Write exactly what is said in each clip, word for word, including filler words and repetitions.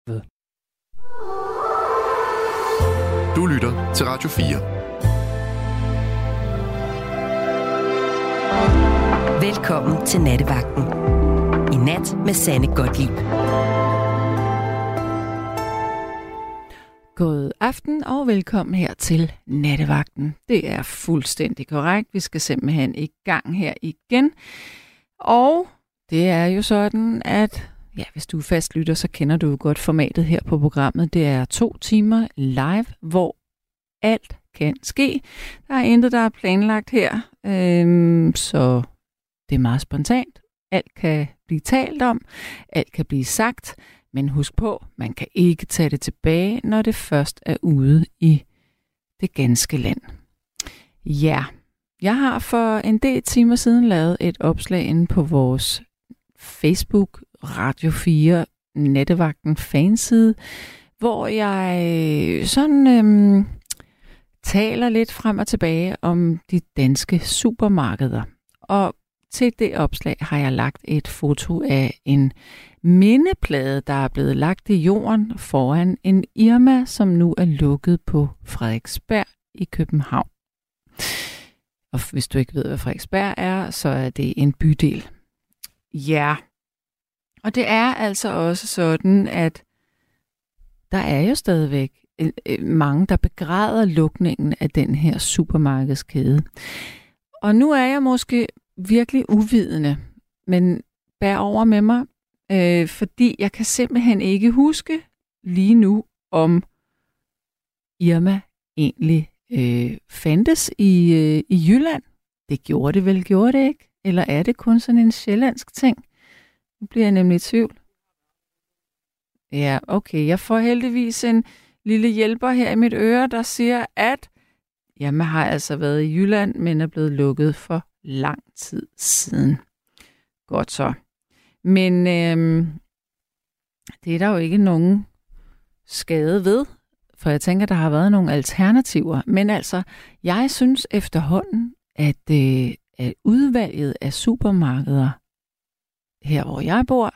Du lytter til Radio fire. Velkommen til Nattevagten. I nat med Sanne Gottlieb. God aften og velkommen her til Nattevagten. Det er fuldstændig korrekt. Vi skal simpelthen i gang her igen. Og det er jo sådan, at ja, hvis du er fastlytter, så kender du jo godt formatet her på programmet. Det er to timer live, hvor alt kan ske. Der er intet, der er planlagt her, øhm, så det er meget spontant. Alt kan blive talt om, alt kan blive sagt, men husk på, man kan ikke tage det tilbage, når det først er ude i det ganske land. Ja, jeg har for en del timer siden lavet et opslag inde på vores Facebook Radio fire Nattevagten fanside, hvor jeg sådan øhm, taler lidt frem og tilbage om de danske supermarkeder. Og til det opslag har jeg lagt et foto af en mindeplade, der er blevet lagt i jorden foran en Irma, som nu er lukket på Frederiksberg i København. Og hvis du ikke ved, hvad Frederiksberg er, så er det en bydel. Ja, og det er altså også sådan, at der er jo stadigvæk mange, der begræder lukningen af den her supermarkedskæde. Og nu er jeg måske virkelig uvidende, men bær over med mig, øh, fordi jeg kan simpelthen ikke huske lige nu, om Irma egentlig øh, fandtes i, øh, i Jylland. Det gjorde det vel, gjorde det ikke? Eller er det kun sådan en sjællandsk ting? Nu bliver jeg nemlig i tvivl. Ja, okay. Jeg får heldigvis en lille hjælper her i mit øre, der siger, at jamen, har altså været i Jylland, men er blevet lukket for lang tid siden. Godt så. Men øhm, det er der jo ikke nogen skade ved, for jeg tænker, der har været nogle alternativer. Men altså, jeg synes efterhånden, at, øh, at udvalget af supermarkeder her, hvor jeg bor,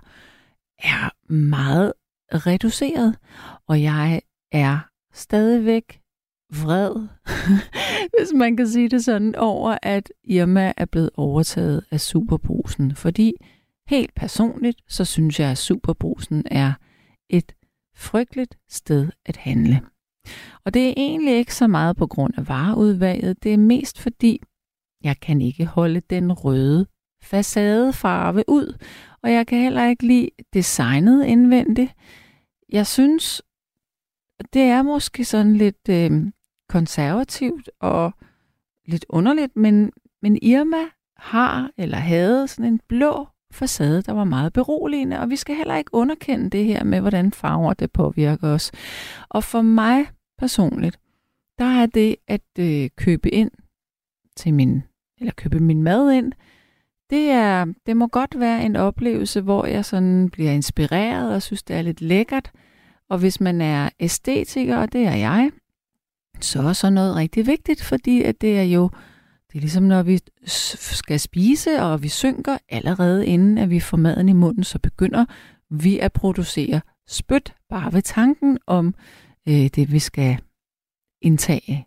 er meget reduceret, og jeg er stadigvæk vred, hvis man kan sige det sådan, over at Irma er blevet overtaget af Superbrugsen. Fordi helt personligt, så synes jeg, at Superbrugsen er et frygteligt sted at handle. Og det er egentlig ikke så meget på grund af vareudvalget, det er mest fordi, jeg kan ikke holde den røde facadefarve ud, og jeg kan heller ikke lide designet indvendigt. Jeg synes, det er måske sådan lidt øh, konservativt og lidt underligt, men, men Irma har eller havde sådan en blå facade, der var meget beroligende, og vi skal heller ikke underkende det her med, hvordan farver det påvirker os. Og for mig personligt, der er det at øh, købe ind til min, eller købe min mad ind, det, er, det må godt være en oplevelse, hvor jeg sådan bliver inspireret og synes, det er lidt lækkert. Og hvis man er æstetiker, og det er jeg, så er så noget rigtig vigtigt, fordi at det er jo, det er ligesom når vi skal spise, og vi synker allerede inden, at vi får maden i munden, så begynder vi at producere spyt bare ved tanken om øh, det, vi skal indtage.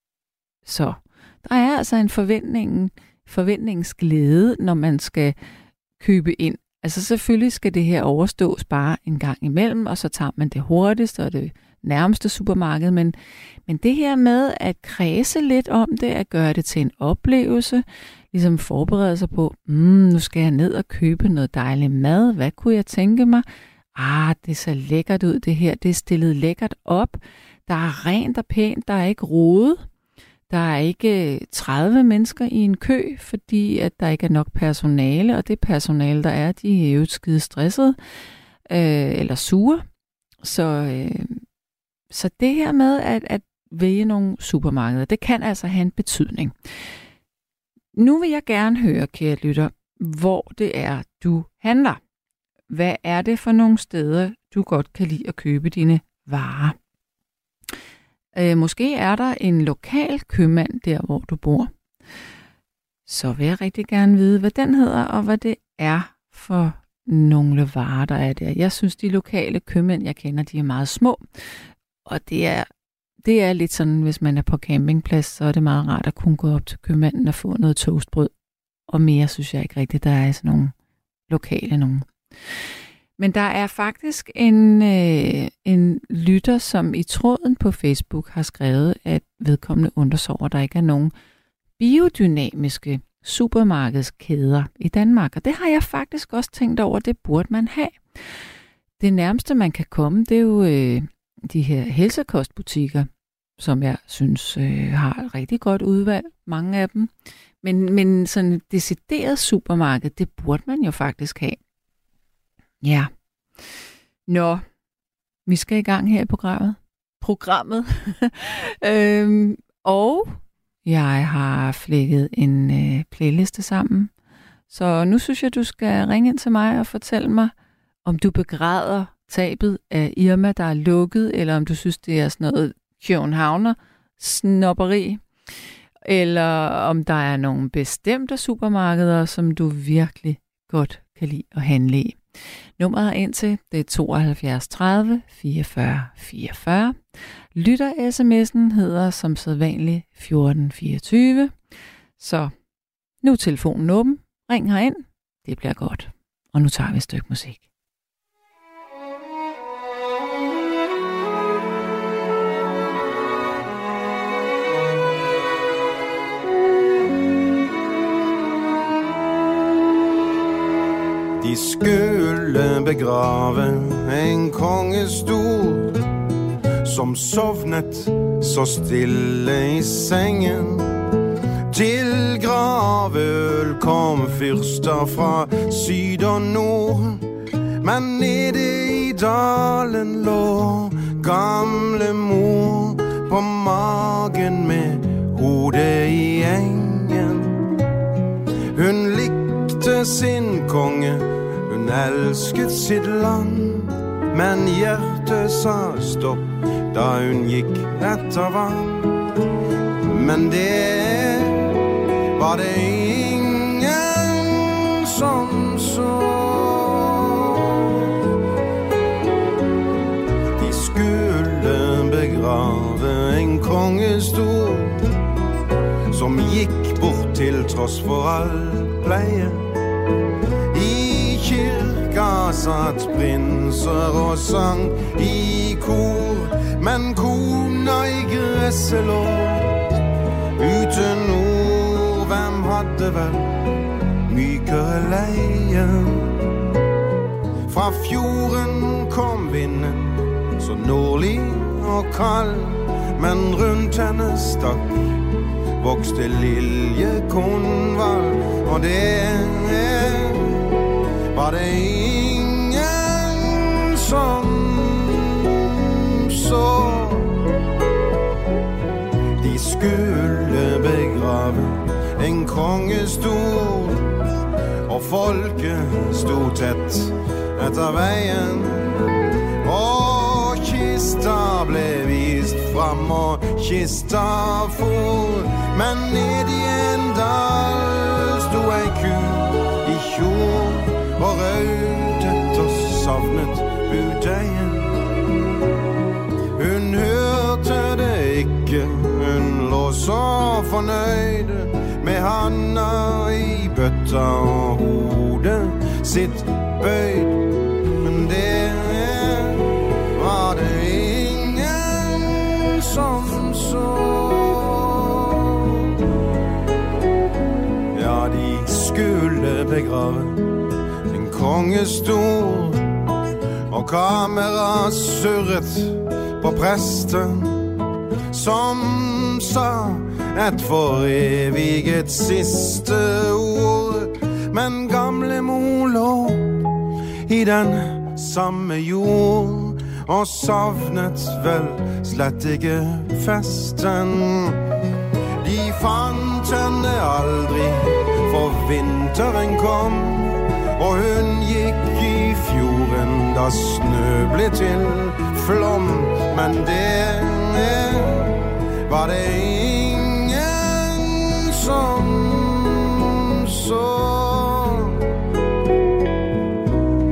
Så der er altså en forventning, forventningsglæde, når man skal købe ind. Altså selvfølgelig skal det her overstås bare en gang imellem, og så tager man det hurtigste og det nærmeste supermarked. Men, men det her med at kredse lidt om det, at gøre det til en oplevelse, ligesom forberede sig på, mm, nu skal jeg ned og købe noget dejlig mad. Hvad kunne jeg tænke mig? Ah, det ser lækkert ud det her. Det er stillet lækkert op. Der er rent og pænt. Der er ikke rodet. Der er ikke tredive mennesker i en kø, fordi at der ikke er nok personale, og det personale, der er, de er jo skide stressede øh, eller sure. Så, øh, så det her med at, at vælge nogle supermarkeder, det kan altså have en betydning. Nu vil jeg gerne høre, kære lytter, hvor det er, du handler. Hvad er det for nogle steder, du godt kan lide at købe dine varer? Øh, måske er der en lokal købmand der, hvor du bor. Så vil jeg rigtig gerne vide, hvad den hedder, og hvad det er for nogle varer, der er der. Jeg synes, de lokale købmænd, jeg kender, de er meget små. Og det er, det er lidt sådan, hvis man er på campingplads, så er det meget rart at kunne gå op til købmanden og få noget toastbrød. Og mere synes jeg ikke rigtigt, der er sådan nogle lokale nogen. Men der er faktisk en, øh, en lytter, som i tråden på Facebook har skrevet, at vedkommende undrer sig over, at der ikke er nogen biodynamiske supermarkedskæder i Danmark. Og det har jeg faktisk også tænkt over, det burde man have. Det nærmeste, man kan komme, det er jo øh, de her helsekostbutikker, som jeg synes øh, har et rigtig godt udvalg, mange af dem. Men, men sådan et decideret supermarked, det burde man jo faktisk have. Ja. Nå, vi skal i gang her i programmet. Programmet. øhm, og jeg har flækket en øh, playliste sammen. Så nu synes jeg, du skal ringe ind til mig og fortælle mig, om du begræder tabet af Irma, der er lukket, eller om du synes, det er sådan noget Københavner snobberi, eller om der er nogle bestemte supermarkeder, som du virkelig godt kan lide at handle i. Nummeret ind til, det er tooghalvfjerds tredive fireogfyrre fireogfyrre. Lytter-sms'en hedder som sædvanligt fjorten fireogtyve. Så nu er telefonen åben. Ring herind. Det bliver godt. Og nu tager vi et stykke musik. De skulle begrave en kongestol, som sovnet så stille i sengen. Til gravøl kom fyrster fra syd og nord, men nede i dalen lå gamle mor på magen med hovedet i engen. Hun likte sin konge, hun elsket sit land, men hjertet sa stopp da hun gikk etter vann. Men det var det ingen som så. De skulle begrave en kongestol som gikk bort til tross for all pleie. I kirka satt prinser og sang i kor, men kona i gresset lå uten ord. Hvem hadde vel mykere leie? Fra fjorden kom vinden, så nordlig og kald, men rundt henne stakk vokste liljekonvall, og det var det ingen som så. De skulle begrave en kongestol, og folket stod tett etter veien, og kista ble vist fram, og kista for. Men ned i en dal stod ei ku i kjol og raudet og savnet budeien. Hun hørte det ikke, hun lå så fornøyd med handa i bøtta og hodet sitt bøyd. Men det var det ingen som så. Ja, de skulle begrave en kongestol, og kamera surret på presten, som sa et foreviget siste ord. Men gamle mor lå i den samme jord, og savnet vel slett ikke festen. De fant henne aldri, for vinteren kom, og hun gikk i fjorden da snø ble til flom. Men det var det ingen som så.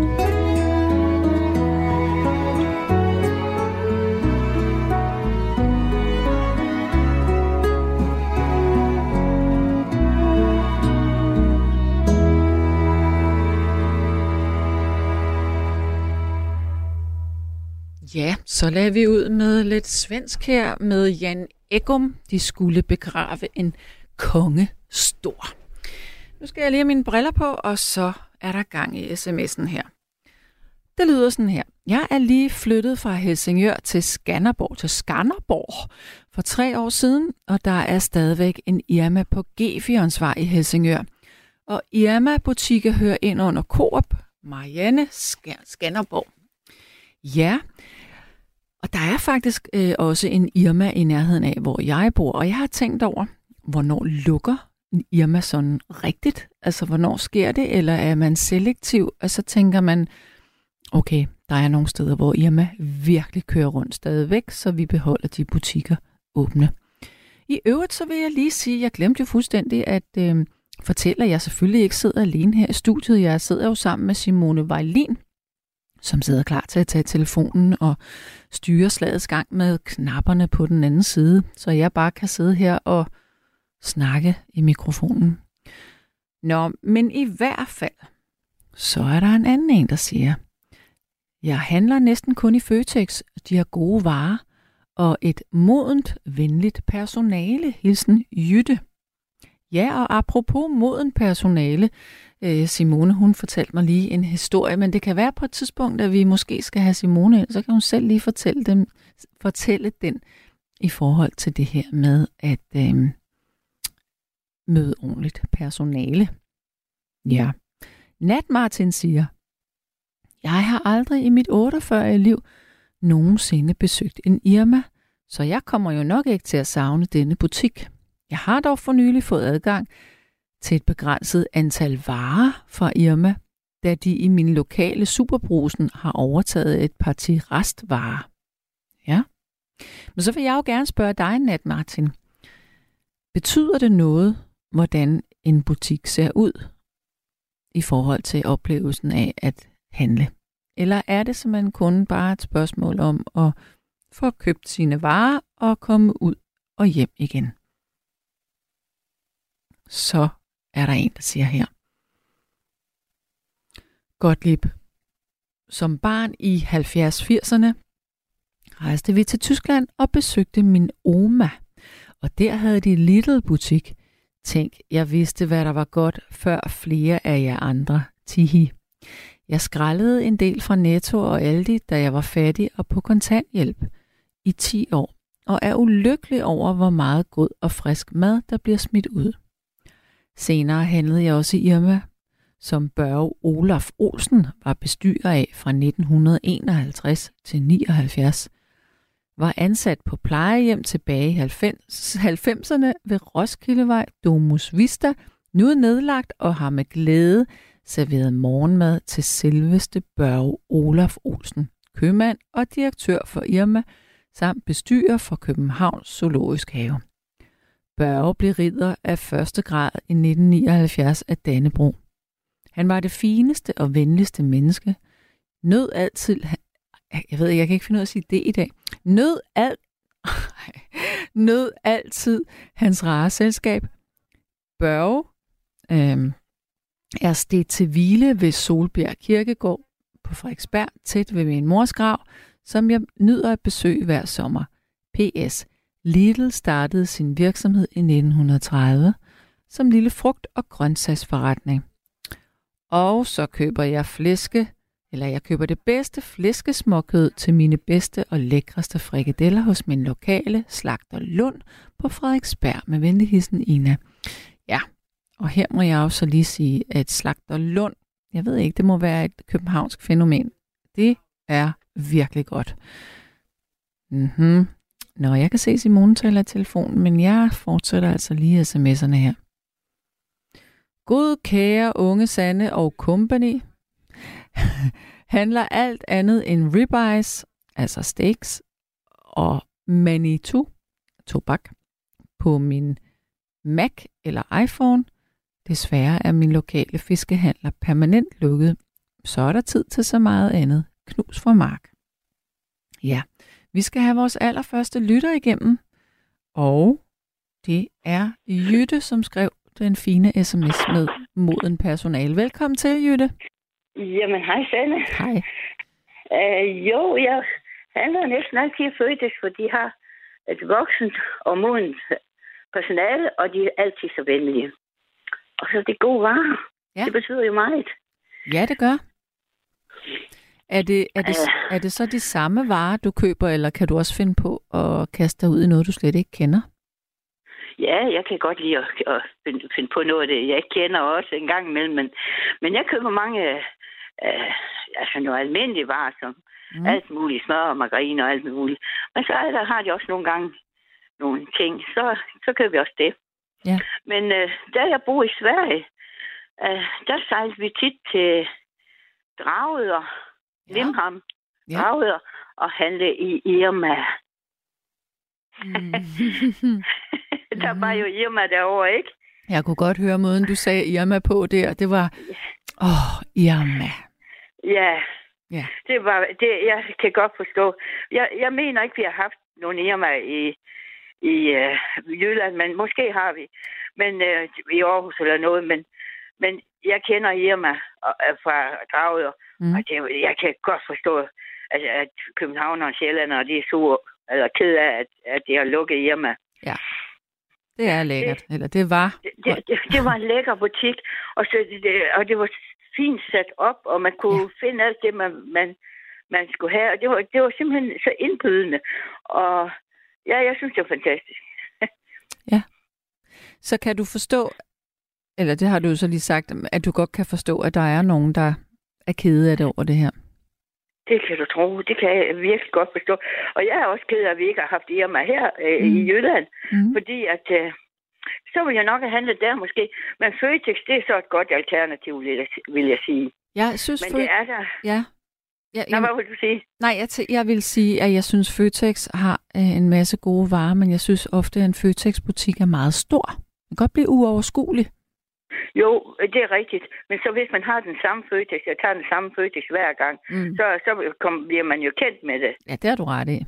Ja, så lader vi ud med lidt svensk her med Jan Eggum. De skulle begrave en konge stor. Nu skal jeg lige have mine briller på, og så er der gang i sms'en her. Det lyder sådan her. Jeg er lige flyttet fra Helsingør til Skanderborg, til Skanderborg for tre år siden, og der er stadigvæk en Irma på G fire-vej i Helsingør. Og Irma-butikker hører ind under Coop, Marianne, Sk- Skanderborg. Ja, og der er faktisk øh, også en Irma i nærheden af, hvor jeg bor, og jeg har tænkt over, hvornår lukker en Irma sådan rigtigt? Altså, hvornår sker det, eller er man selektiv? Og så tænker man, okay, der er nogle steder, hvor Irma virkelig kører rundt stadigvæk, så vi beholder de butikker åbne. I øvrigt, så vil jeg lige sige, jeg glemte jo fuldstændig at øh, fortælle, at jeg selvfølgelig ikke sidder alene her i studiet. Jeg sidder jo sammen med Simone Vejlin, som sidder klar til at tage telefonen og styre slagets gang med knapperne på den anden side, så jeg bare kan sidde her og snakke i mikrofonen. Nå, men i hvert fald, så er der en anden en, der siger, jeg handler næsten kun i Føtex. De har gode varer og et modent, venligt personale. Hilsen Jytte. Ja, og apropos modent personale, øh, Simone, hun fortalte mig lige en historie, men det kan være på et tidspunkt, at vi måske skal have Simone ind, så kan hun selv lige fortælle, dem, fortælle den i forhold til det her med at øh, møde ordentligt personale. Ja. Nat Martin siger, jeg har aldrig i mit otteogfyrre-årige liv nogensinde besøgt en Irma, så jeg kommer jo nok ikke til at savne denne butik. Jeg har dog for nylig fået adgang til et begrænset antal varer fra Irma, da de i min lokale Superbrusen har overtaget et parti restvarer. Ja. Men så vil jeg jo gerne spørge dig, Nat Martin. Betyder det noget, hvordan en butik ser ud i forhold til oplevelsen af at handle? Eller er det simpelthen kun bare et spørgsmål om at få købt sine varer og komme ud og hjem igen? Så er der en, der siger her. Gottlieb. Som barn i halvfjerds firserne rejste vi til Tyskland og besøgte min oma. Og der havde de Lidl butik. Tænk, jeg vidste, hvad der var godt, før flere af jer andre. Tihi. Jeg skrællede en del fra Netto og Aldi, da jeg var fattig og på kontanthjælp i ti år. Og er ulykkelig over, hvor meget god og frisk mad, der bliver smidt ud. Senere handlede jeg også i Irma, som Børge Olaf Olsen var bestyrer af fra nitten enoghalvtreds til nioghalvfjerds. Var ansat på plejehjem tilbage i halvfemserne ved Roskildevej, Domus Vista, nu er nedlagt og har med glæde serveret morgenmad til selveste Børge Olaf Olsen, købmand og direktør for Irma, samt bestyrer for Københavns Zoologisk Have. Børge blev ridder af første grad i nitten nioghalvfjerds af Dannebrog. Han var det fineste og venligste menneske. Nød altid... Jeg ved ikke, jeg kan ikke finde ud af at sige det i dag. Nød, alt, nød altid hans rare selskab. Børge øh, er stedt til hvile ved Solbjerg Kirkegård på Frederiksberg, tæt ved min mors grav, som jeg nyder at besøge hver sommer. P S. Lidl startede sin virksomhed i nitten tredive som lille frugt- og grøntsagsforretning. Og så køber jeg flæske, eller jeg køber det bedste flæskesmåkød til mine bedste og lækreste frikadeller hos min lokale slagter Lund på Frederiksberg med venlig hilsen Ina. Ja, og her må jeg også lige sige, at slagter Lund, jeg ved ikke, det må være et københavnsk fænomen. Det er virkelig godt. Mhm. Nå, jeg kan se Simone taler telefonen, men jeg fortsætter altså lige sms'erne her. God kære unge Sanne og company handler alt andet end ribeyes, altså steaks, og Manitou, tobak, på min Mac eller iPhone. Desværre er min lokale fiskehandler permanent lukket, så er der tid til så meget andet. Knus for Mark. Ja, vi skal have vores allerførste lytter igennem, og det er Jytte, som skrev den fine sms med moden personale. Velkommen til, Jytte. Jamen, hej Sanne. Hej. Uh, jo, jeg handler næsten altid i Føtex, for de har et voksent og modent personale, og de er altid så venlige. Og så er det gode varer. Ja. Det betyder jo meget. Ja, det gør. Er det, er, det, uh, er det så de samme varer, du køber, eller kan du også finde på at kaste dig ud i noget, du slet ikke kender? Ja, jeg kan godt lide at, at finde, finde på noget af det. Jeg kender også en gang imellem, men, men jeg køber mange uh, altså noget almindelige varer, som mm. alt muligt, smør og margarine og alt muligt. Men så er der, har de også nogle gange nogle ting, så, så køber vi også det. Ja. Men uh, da jeg bor i Sverige, uh, der sejlede vi tit til Dragør, ja. Limhamn, ja. Dragør, og handle i Irma. Mm. Der var jo Irma derovre, ikke? Jeg kunne godt høre måden, du sagde Irma på der. Det var, åh, oh, Irma. Ja, ja. Det var, det, jeg kan godt forstå. Jeg, jeg mener ikke, vi har haft nogen Irma i, i uh, Jylland, men måske har vi. Men uh, i Aarhus eller noget, men, men jeg kender Irma uh, fra Dragør, mm. og det, jeg kan godt forstå, altså, at København og Sjælland, de er sure, eller ked af, at, at de har lukket Irma. Ja, det er lækkert. Det, eller det var. Det, det, det, det var en lækker butik, og, så det, og det var fint sat op, og man kunne ja. finde alt det, man, man, man skulle have. Og det var, det var simpelthen så indbydende. Og ja, jeg synes, det var fantastisk. Ja. Så kan du forstå, eller det har du jo så lige sagt, at du godt kan forstå, at der er nogen, der er kede af det over det her. Det kan du tro. Det kan jeg virkelig godt forstå. Og jeg er også ked af, at vi ikke har haft Irma her øh, mm. i Jylland. Mm. Fordi at, øh, så vil jeg nok have handlet der måske. Men Føtex, det er så et godt alternativ, vil jeg sige. Jeg synes, Men det er der. Ja. Ja, Nå, hvad vil du sige? Nej, jeg, t- jeg vil sige, at jeg synes, Føtex har øh, en masse gode varer, men jeg synes ofte, at en Føtex-butik er meget stor. Det kan godt blive uoverskuelig. Jo, det er rigtigt. Men så hvis man har den samme Føtex, jeg tager den samme Føtex hver gang, mm. så, så kom, bliver man jo kendt med det. Ja, det har du ret i.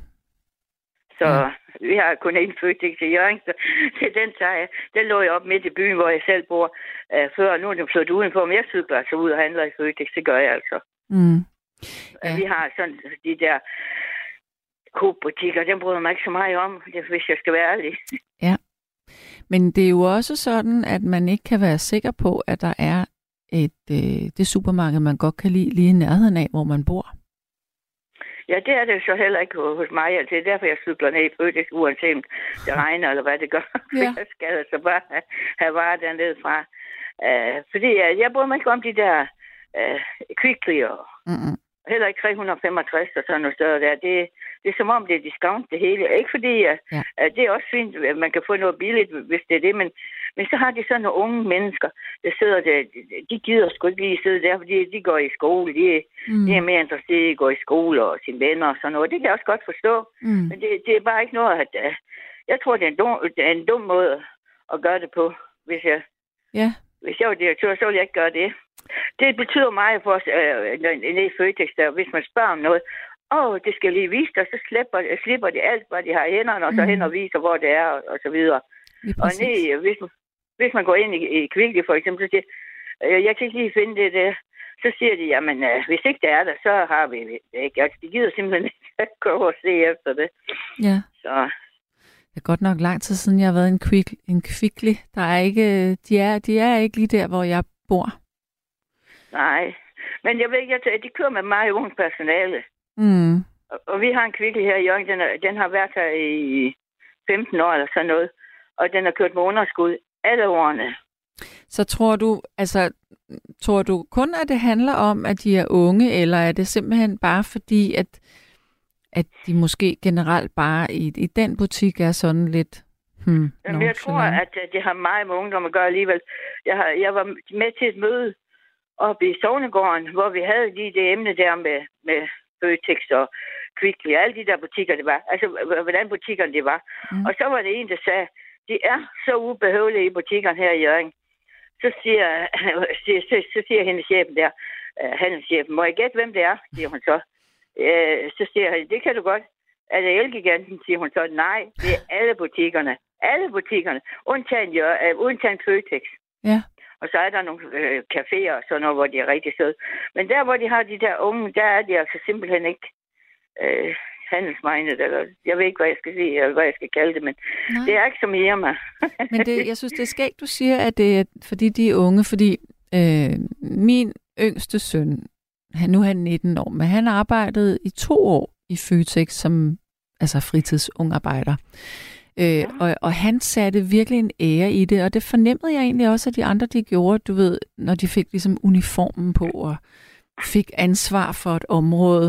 Så ja. Vi har kun én Føtex i Hjørring, så til den tager jeg. Den lå jeg op midt i byen, hvor jeg selv bor øh, før. Nu er den flyttet udenfor, men jeg cykler altså ud og handler i Føtex. Det gør jeg altså. Mm. Ja. Vi har sådan de der Coop-butikker, dem bryder mig ikke så meget om, hvis jeg skal være ærlig. Ja. Men det er jo også sådan, at man ikke kan være sikker på, at der er et øh, det supermarked, man godt kan lide lige i nærheden af, hvor man bor. Ja, det er det så heller ikke hos mig. Altså, det er derfor, jeg cykler ned i Føtex, uanset om det regner eller hvad det gør. Ja. Jeg skal altså bare have, have varer dernede fra. Uh, fordi uh, jeg bryder mig ikke om de der uh, kvicklier. Mm-hmm. Heller ikke tre hundrede og femogtres og sådan noget større der. Det, det er som om, det er discount det hele. Ikke fordi, at, ja. at det er også fint, at man kan få noget billigt, hvis det er det, men, men så har de sådan nogle unge mennesker, der sidder der, de gider sgu ikke lige sidde der, fordi de går i skole, de, mm. de er mere interesserede i at gå i skole og sine venner og sådan noget. Det kan jeg også godt forstå, mm. men det, det er bare ikke noget, at uh, jeg tror, det er, en dum, det er en dum måde at gøre det på, hvis jeg, ja. hvis jeg var direktør, så ville jeg ikke gøre det. Det betyder meget for os øh, nede i Føtex, der, hvis man spørger om noget. Åh, oh, det skal lige vise dig, så slipper, slipper de alt, hvad de har i hænderne, og så mm. hen og viser, hvor det er, og, og så videre. Og nede, hvis, hvis man går ind i, i Kvickly, for eksempel, så siger øh, jeg kan ikke lige finde det der. Så siger de, jamen, øh, hvis ikke det er der, så har vi det ikke. Altså, de gider simpelthen ikke gå over og se efter det. Ja. Så... Det er godt nok lang tid siden, jeg har været i en, quick, en Kvickly. Der er ikke, de, er, de er ikke lige der, hvor jeg bor. Nej, men jeg ved ikke, at de kører med meget unge personale. Mm. Og, og vi har en Kvickly her i Hjørring, den, er, den har været her i femten år eller sådan noget, og den har kørt med underskud alle årene. Så tror du, altså, tror du kun, at det handler om, at de er unge, eller er det simpelthen bare fordi, at, at de måske generelt bare i, i den butik er sådan lidt... Hmm, Jamen, jeg tror, at det har meget med ungdom at gøre alligevel. Jeg, har, jeg var med til et møde oppe i Sognegården, hvor vi havde lige det emne der med, med Føtex og Kvickly og alle de der butikker, det var. Altså, hvordan butikkerne det var. Mm. Og så var det en, der sagde, de er så ubehøvelige i butikkerne her i Hjørring. Så siger, siger, så, så siger hendes chefen der, uh, handelschefen, må jeg gætte, hvem det er, siger hun så. Uh, så siger han, det kan du godt. Er det Elgiganten, siger hun så. Nej, det er alle butikkerne. Alle butikkerne. Undtagen, uh, undtagen Føtex. Ja. Og så er der nogle øh, caféer og sådan noget, hvor de er rigtig søde. Men der, hvor de har de der unge, der er de altså simpelthen ikke... Øh, handelsmegnet, eller jeg ved ikke, hvad jeg skal sige, eller hvad jeg skal kalde det, men Nej. det er ikke som Irma. Men det, jeg synes, det er skægt, du siger, at det er, fordi de er unge, fordi øh, min yngste søn, han, nu er han nitten år, men han arbejdede i to år i Føtex som altså fritidsungearbejder. Øh, ja. og, og han satte virkelig en ære i det, og det fornemmede jeg egentlig også, at de andre, de gjorde, du ved, når de fik ligesom uniformen på, og fik ansvar for et område.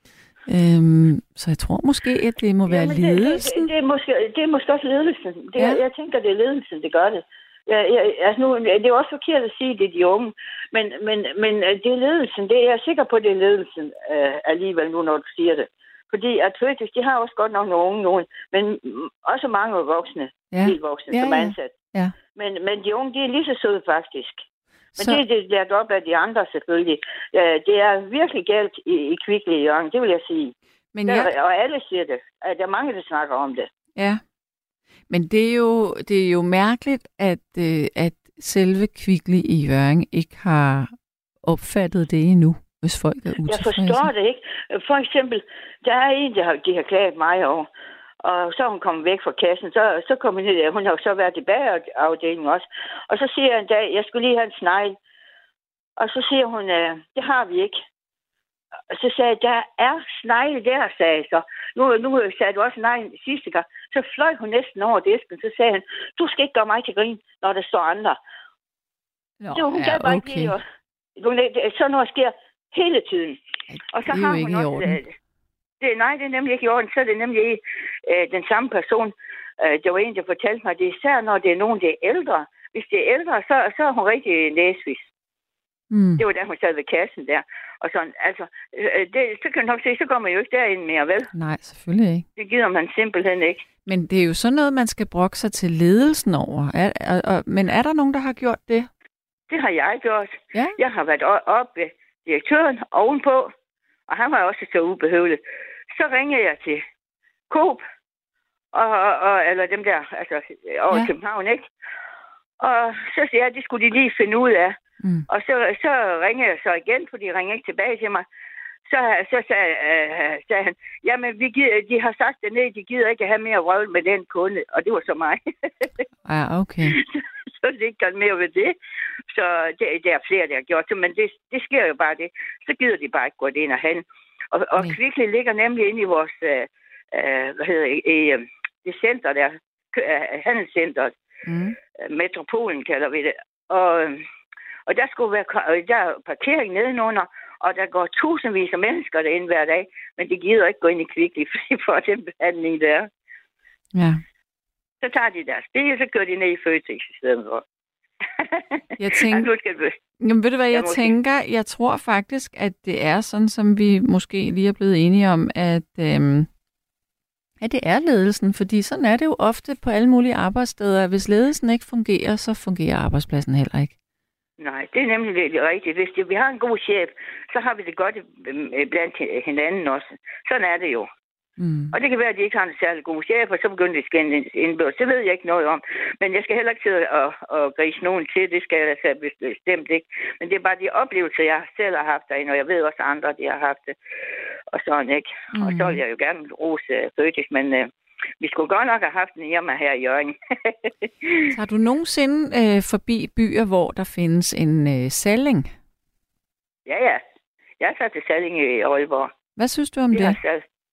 Øhm, så jeg tror måske, at det må være ja, ledelsen. Det, det, det, er måske, det er måske også ledelsen. Det, ja. Jeg tænker, det er ledelsen, det gør det. Jeg, jeg, altså nu, det er også forkert at sige, det er de unge, men, men, men det er ledelsen. Det er jeg sikker på, det er ledelsen øh, alligevel nu, når du siger det. Fordi at Føtex, de har også godt nok nogle unge nogen, men også mange voksne, ja. helt voksne, ja, som er ansat. Ja. Ja. Men, men de unge, de er lige så søde faktisk. Men så... det er det lært op af de andre selvfølgelig. Det er virkelig galt i, i Kvickly i Hjørring, det vil jeg sige. Men jeg... der, og alle siger det. Der er mange, der snakker om det. Ja, men det er jo, det er jo mærkeligt, at, at selve Kvickly i Hjørring ikke har opfattet det endnu, hvis folk er utilfredse. Jeg forstår det ikke. For eksempel, der er en, der har, de har klaget mig over, og så er hun kommet væk fra kassen, så, så kom hun ned, hun har jo så været tilbage i afdelingen også, og så siger jeg en dag, jeg skulle lige have en snegl, og så siger hun, det har vi ikke. Og så sagde jeg, der er snegle der, sagde jeg så. Nu, nu sagde du også nej sidste gang. Så fløj hun næsten over disken, så sagde han, du skal ikke gøre mig til grin, når der står andre. Nå, så hun ja, gav bare okay. ikke sådan noget sker hele tiden. Og så det er har jo ikke hun i også, orden. Det, nej, det er nemlig ikke i orden. Så er det nemlig øh, den samme person. Øh, der var en, der fortalte mig, at det er især, når det er nogen, der er ældre. Hvis det er ældre, så, så er hun rigtig næsvis. Mm. Det var da hun sad ved kassen der. Og sådan, altså, det, så kan du nok se, så går man jo ikke derind mere, vel? Nej, selvfølgelig ikke. Det gider man simpelthen ikke. Men det er jo sådan noget, man skal brokke sig til ledelsen over. Er, er, er, men er der nogen, der har gjort det? Det har jeg gjort. Ja? Jeg har været op ved direktøren ovenpå, og han var også så ubehøvlet. Så ringer jeg til Coop, og, og, eller dem der, altså over ja. København, ikke? Og så siger jeg, at det skulle de lige finde ud af. Mm. Og så, så ringer jeg så igen, for de ringer ikke tilbage til mig. Så, så sagde, øh, sagde han, jamen vi gider, de har sagt det ned, de gider ikke have mere vrøvl med den kunde. Og det var så mig. Ja, okay. så, så det ikke kan mere ved det. Så det, det er flere, der har gjort det, men det, det sker jo bare det. Så gider de bare ikke gå ind og handle. Og, og okay. Kvickly ligger nemlig inde i vores, øh, øh, hvad hedder det, i, øh, det center der, øh, handelscenteret. Mm. Metropolen kalder vi det. Og... Øh, Og der skulle være der er parkering nedenunder, og der går tusindvis af mennesker derinde hver dag, men de gider ikke gå ind i Kvickly, fordi for den behandling der. Ja. Så tager de deres bil, og så kører de ned i Føtex i stedet for. Jeg tænker, du... Jamen, ved du hvad, jeg, jeg tænker, jeg tror faktisk, at det er sådan, som vi måske lige er blevet enige om, at, øhm, at det er ledelsen, fordi sådan er det jo ofte på alle mulige arbejdssteder. Hvis ledelsen ikke fungerer, så fungerer arbejdspladsen heller ikke. Nej, det er nemlig det rigtigt. Hvis vi har en god chef, så har vi det godt blandt hinanden også. Sådan er det jo. Mm. Og det kan være, at de ikke har en særlig god chef, og så begynder de at skænde indbyrdes. Det ved jeg ikke noget om. Men jeg skal heller ikke sidde og, og grise nogen til. Det skal jeg altså bestemt ikke. Men det er bare de oplevelser, jeg selv har haft derinde, og jeg ved også andre, de har haft det. Og sådan, ikke? Mm. Og så vil jeg jo gerne rose Føtex, men... Uh, vi skulle godt nok have haft en Irma her i Hjørring. Har du nogensinde øh, forbi byer, hvor der findes en øh, Salling? Ja, ja. Jeg har sat til Salling i Aalborg. Hvad synes du om det? Det,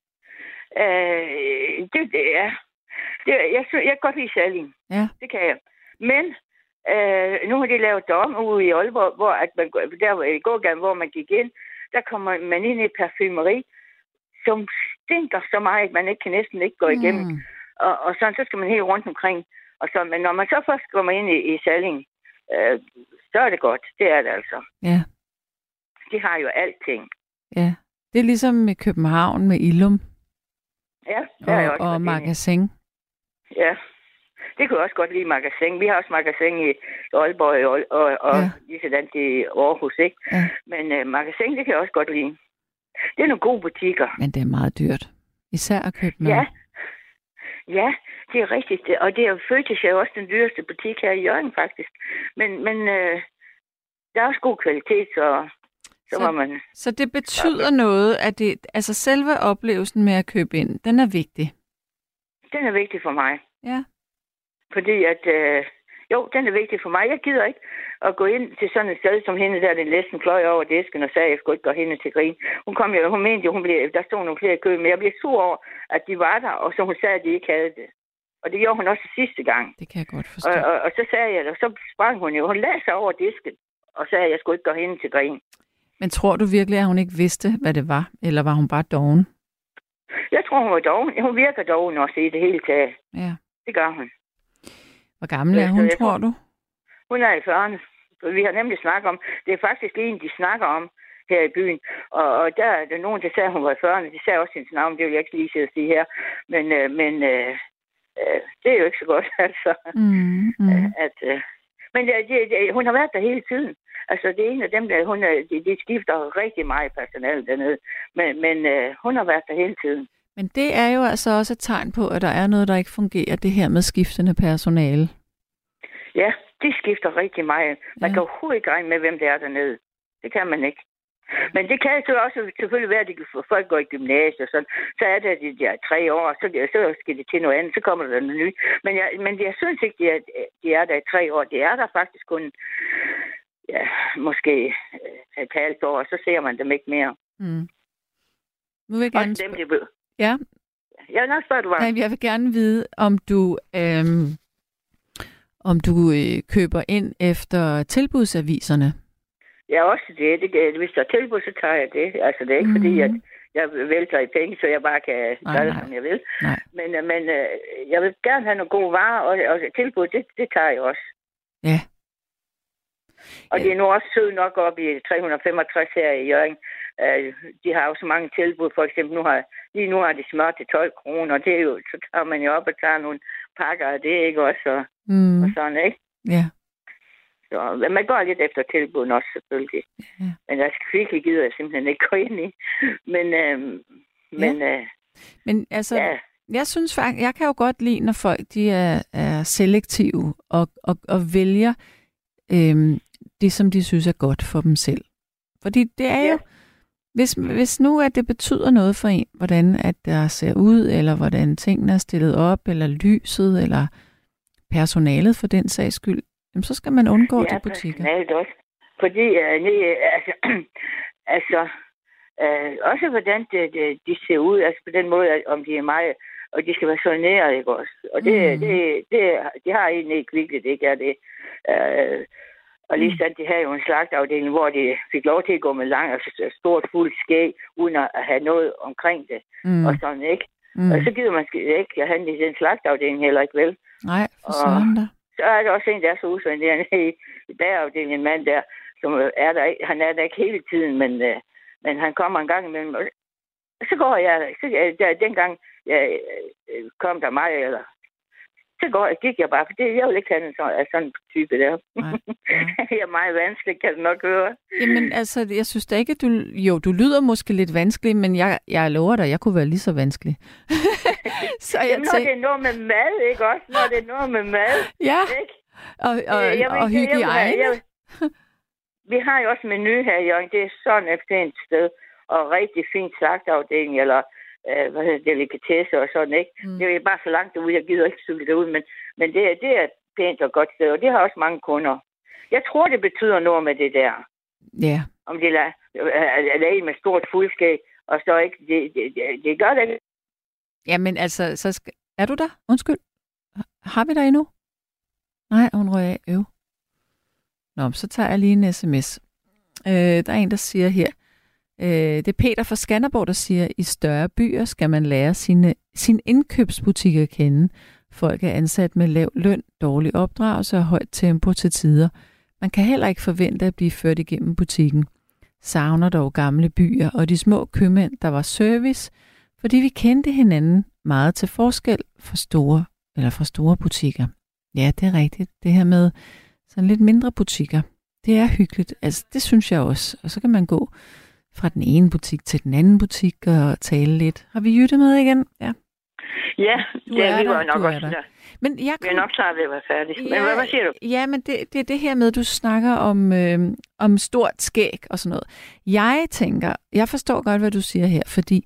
øh, det, det er... Det, jeg, synes, jeg kan godt lide Salling. Ja. Det kan jeg. Men øh, nu har de lavet dom ude i Aalborg, hvor at man, der i gågaden, hvor man gik ind, der kommer man ind i et parfumeri, som stinker så meget, at man ikke kan næsten ikke gå igennem. Mm. Og, og sådan, så skal man helt rundt omkring. Og så, men når man så først kommer ind i, i Salling, øh, så er det godt. Det er det altså. Ja. De har jo alting. Ja. Det er ligesom med København med Illum. Ja, det er og, og Magasin. Ja. Det kunne jeg også godt lide Magasin. Vi har også Magasin i Aalborg og, og, og ja. Ligesådan i Aarhus, ikke? Ja. Men uh, Magasin, det kan jeg også godt lide. Det er nogle gode butikker. Men det er meget dyrt. Især at købe noget. Ja. Ja, det er rigtigt. Og det er jo Føtex er jo også den dyreste butik her i Hjørring, faktisk. Men, men øh, der er også god kvalitet, så, Så, så, må man... så det betyder ja. noget, at det, altså selve oplevelsen med at købe ind, den er vigtig? Den er vigtig for mig. Ja. Fordi at, øh, jo, den er vigtig for mig. Jeg gider ikke at gå ind til sådan et sted som hende der, den læsten fløj over disken og sagde, at jeg skulle ikke gå hende til grin. Hun kom jo, hun mente jo, hun blev, der stod nogle flere køb, men jeg blev sur over, at de var der, og så hun sagde, at de ikke havde det. Og det gjorde hun også sidste gang. Det kan jeg godt forstå. Og, og, og så sagde jeg, og så sprang hun jo, hun lagde sig over disken, og sagde, at jeg skulle ikke gå hende til grin. Men tror du virkelig, at hun ikke vidste, hvad det var? Eller var hun bare doven? Jeg tror, hun var doven. Hun virker doven også i det hele taget. Ja. Det gør hun. Hvor gammel er hun, jeg tror du? Hun er i fyrrerne. Vi har nemlig snakket om, det er faktisk en, de snakker om her i byen. Og, og der er der nogen, der sagde, at hun var i fyrrerne. De sagde også hendes navn, det vil jeg ikke lige sidde og sige her. Men, øh, men øh, øh, det er jo ikke så godt, altså. Mm, mm. At, øh, men det, det, det, hun har været der hele tiden. Altså, det er en af dem, der hun er, de, de skifter rigtig meget personale dernede. Men, men øh, hun har været der hele tiden. Men det er jo altså også et tegn på, at der er noget, der ikke fungerer, det her med skiftende personale. Ja, de skifter rigtig meget. Man Ja. kan overhovedet ikke regne med, hvem det er dernede. Det kan man ikke. Men det kan så også selvfølgelig være, at folk går i gymnasiet og sådan. Så er det, at de er tre år, så, så skal de til noget andet, så kommer der noget nyt. Men jeg, men jeg synes ikke, de er, de er der i tre år. Det er der faktisk kun, ja, måske et halvt år, og så ser man dem ikke mere. Mm. Nu vil jeg gerne Også dem, de ved. Ja. Jeg vil nok spørge, du var. Nej, jeg vil gerne vide, om du, øhm, om du øh, køber ind efter tilbudsaviserne. Ja, også det. det. Hvis der er tilbud, så tager jeg det. Altså, det er ikke mm-hmm. fordi, at jeg vælter i penge, så jeg bare kan gøre det, som jeg vil. Nej. Men, men øh, jeg vil gerne have nogle gode varer, og, og tilbud, det, det tager jeg også. Ja. Og det er nu også sød nok op i tre hundrede og femogtres her i Hjørring. Uh, de har jo så mange tilbud. For eksempel, nu har, lige nu har de smør til tolv kroner, og det er jo, så tager man jo op og tager nogle pakker af det, ikke også? Og, mm. og sådan, ikke? Ja. Så man går lidt efter tilbuden også, selvfølgelig. Ja. Men der skal virkelig gider jeg simpelthen ikke gå ind i. Men, øh, men, ja. øh, men altså, ja. jeg synes faktisk, jeg kan jo godt lide, når folk de er, er selektive og, og, og vælger øh, det, som de synes er godt for dem selv. Fordi det er ja. jo, hvis, hvis nu at det betyder noget for en, hvordan at der ser ud, eller hvordan tingene er stillet op, eller lyset, eller personalet for den sags skyld, jamen, så skal man undgå ja, de butikker. Ja, også. Fordi, øh, nej, altså, altså øh, også hvordan det, det, de ser ud, altså på den måde, om de er meget, og de skal være soigneret, ikke også? Og det, mm. det, det, det har egentlig ikke virkelig, det ikke er det. Øh, og lige sådan, de havde jo en slagtafdeling, hvor de fik lov til at gå med lang, altså stort fuld skæg, uden at have noget omkring det, mm. og sådan, ikke? Mm. Og så gider man ikke at handle i den slagtafdeling heller ikke, vel? Nej, for sådan der. Så er der også en, der er så usøgnerende i, i bagafdelingen, en mand der, som er der, han er der ikke hele tiden, men, øh, men han kommer en gang imellem. Og så går jeg, så, der, dengang jeg, øh, kom der mig, eller så går, gik jeg bare, for det, jeg vil ikke have en sådan, sådan type der. Nej, ja. Det er meget vanskeligt, kan du nok høre. Jamen altså, jeg synes da ikke, du, jo, du lyder måske lidt vanskelig, men jeg, jeg lover dig, jeg kunne være lige så vanskelig. Så jeg Jamen, når tænk... det er noget med mad, ikke også? Når det er noget med mad, ja. Ikke? Og, og, jeg og hygiejne. Vi har jo også menu her i Hjørring. Det er sådan et pænt sted, og rigtig fint slagtafdeling, eller øh, hvad hedder, delikatesse og sådan, ikke? Mm. Det er bare så langt derude, jeg gider ikke cykle derud, men, men det, er, det er et pænt og godt sted, og det har også mange kunder. Jeg tror, det betyder noget med det der. Ja. Yeah. Om det er, er en med stort fuldskæg, og så ikke, det, det, det, det gør det ikke. Jamen altså, så skal... er du der? Undskyld. Har vi dig endnu? Nej, hun røg af. Øv. Nå, så tager jeg lige en sms. Øh, der er en, der siger her, øh, det er Peter fra Skanderborg, der siger, i større byer skal man lære sine, sin indkøbsbutik at kende. Folk er ansat med lav løn, dårlig opdragelse og højt tempo til tider. Man kan heller ikke forvente at blive ført igennem butikken. Savner dog gamle byer og de små købmænd, der var service, fordi vi kendte hinanden meget til forskel for store, eller fra store butikker. Ja, det er rigtigt. Det her med sådan lidt mindre butikker, det er hyggeligt. Altså, det synes jeg også. Og så kan man gå fra den ene butik til den anden butik og tale lidt. Har vi Jytte med igen? Ja. Ja, Du det er vi der, var nok du er også der. der. Men jeg Vi er kom... nok snart ved at være færdige. Men Ja, hvad, hvad siger du? Ja, men det, det er det her med, at du snakker om, øh, om stort skæg og sådan noget. Jeg tænker, jeg forstår godt, hvad du siger her, fordi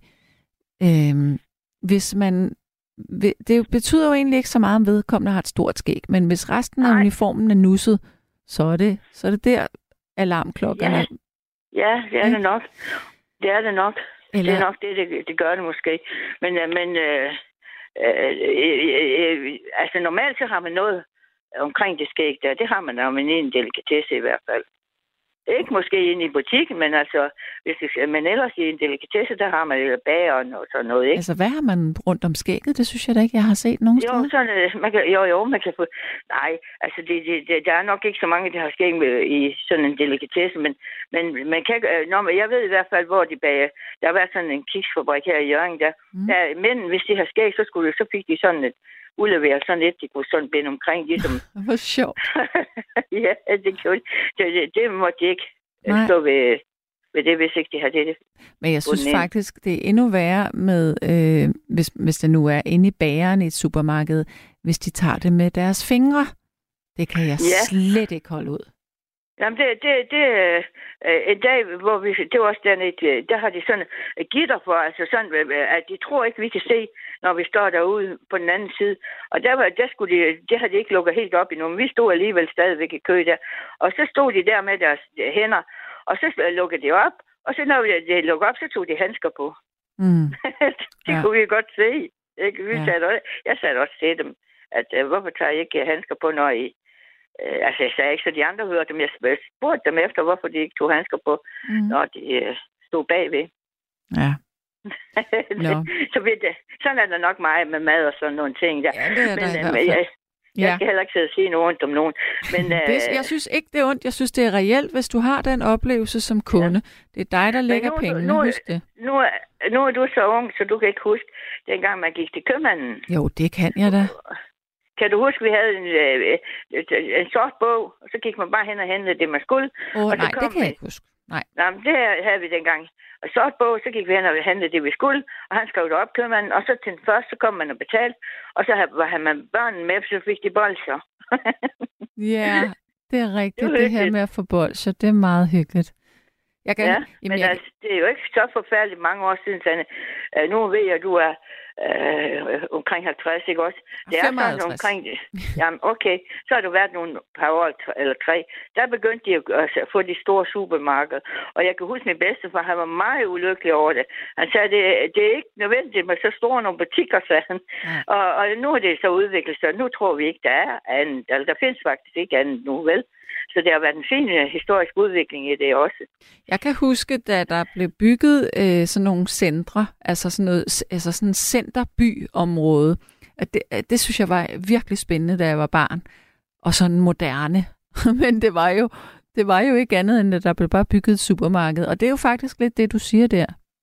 øh, hvis man... Det betyder jo egentlig ikke så meget, om vedkommende har et stort skæg, men hvis resten af Nej. uniformen er nusset, så er det, så er det der alarmklokkerne... Ja. Ja, det er det nok. Det er det nok. Eller... Det er nok det, det, det gør det måske. Men, øh, men øh, øh, øh, øh, altså normalt så har man noget omkring det skæg der. Det har man, når man er i en delikatesse i hvert fald. Ikke måske inde i butikken, men altså, hvis det, men ellers i en delikatesse, der har man jo bageren og sådan noget, ikke? Altså, hvad har man rundt om skægget? Det synes jeg da ikke, jeg har set nogen jo, steder. Sådan, øh, man kan, jo, jo, man kan få... Nej, altså, det, det, det, der er nok ikke så mange, der har skæg med, i sådan en delikatesse, men, men man kan... Øh, når man, jeg ved i hvert fald, hvor de bager... Der har været sådan en kiksfabrik her i Hjørring, der, mm. der men hvis de har skæg, så, skulle, så fik de sådan et udleveret sådan lidt, de kunne sådan binde omkring, ligesom... Hvor sjovt. Ja, det gjorde det, det, det måtte de ikke Nej. stå ved, ved det, hvis ikke de har det. Men jeg synes faktisk, det er endnu værre med, øh, hvis, hvis det nu er inde i bageren i et supermarked, hvis de tager det med deres fingre. Det kan jeg ja. slet ikke holde ud. Jamen, det, det, det øh, en dag, hvor vi, det var også dernede, der har de sådan gitter for, altså sådan, at de tror ikke, vi kan se, når vi står derude på den anden side. Og der, var, der skulle de, det havde de ikke lukket helt op endnu, men vi stod alligevel stadigvæk i kø der. Og så stod de der med deres hænder, og så lukkede de op, og så når de lukkede op, så tog de handsker på. Mm. det ja. kunne vi godt se. Ikke? Vi ja. sagde også, jeg sagde også til dem, at uh, hvorfor tager I ikke handsker på, når I... Uh, altså, jeg sagde ikke, så de andre hørte dem. Jeg spurgte dem efter, hvorfor de ikke tog handsker på, mm. når de uh, stod bagved. Ja. no. så ved det, sådan er der nok meget med mad og sådan nogle ting der. Ja, det er men, der i uh, hvert men jeg, ja. jeg skal heller ikke sidde og sige noget ondt om nogen. Men, det, uh, jeg synes ikke, det er ondt. Jeg synes, det er reelt, hvis du har den oplevelse som kunde. Ja. Det er dig, der lægger nu, pengene. Nu, Husk det. Nu, nu er du så ung, så du kan ikke huske, dengang man gik til købmanden. Jo, det kan jeg da. Kan du huske, vi havde en, øh, en sort bog, og så gik man bare hen og hentede det, man skulle. Åh, oh, og så nej, kom det kan vi. jeg ikke huske. Nej. Nej, men det havde vi dengang. Og sort bog, så gik vi hen og hentede det, vi skulle, og han skrev det op, købmanden, og så til den første, så kom man og betalte, og så havde man børnene med, så fik de bolsjer. Ja, det er rigtigt, det, det her med at få bolsjer, det er meget hyggeligt. Jeg kan, ja, jamen, men jeg... altså, det er jo ikke så forfærdeligt mange år siden, Sanne. Uh, nu ved jeg, at du er uh, omkring halvtreds, ikke også? Det er femoghalvtreds. sådan omkring det. Jamen, okay. Så har du været nogle par år eller tre. Der begyndte de at få de store supermarkeder. Og jeg kan huske min bedstefar, han var meget ulykkelig over det. Han sagde, det, det er ikke nødvendigt med så store nogle butikker, sagde han. Ja. Og, og nu er det så udviklet sig. Nu tror vi ikke, der er andet. Altså, der findes faktisk ikke andet nu, vel? Så det har været en fin historisk udvikling i det også. Jeg kan huske, da der blev bygget øh, sådan nogle centre, altså sådan noget, altså sådan en centerbyområde. At det, at det synes jeg var virkelig spændende, da jeg var barn. Og sådan moderne. Men det var jo det var jo ikke andet, end at der blev bare bygget et supermarked. Og det er jo faktisk lidt det, du siger der.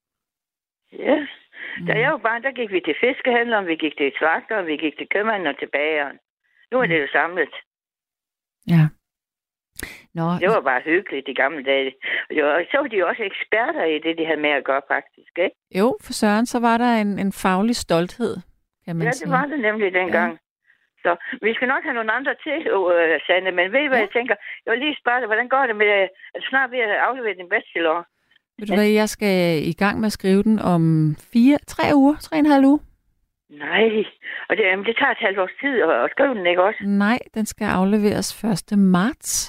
Ja. Da jeg var barn, der gik vi til fiskehandleren, vi gik til slagteren, vi gik til købmanden og til bageren. Nu er det jo samlet. Ja. Nå. Det var bare hyggeligt i gamle dage. Og så var de jo også eksperter i det, de havde med at gøre faktisk, ikke? Jo, for Søren, så var der en, en faglig stolthed, kan man ja, sige. Ja, det var det nemlig dengang. Ja. Så vi skal nok have nogle andre til, uh, Sanne, men ved I, hvad ja. jeg tænker? Jeg vil lige spørge dig, hvordan går det med, at snart ved at aflevere din bachelor? Ved du hvad, jeg skal i gang med at skrive den om fire, tre uger, tre og en halv uge. Nej, og det, jamen, det tager et halvt års tid at, at skrive den, ikke også? Nej, den skal afleveres første marts.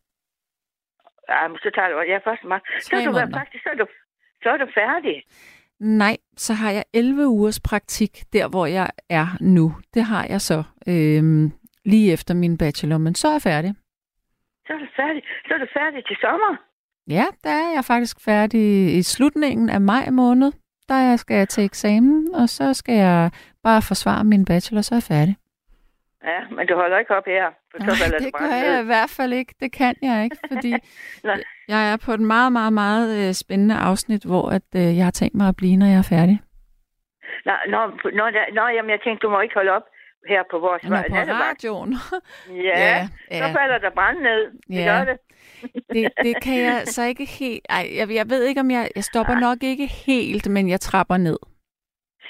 Ja, men så tager det ja, første marts. Så er, du, faktisk, så, er du, så er du færdig. Nej, så har jeg elleve ugers praktik, der hvor jeg er nu. Det har jeg så øhm, lige efter min bachelor, men så er jeg færdig. Så er du færdig. Så er du færdig til sommer? Ja, der er jeg faktisk færdig i slutningen af maj måned. Der skal jeg til eksamen, og så skal jeg bare forsvare min bachelor, så er jeg færdig. Ja, men du holder ikke op her. For Nej, så det gør jeg i hvert fald ikke. Det kan jeg ikke, fordi jeg er på et meget, meget, meget spændende afsnit, hvor at, øh, jeg har tænkt mig at blive, når jeg er færdig. Nå, nå, nå, nå jamen, jeg tænkte, du må ikke holde op her på vores... Nå, på radioen. ja, ja, så ja. falder der brand ned. Det ja. gør det. det. Det kan jeg så ikke helt... Ej, jeg, jeg ved ikke, om jeg... Jeg stopper ja. nok ikke helt, men jeg trapper ned.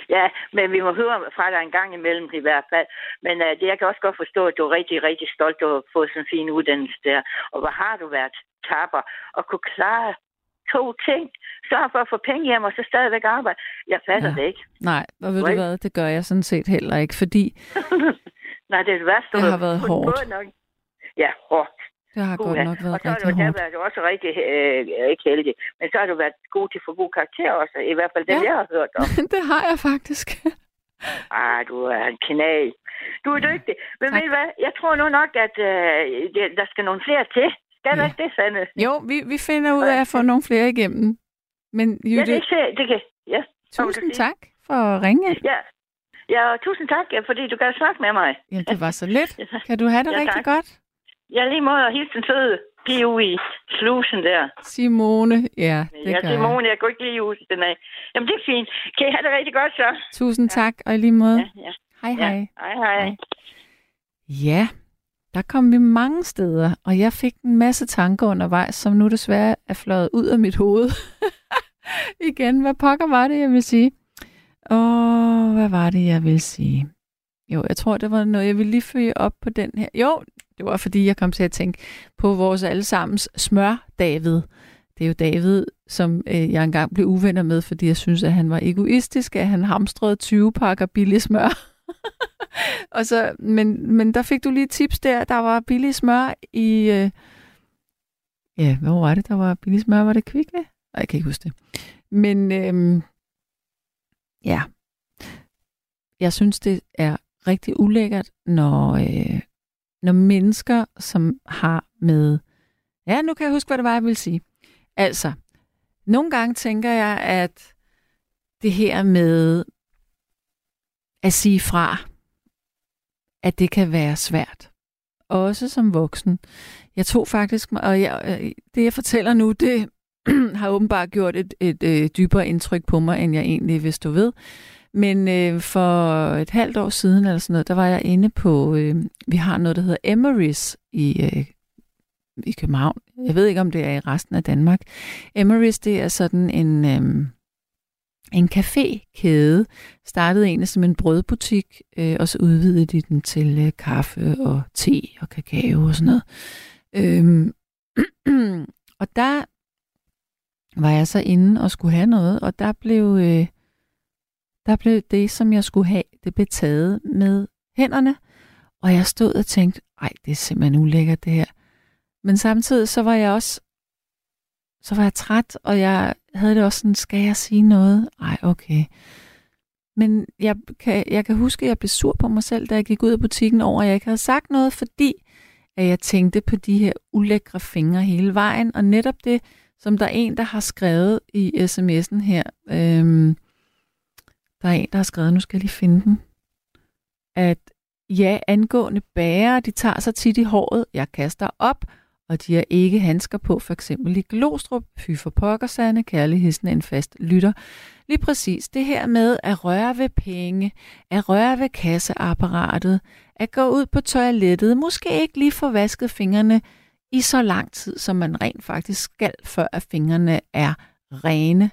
Ja, men vi må høre fra dig en gang imellem i hvert fald. Men uh, det, jeg kan også godt forstå, at du er rigtig, rigtig stolt at have fået sådan en fin uddannelse der. Og hvor har du været tapper og kunne klare to ting. Sørg for at få penge hjem, og så stadigvæk arbejde. Jeg fatter ja. det ikke. Nej, og ved right. du hvad, det gør jeg sådan set heller ikke, fordi Nej, det er det værste. Det har været hårdt. Nok. Ja, hårdt. Det har godt nok været rigtig hårdt. Og så har du været også rigtig, øh, ikke heldig, men så har du været god til at få god karakter også, i hvert fald det, ja. jeg har hørt om. Det har jeg faktisk. Ah, du er en kanal. Du er dygtig. Men tak. Ved du hvad, jeg tror nu nok, at øh, der skal nogle flere til. Skal der ja. ikke det, Sanne? Jo, vi, vi finder ud af at få nogle flere igennem. Men Jytte... Ja, det, ser, det kan... Ja, tusind tak for at ringe. Ja. Ja, og tusind tak, fordi du gad snakke med mig. Ja, det var så lidt. Kan du have det ja, rigtig tak. godt? Ja, lige måde at hilse den søde pige ude i slusen der. Simone, ja, det ja, gør Simone, jeg. jeg kunne ikke lige huske den af. Jamen, det er fint. Kan I have det rigtig godt, så? Tusind ja. tak, og i lige måde. Ja, ja. Hej, hej. Ja, hej, hej. Hej. Ja, der kom vi mange steder, og jeg fik en masse tanker undervejs, som nu desværre er fløjet ud af mit hoved. Igen, hvad pokker var det, jeg vil sige? Åh, hvad var det, jeg ville sige? Jo, jeg tror, det var noget, jeg ville lige følge op på den her. Jo, det var fordi, jeg kom til at tænke på vores allesammens smør-David. Det er jo David, som øh, jeg engang blev uvenner med, fordi jeg synes, at han var egoistisk, at han hamstrede tyve pakker billig smør. Og så, men, men der fik du lige tips der. Der var billig smør i... Øh, ja, hvad var det, der var billig smør? Var det Kvickly? Nej, jeg kan ikke huske det. Men øh, ja, jeg synes, det er rigtig ulækkert, når, øh, når mennesker, som har med... Ja, nu kan jeg huske, hvad det var, jeg ville sige. Altså, nogle gange tænker jeg, at det her med at sige fra, at det kan være svært. Også som voksen. Jeg tog faktisk... Og jeg, det, jeg fortæller nu, det har åbenbart gjort et, et, et dybere indtryk på mig, end jeg egentlig vidste, du ved. Men øh, for et halvt år siden, eller sådan noget, der var jeg inde på... Øh, vi har noget, der hedder Emery's i... Øh, i København. Jeg ved ikke, om det er i resten af Danmark. Emery's, det er sådan en, øhm, en café-kæde. Startede egentlig som en brødbutik, øh, og så udvidede de den til øh, kaffe og te og kakao og sådan noget. Øhm, og der var jeg så inde og skulle have noget, og der blev, øh, der blev det, som jeg skulle have, det blev taget med hænderne. Og jeg stod og tænkte, ej, det er simpelthen ulækkert det her. Men samtidig så var jeg også, så var jeg træt, og jeg havde det også sådan, skal jeg sige noget? Ej, okay. Men jeg kan, jeg kan huske, at jeg blev sur på mig selv, da jeg gik ud af butikken over, at jeg ikke havde sagt noget, fordi at jeg tænkte på de her ulækre fingre hele vejen. Og netop det, som der er en, der har skrevet i sms'en her. Øhm, der er en, der har skrevet, nu skal jeg lige finde den, at ja, angående bærer, de tager sig tit i håret, jeg kaster op, og de har ikke handsker på, for eksempel i Glostrup. Fy for pokker, Sanne, kærligheden er en fast lytter. Lige præcis det her med at røre ved penge, at røre ved kasseapparatet, at gå ud på toilettet, måske ikke lige få vasket fingrene i så lang tid, som man rent faktisk skal, før at fingrene er rene.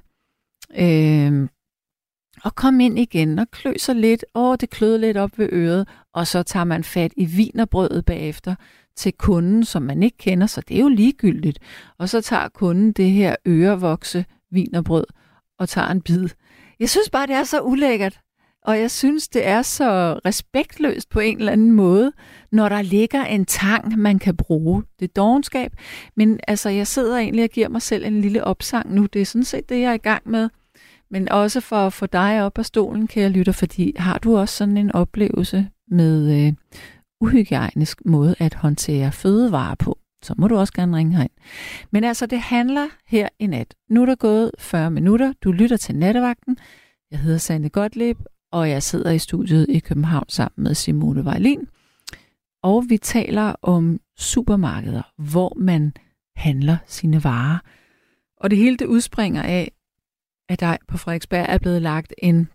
Øh, og kom ind igen og klø sig lidt. Åh, det kløede lidt op ved øret, og så tager man fat i wienerbrødet bagefter til kunden, som man ikke kender, så det er jo ligegyldigt. Og så tager kunden det her ørevokse wienerbrød og tager en bid. Jeg synes bare, det er så ulækkert, og jeg synes, det er så respektløst på en eller anden måde, når der ligger en tang, man kan bruge. Det er dovenskab, men altså, jeg sidder egentlig og giver mig selv en lille opsang nu. Det er sådan set det, jeg er i gang med. Men også for at få dig op af stolen, kære lytter, fordi har du også sådan en oplevelse med øh, uhygiejnisk måde at håndtere fødevarer på, så må du også gerne ringe herind. Men altså, det handler her i nat. Nu er der gået fyrre minutter. Du lytter til Nattevagten. Jeg hedder Sanne Gottlieb, og jeg sidder i studiet i København sammen med Simone Vejlin. Og vi taler om supermarkeder, hvor man handler sine varer. Og det hele det udspringer af, at der på Frederiksberg er blevet lagt en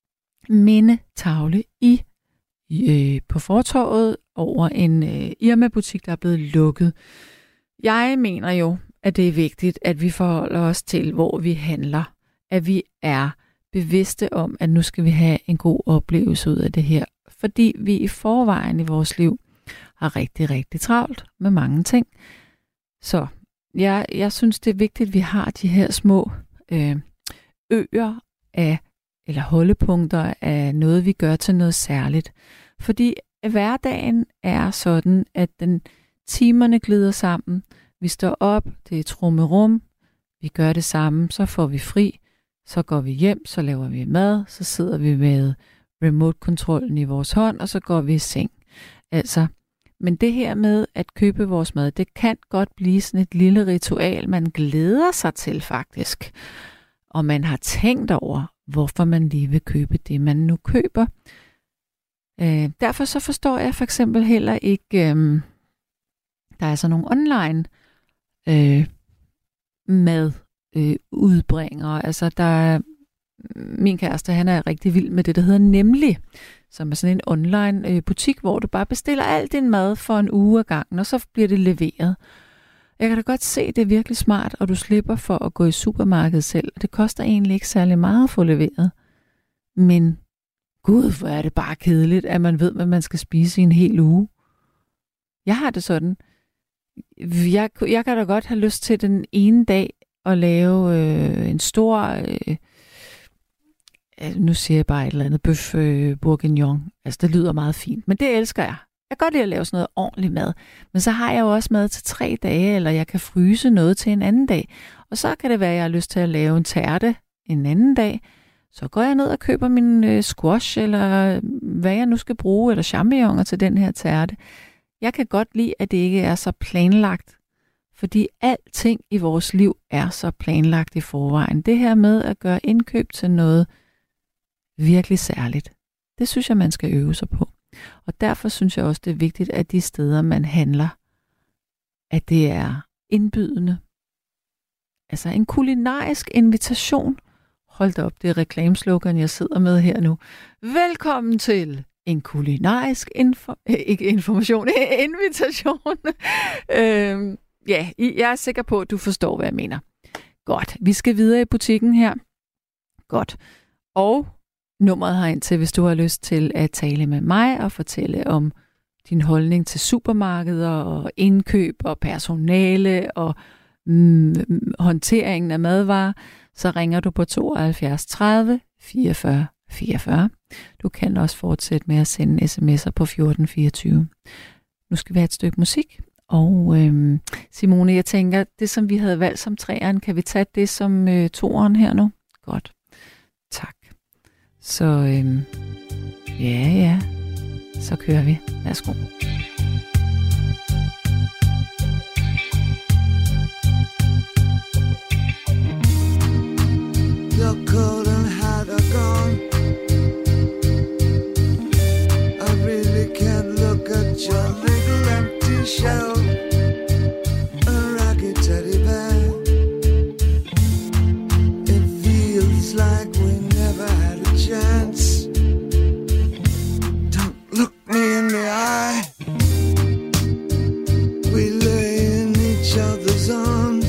mindetavle i, øh, på fortorvet over en øh, Irma-butik, der er blevet lukket. Jeg mener jo, at det er vigtigt, at vi forholder os til, hvor vi handler. At vi er bevidste om, at nu skal vi have en god oplevelse ud af det her. Fordi vi i forvejen i vores liv har rigtig, rigtig travlt med mange ting. Så jeg, jeg synes, det er vigtigt, at vi har de her små øh, øer af, eller holdepunkter af noget, vi gør til noget særligt. Fordi hverdagen er sådan, at den timerne glider sammen. Vi står op, det er trummerum, vi gør det samme, så får vi fri, så går vi hjem, så laver vi mad, så sidder vi med remote-kontrollen i vores hånd, og så går vi i seng. Altså, men det her med at købe vores mad, det kan godt blive sådan et lille ritual, man glæder sig til faktisk. Og man har tænkt over, hvorfor man lige vil købe det, man nu køber. Øh, derfor så forstår jeg for eksempel heller ikke, øh, der er så nogle online øh, mad øh, udbringere. Altså der er, min kæreste, han er rigtig vild med det, der hedder Nemlig, som er sådan en online øh, butik, hvor du bare bestiller al din mad for en uge ad gangen, og så bliver det leveret. Jeg kan da godt se, det er virkelig smart, og du slipper for at gå i supermarkedet selv. Det koster egentlig ikke særlig meget at få leveret. Men gud, hvor er det bare kedeligt, at man ved, hvad man skal spise i en hel uge. Jeg har det sådan. Jeg, jeg kan da godt have lyst til den ene dag at lave øh, en stor, øh, nu siger jeg bare et eller andet, bøf øh, bourguignon. Altså, det lyder meget fint, men det elsker jeg. Jeg kan godt lide at lave sådan noget ordentligt mad. Men så har jeg jo også mad til tre dage, eller jeg kan fryse noget til en anden dag. Og så kan det være, at jeg har lyst til at lave en tærte en anden dag. Så går jeg ned og køber min øh, squash, eller hvad jeg nu skal bruge, eller champignoner til den her tærte. Jeg kan godt lide, at det ikke er så planlagt. Fordi alting i vores liv er så planlagt i forvejen. Det her med at gøre indkøb til noget virkelig særligt, det synes jeg, man skal øve sig på. Og derfor synes jeg også, det er vigtigt, at de steder, man handler, at det er indbydende. Altså en kulinarisk invitation. Hold da op, det er reklameslogan, jeg sidder med her nu. Velkommen til en kulinarisk info- ikke information, invitation. øhm, ja, jeg er sikker på, at du forstår, hvad jeg mener. Godt, vi skal videre i butikken her. Godt. Og nummeret herind til, hvis du har lyst til at tale med mig og fortælle om din holdning til supermarkeder og indkøb og personale og mm, håndteringen af madvarer, så ringer du på tooghalvfjerds tredive fireogfyrre fireogfyrre. Du kan også fortsætte med at sende sms'er på fjorten fireogtyve. Nu skal vi have et stykke musik. Og øhm, Simone, jeg tænker, det som vi havde valgt som treeren, kan vi tage det som øh, toeren her nu? Godt. Tak. Så øhm, ja, ja, så kører vi. Værsgo. Your coat and hat are gone. I really can't look at your little empty shell. A ragged teddy bear. It feels like we never had a chance. Don't look me in the eye. We lay in each other's arms,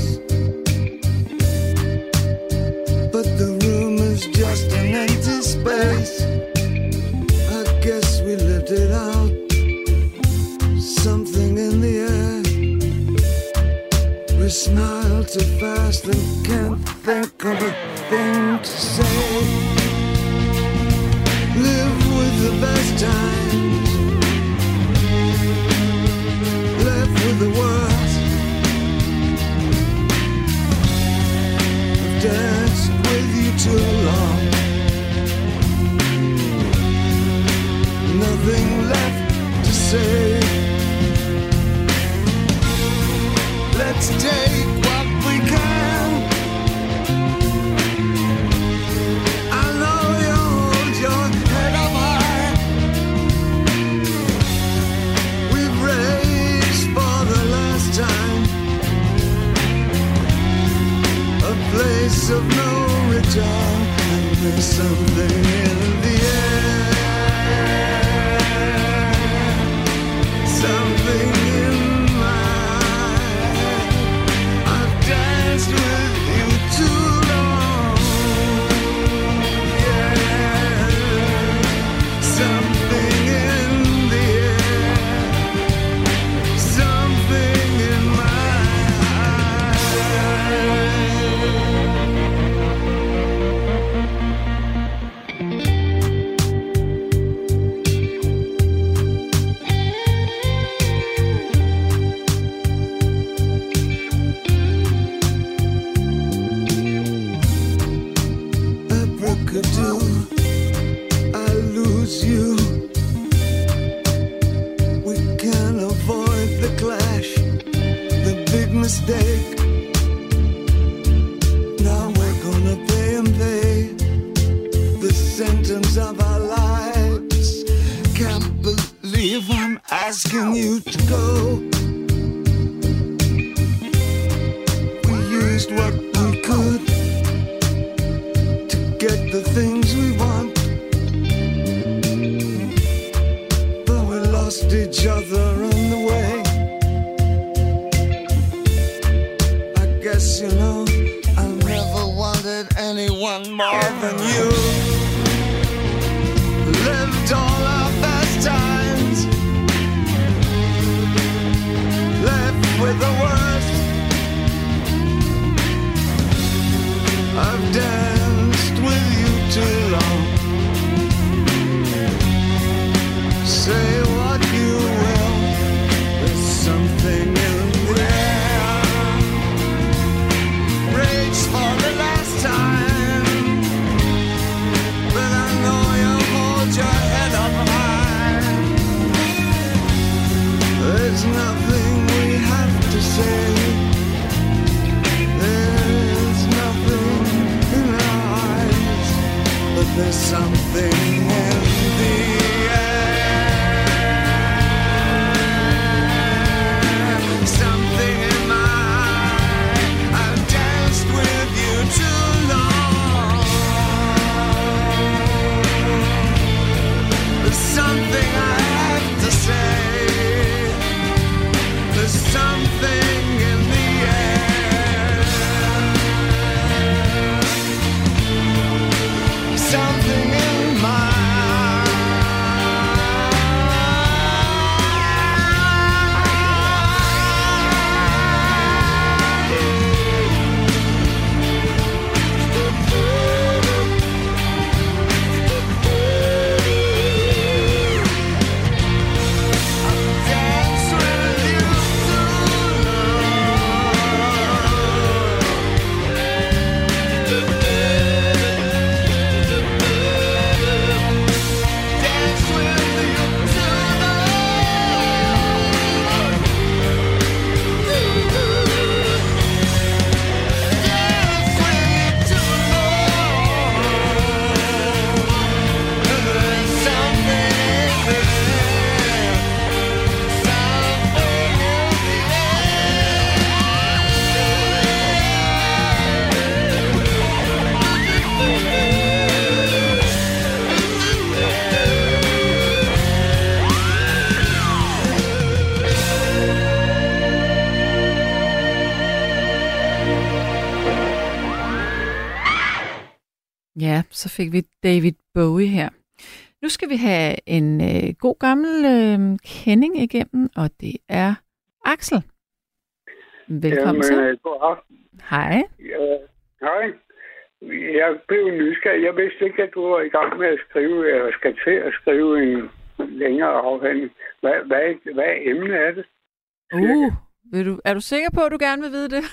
but the room is just an empty space. I guess we lived it out. Something in the air. We smile too fast and can't think of a thing to say. Live with the best times, left with the worst. I've danced with you too long. Nothing left to say. Let's take what we can. I know you hold your head up high. We've raced for the last time. A place of no return. And there's something in the air. mistake. Now we're gonna pay and pay the sentence of our lives. Can't believe I'm asking you to go. We used what we could to get the things we want, but we lost each other on the way. I guess you know I never wanted anyone more than you. Lived all our best times, left with the worst. I've danced with you too long. Say what you will, there's something in the air. Rage for the last time, but I know you hold your head up high. There's nothing we have to say. There's nothing in our eyes, but there's something in the air. Something in my eye. I've danced with you too long. There's something I have to say. There's something in the air. Something in my Ja, så fik vi David Bowie her. Nu skal vi have en øh, god gammel øh, kending igennem, og det er Axel. Velkommen til. Jamen, god aften. Hej. Ja, hej. Jeg blev nysgerrig. Jeg vidste ikke, at du var i gang med at skrive, eller skal til at skrive en længere afhandling. Hvad, hvad, hvad emne er det? Uh, vil du, er du sikker på, at du gerne vil vide det?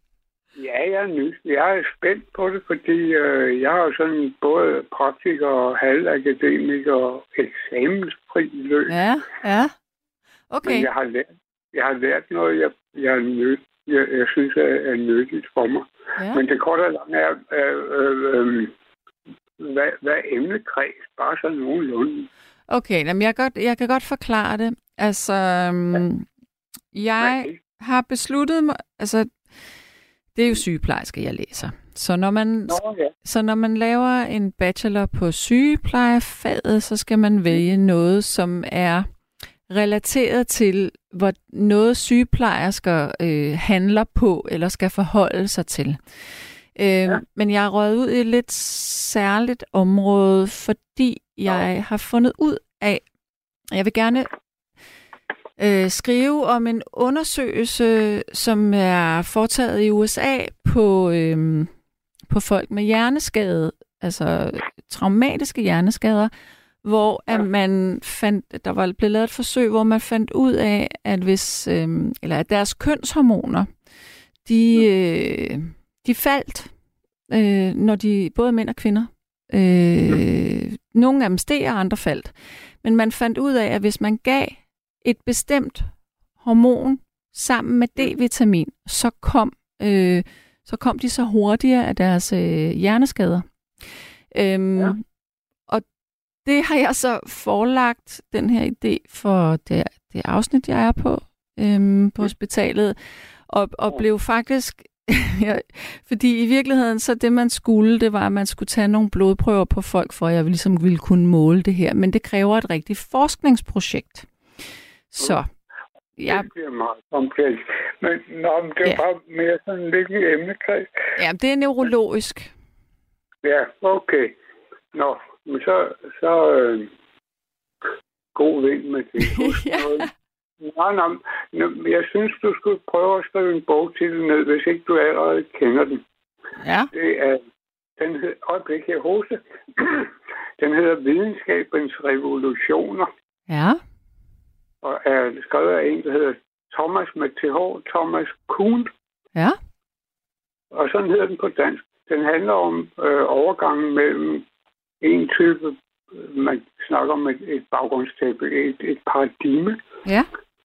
Ja, jeg er ny. Jeg er spændt på det, fordi øh, jeg har sådan både praktiker og halvakademiker og eksamensfri løb. Ja, ja. Okay. Men jeg har lært, jeg har lært noget, jeg, jeg, er nød, jeg, jeg synes er, er nyttigt for mig. Ja. Men det korte og lange er, øh, øh, øh, hvad, hvad emnekreds, bare sådan nogenlunde. Okay, jamen jeg, godt, jeg kan godt forklare det. Altså, um, jeg Okay. har besluttet mig, altså, det er jo sygeplejerske, jeg læser. Så når man, Nå, ja. så når man laver en bachelor på sygeplejefaget, så skal man vælge noget, som er relateret til, hvor noget sygeplejersker øh, handler på, eller skal forholde sig til. Øh, ja. Men jeg er røget ud i et lidt særligt område, fordi jeg ja. har fundet ud af, jeg vil gerne øh, skrive om en undersøgelse, som er foretaget i U S A på, øh, på folk med hjerneskade, altså traumatiske hjerneskader, hvor at man fandt, der var blevet lavet et forsøg, hvor man fandt ud af, at hvis, øh, eller at deres kønshormoner, de, øh, de faldt, øh, når de, både mænd og kvinder. Øh, nogle af dem steg, og andre faldt. Men man fandt ud af, at hvis man gav et bestemt hormon, sammen med D-vitamin, så kom, øh, så kom de så hurtigere af deres øh, hjerneskader. Øhm, ja. Og det har jeg så forelagt, den her idé, for det, det afsnit, jeg er på, øhm, på hospitalet, og, og blev faktisk... ja, fordi i virkeligheden, så det man skulle, det var, at man skulle tage nogle blodprøver på folk, for at jeg ligesom ville kunne måle det her. Men det kræver et rigtigt forskningsprojekt. Så... Ja. Det bliver meget komplekst. Men nå, men det er ja. bare mere sådan lidt i emnekreds. Ja, det er neurologisk. Ja, okay. Nå, men så, så øh, god vind med det. ja. Nej, nej, jeg synes, du skulle prøve at skrive en bogtitel ned, hvis ikke du allerede kender den. Ja. Det er, den hedder, øjeblik her, hoste. Den hedder Videnskabens Revolutioner. Ja. Og er skrevet af en, der hedder Thomas med T H, Thomas Kuhn. Ja. Og sådan hedder den på dansk. Den handler om øh, overgangen mellem en type, man snakker om et, et baggrundstæppe, et, et paradigme. Ja.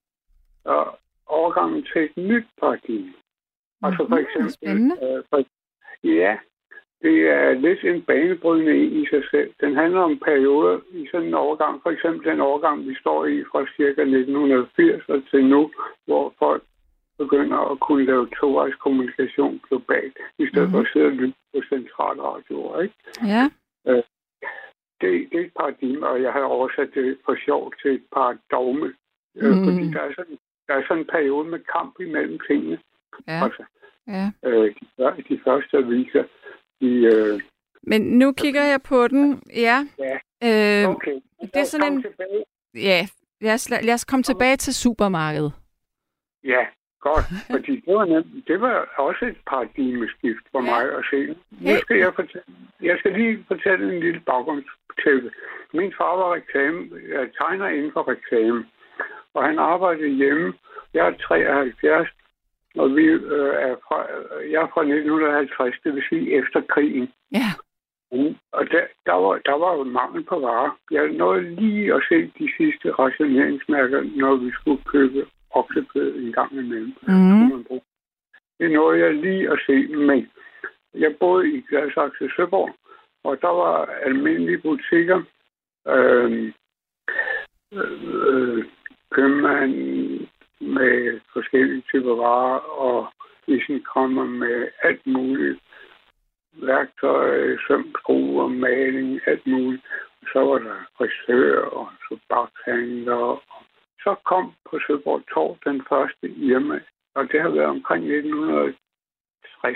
Og overgangen til et nyt paradigme. Mm-hmm. Altså for eksempel... Spændende. Øh, for, ja, det er lidt en banebrydende i sig selv. Den handler om perioder i sådan en overgang. For eksempel den overgang, vi står i fra ca. nitten firs og til nu, hvor folk begynder at kunne lave tovejs kommunikation globalt, i stedet mm-hmm. for at sidde og lytte på centralradioer, ikke? Ja. Øh, det, det er et paradigme, og jeg har oversat det for sjov til et paradigme. Mm. Øh, fordi der er, sådan, der er sådan en periode med kamp imellem tingene. Ja. Altså, ja. Øh, de, de første aviser, de... Øh, Men nu kigger jeg på den. Ja. Ja. Øh, okay. Det er sådan en... Tilbage. Ja, lad os, lad os komme tilbage til supermarkedet. Ja, godt. Fordi det var, nemt, det var også et paradigmeskift for ja. mig at se. Nu skal jeg fortælle, jeg skal lige fortælle en lille baggrundstæppe. Min far var reklame, jeg tegner inden for reklame, og han arbejdede hjemme. Jeg er treoghalvfjerds, og vi øh, er fra, jeg er fra nitten halvtreds, det vil sige efter krigen. Ja. Mm. Og der, der, var, der var jo mangel på varer. Jeg nåede lige at se de sidste rationeringsmærker, når vi skulle købe oksekød en gang imellem. Mm. Det nåede jeg lige at se, men jeg boede i Gladsaxe Søborg, og der var almindelige butikker, øh, øh, købmand med forskellige typer varer, og isenkrammer med alt muligt. Værktøj, søm, skruer, maling, alt muligt. Så var der frisør og tobakshandler. Så kom på Søborg Torv den første Irma, og det har været omkring nitten tres.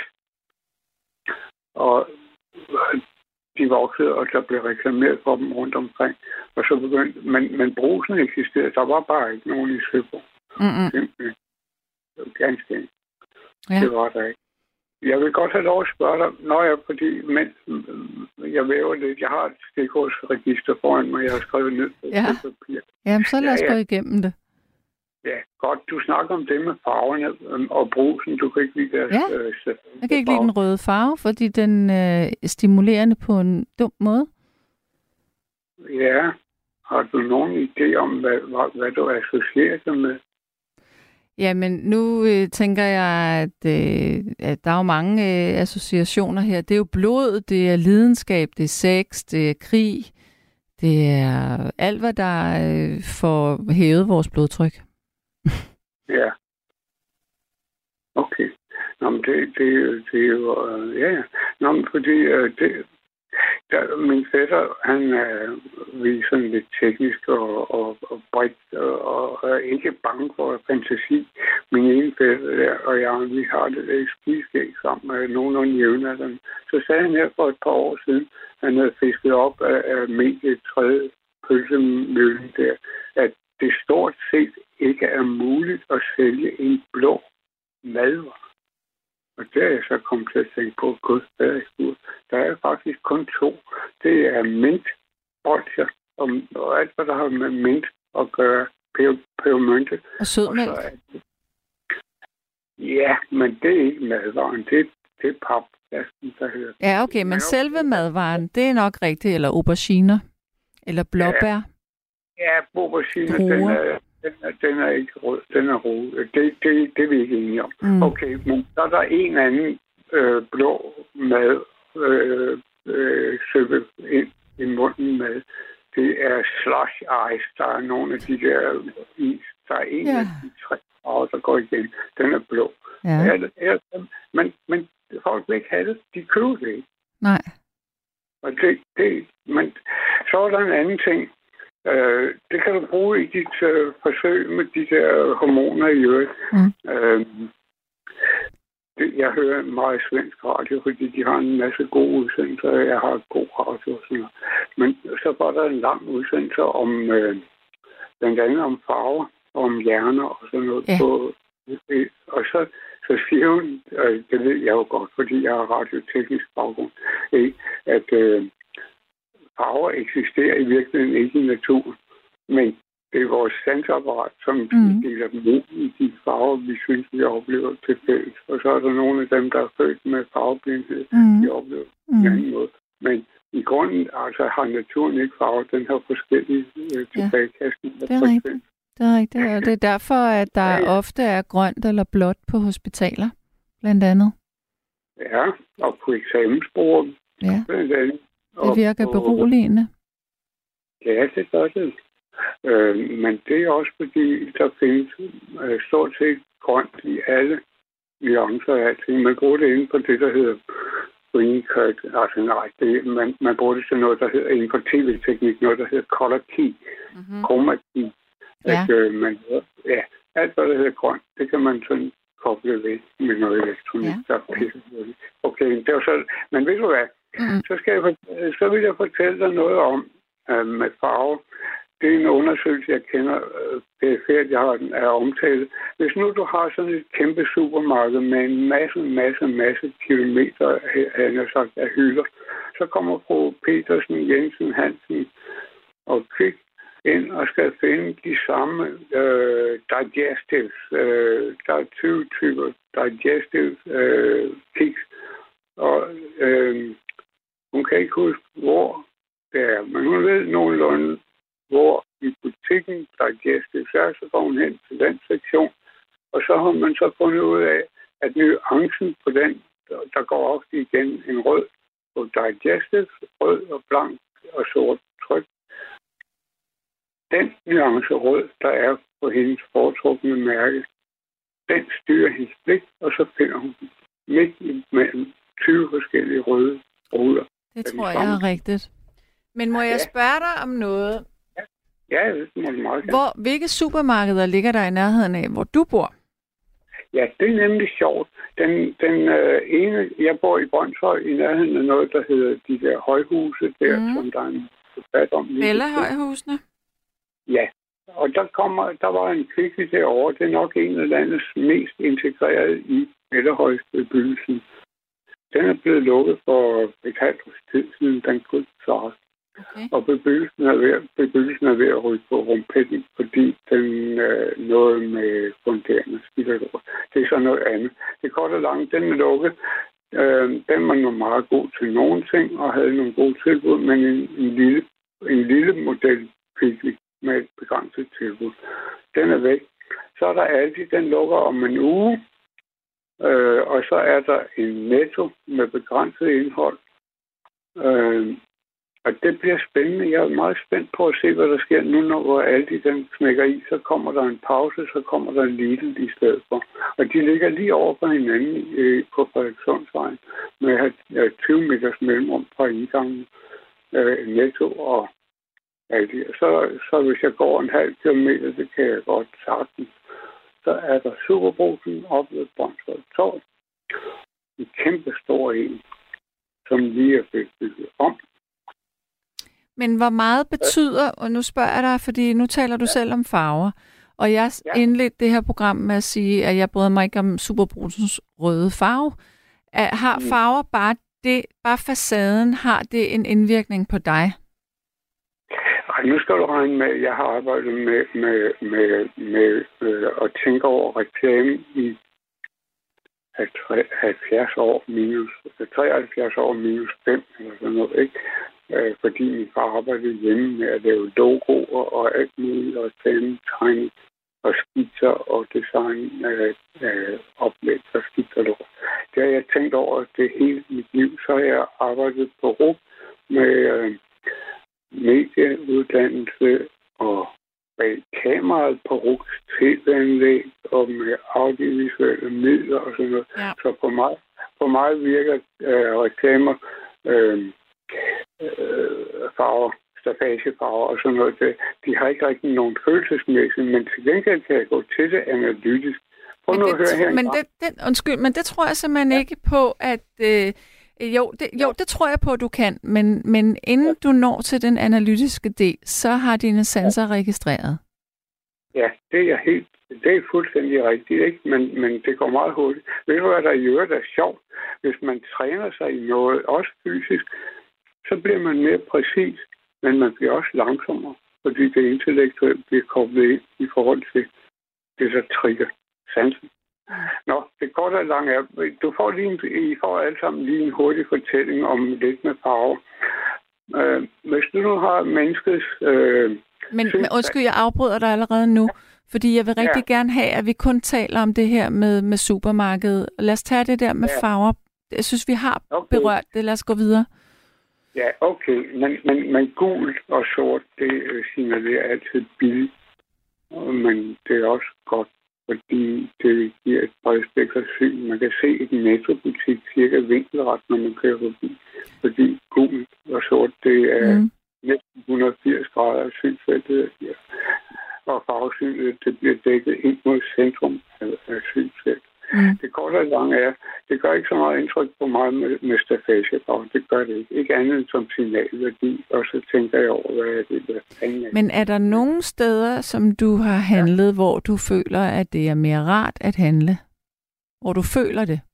Og de voksede, og der blev reklameret for dem rundt omkring. Og så begyndte, men, men Brugsen eksisterede. Der var bare ikke nogen i Søborg. Mm-hmm. Det var ganske enkelt. Ja. Det var der ikke. Jeg vil godt have lov at spørge dig, når jeg, fordi men, jeg væver lidt, jeg har et stikordsregister foran mig, jeg har skrevet ned på ja. papir. Jamen, så lad os ja, ja. ja. gå igennem det. Ja, godt. Du snakker om det med farverne og Brugsen. Du kan ikke lide deres... Ja, øh, jeg kan ikke lide den røde farve, fordi den øh, er stimulerende på en dum måde. Ja. Har du nogen idé om, hvad, hvad, hvad du associerer dig med? Jamen, nu øh, tænker jeg, at, øh, at der er jo mange øh, associationer her. Det er jo blod, det er lidenskab, det er sex, det er krig. Det er alt, hvad der øh, får hævet vores blodtryk. Ja. Okay. Nå, men det, det, det er jo... Øh, ja, ja. Nå, men fordi øh, det... Der, min fætter, han er vi sådan lidt teknisk og, og, og bredt og, og er ikke bange for fantasi. Min ene fætter der, og jeg, vi har det der skideskæg sammen med nogenlunde jævnaldrende. Så sagde han her for et par år siden, han havde fisket op af, af medietræet pølsemøllen der, at det stort set ikke er muligt at sælge en blå madvare. Og der er jeg så kommet til at tænke på, gud, der er faktisk kun to. Det er mint, bolcher og, og alt, hvad der har med mint at gøre, pebermynte. Og sødmælk. Og det... Ja, men det er ikke madvaren, det, det er pap. Der hedder. Ja, okay, men selve madvaren, det er nok rigtigt, eller auberginer, eller blåbær. Ja, ja auberginer, den er, den er, den er ikke rød, den er rød. Det, det, det er vi ikke enige om. Mm. Okay, men så er der en anden øh, blå mad, øh, øh, søbe ind i munden med. Det er slush ice. Der er nogle af de der is. Der er en ja. af de tre farver, der går igen. Den er blå. Ja. Er, er, men, men folk vil ikke have det. De køber det ikke. Nej. Og det, det, men så er der en anden ting. Uh, det kan du bruge i dit uh, forsøg med de der hormoner i øvrigt. Mm. Uh, det, jeg hører meget svensk radio, fordi de har en masse gode udsendelser, og jeg har god radio og sådan noget. Men så var der en lang udsendelse om uh, blandt andet om farver, om hjerner og sådan noget. Yeah. På, og så, så siger hun, uh, det ved jeg jo godt, fordi jeg har radioteknisk baggrund, ikke, at uh, farver eksisterer i virkeligheden ikke i naturen, men det er vores sansapparat, som mm. deler dem ud i de farver, vi synes, vi oplever til fælles. Og så er der nogle af dem, der er født med farveblindhed, mm. de oplever mm. en anden måde. Men i grunden altså, har naturen ikke farver, den har forskellige øh, tilbagekastning. Ja, det er rigtigt. Det er rigtigt, og det er derfor, at der ja. ofte er grønt eller blåt på hospitaler, blandt andet. Ja, og på eksamensbord, ja. blandt andet. Det virker beroligende. Ja, det gør det. Øh, men det er også fordi, der findes øh, stort set grønt i alle nuancer af alting. Man bruger det inden for det, der hedder green cut. Altså nej, det, man, man bruger det til noget, der hedder inden for tv-teknik, noget, der hedder color key, mm-hmm. chroma key. Ja. At, øh, man, ja, alt hvad der hedder grønt, det kan man sådan koble ved med noget elektronik. Ja. Der er okay, det er så, men ved du hvad? Mm. Så, skal jeg, så vil jeg fortælle dig noget om øh, med farve. Det er en undersøgelse, jeg kender. Det er færdigt, jeg har den er omtalt. Hvis nu du har sådan et kæmpe supermarked med en masse, masse, masse kilometer han har sagt, af hylder, så kommer fru Petersen, Jensen, Hansen og Kvik ind og skal finde de samme øh, digestives. Øh, der er tyve typer digestives øh, kiks. Og øh, hun kan ikke huske, hvor det er. Men hun ved nogenlunde, hvor i butikken digestives er, så går hun hen til den sektion. Og så har man så fundet ud af, at nuancen på den, der går ofte igen en rød på digestives, rød og blank og sort tryk. Den nuance rød, der er på hendes foretrukne mærke, den styrer hendes blik, og så finder hun midt imellem tyve forskellige røde ruder. Det tror jeg er rigtigt. Men må jeg ja. spørge dig om noget? Ja, ja det må du meget gerne. Hvor, hvilke supermarkeder ligger der i nærheden af, hvor du bor? Ja, det er nemlig sjovt. Den, den øh, ene, jeg bor i Brøndshøj, i nærheden af noget, der hedder de der højhuse der, mm. som der er en debat om. Bella-højhusene? Ja, og der, kommer, der var en Kvickly derovre. Det er nok en af landets mest integreret i Bellahøjsbebyggelsen. Den er blevet lukket for et halvt års tid siden, den kunne ikke klare. Okay. Og bebyggelsen er, ved, bebyggelsen er ved at ryge på rumpetten, fordi den øh, noget med funderende skidt. Det er så noget andet. Det er kort og langt, den er lukket. Øh, den var nu meget god til nogle ting, og havde nogle gode tilbud, men en, en, lille, en lille model fik vi med et begrænset tilbud. Den er væk. Så er der altid, den lukker om en uge, øh, og så er der en Netto med begrænset indhold. Øh, og det bliver spændende. Jeg er meget spændt på at se, hvad der sker nu, når Aldi den smækker i. Så kommer der en pause, så kommer der en Lidl i stedet for. Og de ligger lige over for hinanden øh, på Frederikssundsvejen med øh, tyve meters mellemrum fra indgangen øh, Netto og Aldi. Så, så hvis jeg går en halv kilometer, det kan jeg godt sagtens. Så er der Superbrugsen op ved Brøndshøj Torv. En kæmpe stor en, som lige er blevet bygget om. Men hvor meget betyder, og nu spørger jeg dig, fordi nu taler du ja. selv om farver, og jeg ja. indledte det her program med at sige, at jeg bryder mig ikke om Superbrugsens røde farve. Har farver bare det, bare facaden, har det en indvirkning på dig? Ej, nu skal du regne med, at jeg har arbejdet med, med, med, med øh, at tænke over reklame i halvfjerds år minus, treoghalvfjerds år minus fem, eller sådan noget, ikke? Øh, fordi min far arbejdede hjemme med at lave logoer og alt muligt, og reklame, tegning. og skitser og design øh, øh, oplæg og skitser. Det har jeg tænkt over det hele mit liv. Så har jeg arbejdet på R U C med øh, medieuddannelse og bag kameraet på R U C's T V-anlæg og med audiovisuelle midler og sådan noget. Ja. Så på mig, på mig virker øh, reklamer, øh, øh, farver, stafagefarver og sådan noget. Det, de har ikke rigtig nogen følelsesmæssigt, men til gengæld kan jeg gå til det analytisk. Prøv nu at høre her. Men det, det, undskyld, men det tror jeg simpelthen ja. ikke på, at... Øh, jo, det, jo, det tror jeg på, at du kan, men, men inden ja. du når til den analytiske del, så har dine sanser ja. registreret. Ja, det er jeg helt, det er fuldstændig rigtigt, ikke? Men, men det går meget hurtigt. Ved du, hvad der i øvrigt er sjovt? Hvis man træner sig i noget, også fysisk, så bliver man mere præcis, men man bliver også langsommere, fordi det intellektuelle bliver koblet ind i forhold til det, der trigger sansen. Nå, det korte og lange er, du får lige en, I får alle sammen lige en hurtig fortælling om lidt med farve. Øh, hvis du nu har menneskets... Øh, men, men undskyld, jeg afbryder dig allerede nu, ja. fordi jeg vil rigtig ja. gerne have, at vi kun taler om det her med, med supermarkedet. Lad os tage det der med ja. farver. Jeg synes, vi har okay. berørt det. Lad os gå videre. Ja, okay. Men, men, men gul og sort, det øh, signalerer altid billigt. Men det er også godt, fordi det giver et bredspektret syn. Man kan se i en Netto-butik cirka vinkelret, når man kører forbi. Fordi gul og sort, det er mm. næsten et hundrede og firs grader af synsfeltet. Og farvesynet, det bliver dækket ind mod centrum af, af synsfeltet. Mm. Det korte og lange er, det gør ikke så meget indtryk på mig med, med stafagefarve. Det gør det ikke. Ikke andet end som signalværdi. Og så tænker jeg over, hvad er det, der er. Men er der nogle steder, som du har handlet, ja. hvor du føler, at det er mere rart at handle? Hvor du føler det?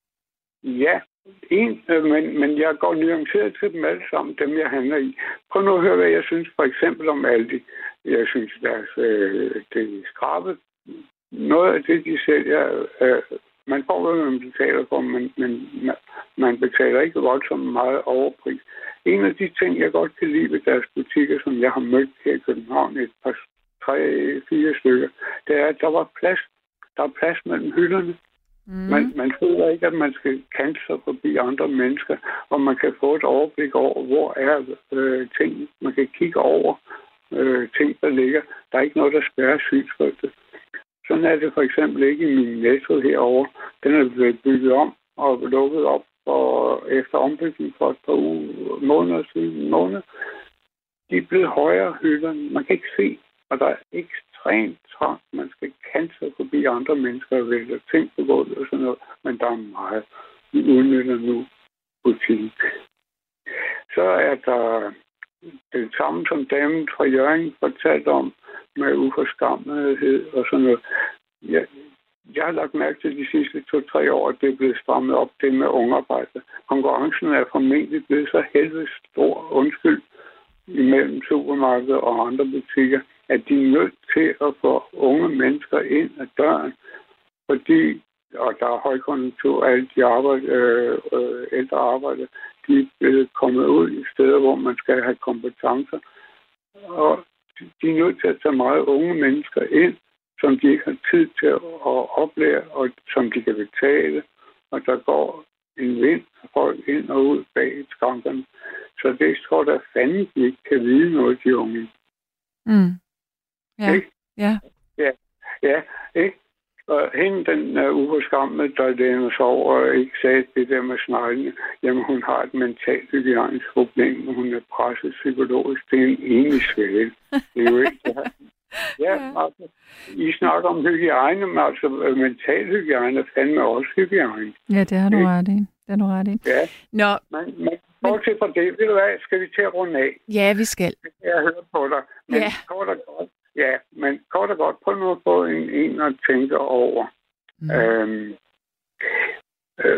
Ja, en, men, men jeg går nuanceret til dem alle sammen, dem jeg handler i. Prøv nu at høre, hvad jeg synes for eksempel om Aldi. Jeg synes, deres, øh, det er skrabet. Noget af det, de sælger, øh, man får, hvad man betaler for, men, men man betaler ikke voldsomt meget overpris. En af de ting, jeg godt kan lide ved deres butikker, som jeg har mødt her i København, et par, tre, fire stykker, det er, at der var plads. Der er plads mellem hylderne. Mm. Man, man føler ikke, at man skal kante sig forbi andre mennesker, og man kan få et overblik over, hvor er øh, ting. Man kan kigge over øh, ting, der ligger. Der er ikke noget, der spærrer synsfeltet. Sådan er det for eksempel ikke i min Netto herovre. Den er blevet bygget om og lukket op og efter ombygning for et par uger, måneder siden. Måneder. De er blevet højere hylderne. Man kan ikke se, og der er ekstremt trangt. Man skal kante sig forbi andre mennesker og vælge ting på gulvet og sådan noget. Men der er meget. Vi udnytter nu butikken. Så er der det samme, som damen fra Hjørring fortalte om, med uforskammethed og sådan noget. Jeg, jeg har lagt mærke til de sidste to-tre år, at det er blevet strammet op, det med ungarbejde. Konkurrencen er formentlig blevet så helvede stor, undskyld, imellem supermarkeder og andre butikker, at de er nødt til at få unge mennesker ind ad døren, fordi, og der er højkonjunktur, alle de arbejde, øh, øh, ældre arbejder, de er blevet kommet ud i steder, hvor man skal have kompetencer. Og de er nødt til at tage meget unge mennesker ind, som de ikke har tid til at oplære, og som de kan betale. Og der går en vind af folk ind og ud bag skankerne. Så det tror der fanden, de ikke kan vide noget, de unge. Mm. Ja. Ikke? Ja. Ja, ja, ikke? Og hende, den uh, uforskammede, der læner sig over og ikke sagde det der med sneglene, jamen hun har et mentalt hygiejnisk problem, og hun er presset psykologisk. Det er en enig svæl. Det er jo ikke det her. Ja, altså, I snakker om hygiejne, men altså mental hygiejne er fandme også hygiejne. Ja, det har du ret i. Det har du ret i. Ja, Nå. men, men bortset fra det, ved du hvad, skal vi til at runde af? Ja, vi skal. Jeg hører på dig, men ja. kort og godt. Ja, men kort og godt, prøv nu at få en, en at tænke over. Mm. Øhm, øh,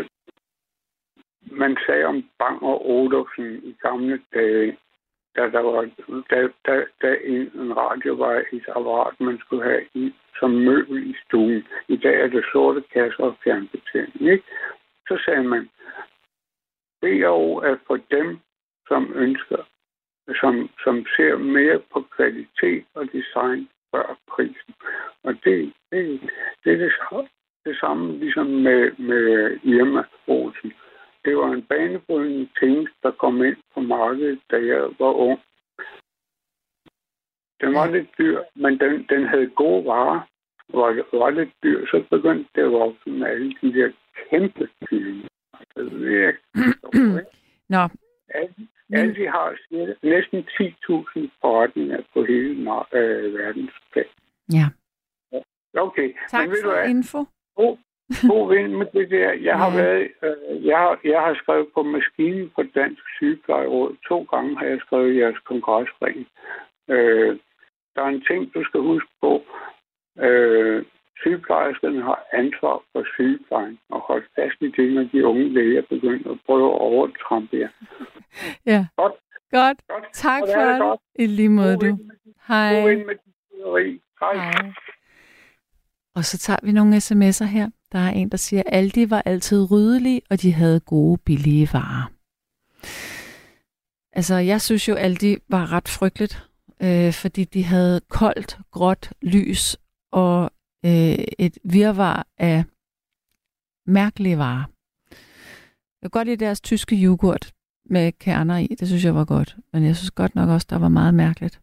man sagde om Bang og Olufsen i gamle dage, da der var da, da, da en radio var et apparat, man skulle have i, som møbel i stuen. I dag er det sorte kasser og fjernbetjening, ikke? Så sagde man, B O er for dem, som ønsker, som, som ser mere på kvalitet og design før prisen. Og det, det, det er det, det samme ligesom med, med Irma Olsen. Det var en banebrydende ting, der kom ind på markedet, da jeg var ung. Den var lidt dyr, men den, den havde gode varer. Var, var lidt dyr, så begyndte det at vokse med alle de der kæmpe kyllinger. Nå. Alle de har næsten ti tusind forretninger på hele øh, verdensplan. Ja. Okay. Tak men ved for du hvad? info. God, god vind med det der. Jeg har ja. været, øh, jeg, har, jeg har skrevet på maskinen på Dansk Sygeplejeråd. To gange har jeg skrevet jeres kongresring. Øh, der er en ting, du skal huske på. Øh, sygeplejerskerne har ansvar for sygeplejen og holde fast i det, når de unge læger begynder at prøve at overtrampe jer. Ja. Godt. Godt. godt. Tak for det. Godt. I lige måde, du. Hej. Hej. Hej. Og så tager vi nogle sms'er her. Der er en, der siger, at Aldi var altid ryddelige, og de havde gode, billige varer. Altså, jeg synes jo, Aldi var ret frygteligt, øh, fordi de havde koldt, gråt lys og øh, et virvar af mærkelige varer. Jeg kan godt lide deres tyske yoghurt med kerner i. Det synes jeg var godt. Men jeg synes godt nok også, der var meget mærkeligt.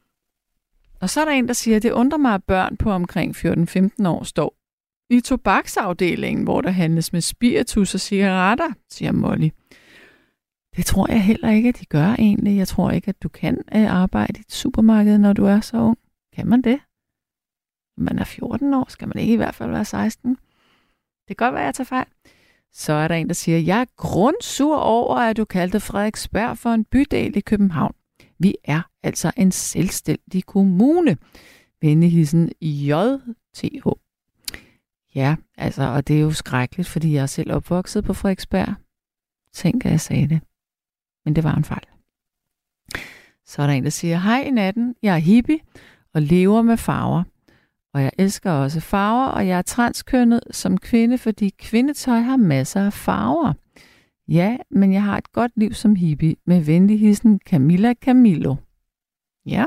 Og så er der en, der siger, at det undrer mig, at børn på omkring fjorten femten år står i tobaksafdelingen, hvor der handles med spiritus og cigaretter, siger Molly. Det tror jeg heller ikke, at de gør egentlig. Jeg tror ikke, at du kan arbejde i et supermarked, når du er så ung. Kan man det? Når man er fjorten år, skal man ikke i hvert fald være seksten. Det kan godt være, at jeg tager fejl. Så er der en, der siger, jeg er grundsur over, at du kaldte Frederiksberg for en bydel i København. Vi er altså en selvstændig kommune. Venligheden J T H. Ja, altså, og det er jo skrækkeligt, fordi jeg er selv opvokset på Frederiksberg. Tænk, at jeg sagde det. Men det var en fejl. Så er der en, der siger, hej i natten, jeg er hippie og lever med farver. Og jeg elsker også farver, og jeg er transkønnet som kvinde, fordi kvindetøj har masser af farver. Ja, men jeg har et godt liv som hippie med venligheden Camilla Camillo. Ja.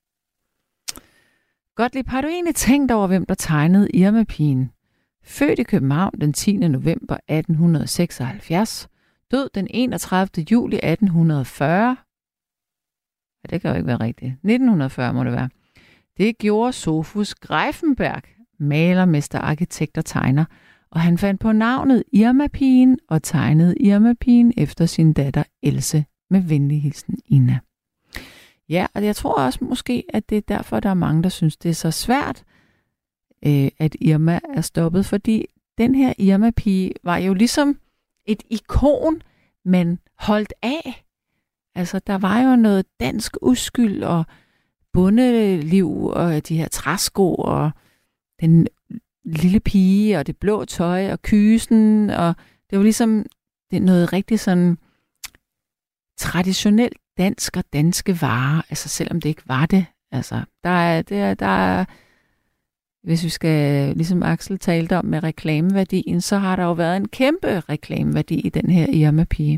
Gottlieb, har du egentlig tænkt over, hvem der tegnede Irma-pigen? Født i København den tiende november atten seksoghalvfjerds, død den enogtredivte juli atten fyrre. Ja, det kan jo ikke være rigtigt. nitten fyrre må det være. Det gjorde Sofus Greifenberg, malermester, arkitekt og tegner, og han fandt på navnet Irma-pigen og tegnede Irma-pigen efter sin datter Else med venlig hilsen Ina. Ja, og jeg tror også måske, at det er derfor, der er mange, der synes, det er så svært, øh, at Irma er stoppet, fordi den her Irma-pige var jo ligesom et ikon, man holdt af. Altså, der var jo noget dansk uskyld og bondeliv og de her træsko og den lille pige og det blå tøj og kysen, og det var ligesom det er noget rigtig sådan traditionelt dansk og danske varer, altså selvom det ikke var det. Altså, der er, der er, der er hvis vi skal, ligesom Axel talte om med reklameværdien, så har der jo været en kæmpe reklameværdi i den her Irma-pige.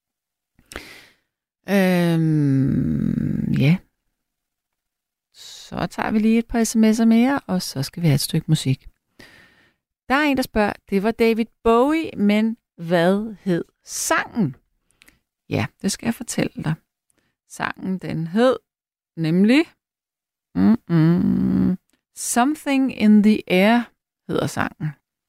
Øhm, ja. Så tager vi lige et par sms'er mere, og så skal vi have et stykke musik. Der er en, der spørger, det var David Bowie, men hvad hed sangen? Ja, det skal jeg fortælle dig. Sangen, den hed nemlig mm-mm, Something in the Air, hedder sangen.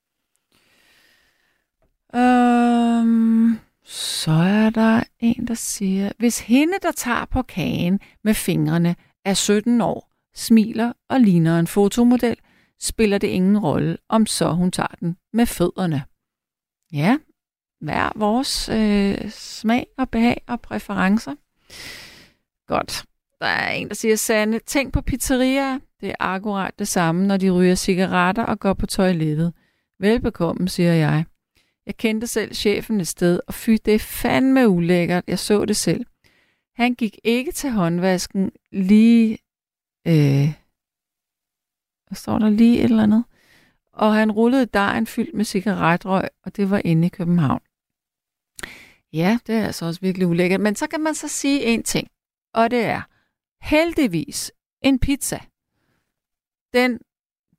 Øhm, så er der en, der siger, hvis hende, der tager på kagen med fingrene, er sytten år, smiler og ligner en fotomodel, spiller det ingen rolle, om så hun tager den med fødderne. Ja, hver vores øh, smag og behag og præferencer. Godt. Der er en, der siger, Sanne, tænk på pizzeria. Det er akkurat det samme, når de ryger cigaretter og går på toilettet. Velbekomme, siger jeg. Jeg kendte selv chefen et sted, og fy, det er fandme ulækkert. Jeg så det selv. Han gik ikke til håndvasken lige... Øh, hvad står der lige et eller andet? Og han rullede dejen fyldt med cigaretrøg, og det var inde i København. Ja, det er altså også virkelig ulækkert. Men så kan man så sige en ting, og det er, heldigvis, en pizza, den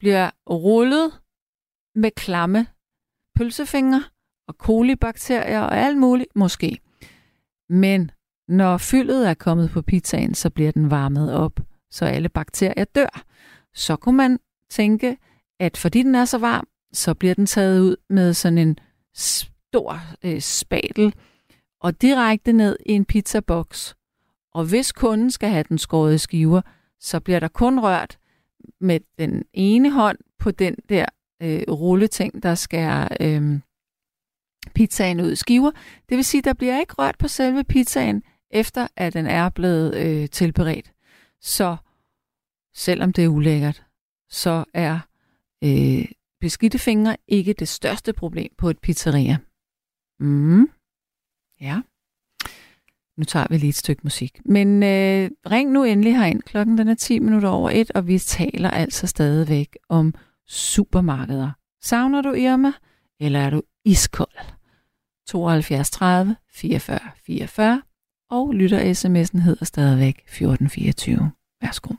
bliver rullet med klamme pølsefingre og kolibakterier og alt muligt, måske. Men når fyldet er kommet på pizzaen, så bliver den varmet op, så alle bakterier dør. Så kunne man tænke, at fordi den er så varm, så bliver den taget ud med sådan en stor øh, spatel og direkte ned i en pizzaboks. Og hvis kunden skal have den skåret i skiver, så bliver der kun rørt med den ene hånd på den der øh, rulleting, der skærer øh, pizzaen ud i skiver. Det vil sige, der bliver ikke rørt på selve pizzaen, efter at den er blevet øh, tilberedt. Så selvom det er ulækkert, så er øh, beskidte fingre ikke det største problem på et pizzeria. Mm. Ja. Nu tager vi lige et stykke musik. Men øh, ring nu endelig herind. Klokken den er ti minutter over et, og vi taler altså stadigvæk om supermarkeder. Savner du Irma, eller er du iskold? tooghalvfjerds tredive fireogfyrre fireogfyrre, og lytter-sms'en hedder stadigvæk fjorten fireogtyve. Værsgo.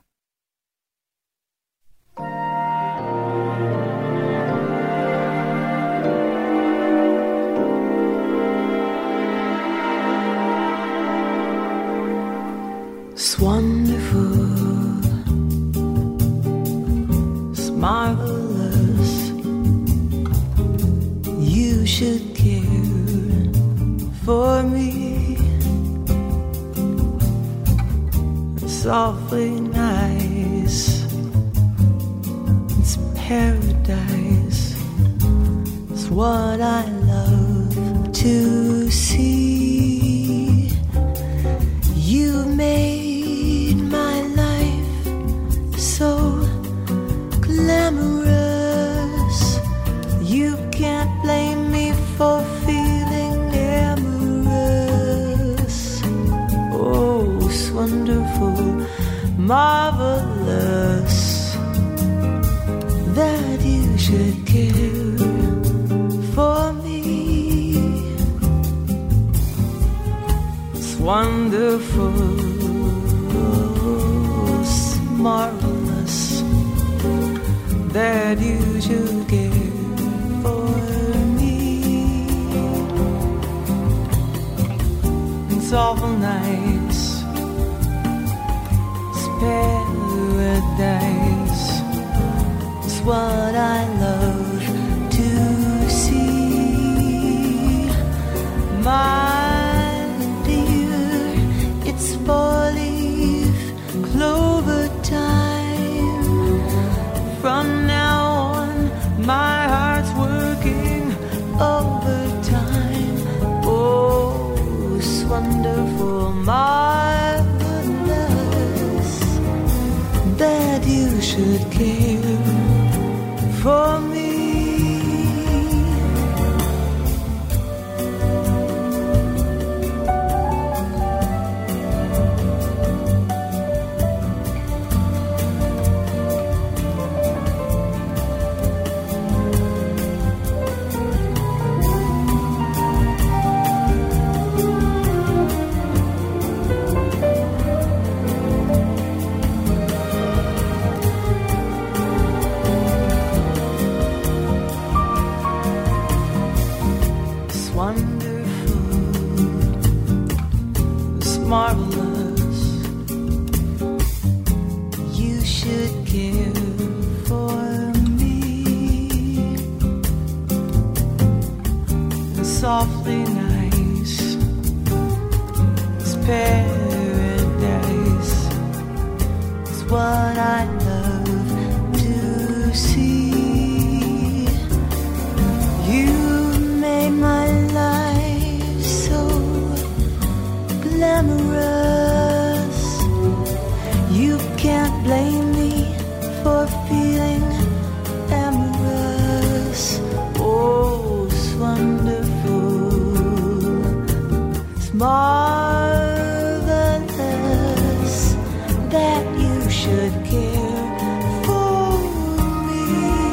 It's wonderful, it's marvelous. You should care for me. It's awfully nice. It's paradise. It's what I love to see. You made my life so glamorous. You can't blame me for feeling amorous. Oh, it's wonderful, marvelous that you should care for me. It's wonderful, it's marvelous that you should care for me. It's awful nice, it's paradise. It's what I love to see. My dear, it's four-leaf clover time. From now on, my heart's working overtime. Oh, it's wonderful, marvelous that you should care for me. Marvelous, you should care for me. It's softly nice, it's paradise. It's what I love to see. You made my life so glamorous. You can't blame me for feeling amorous. Oh, it's wonderful, it's marvelous that you should care for me.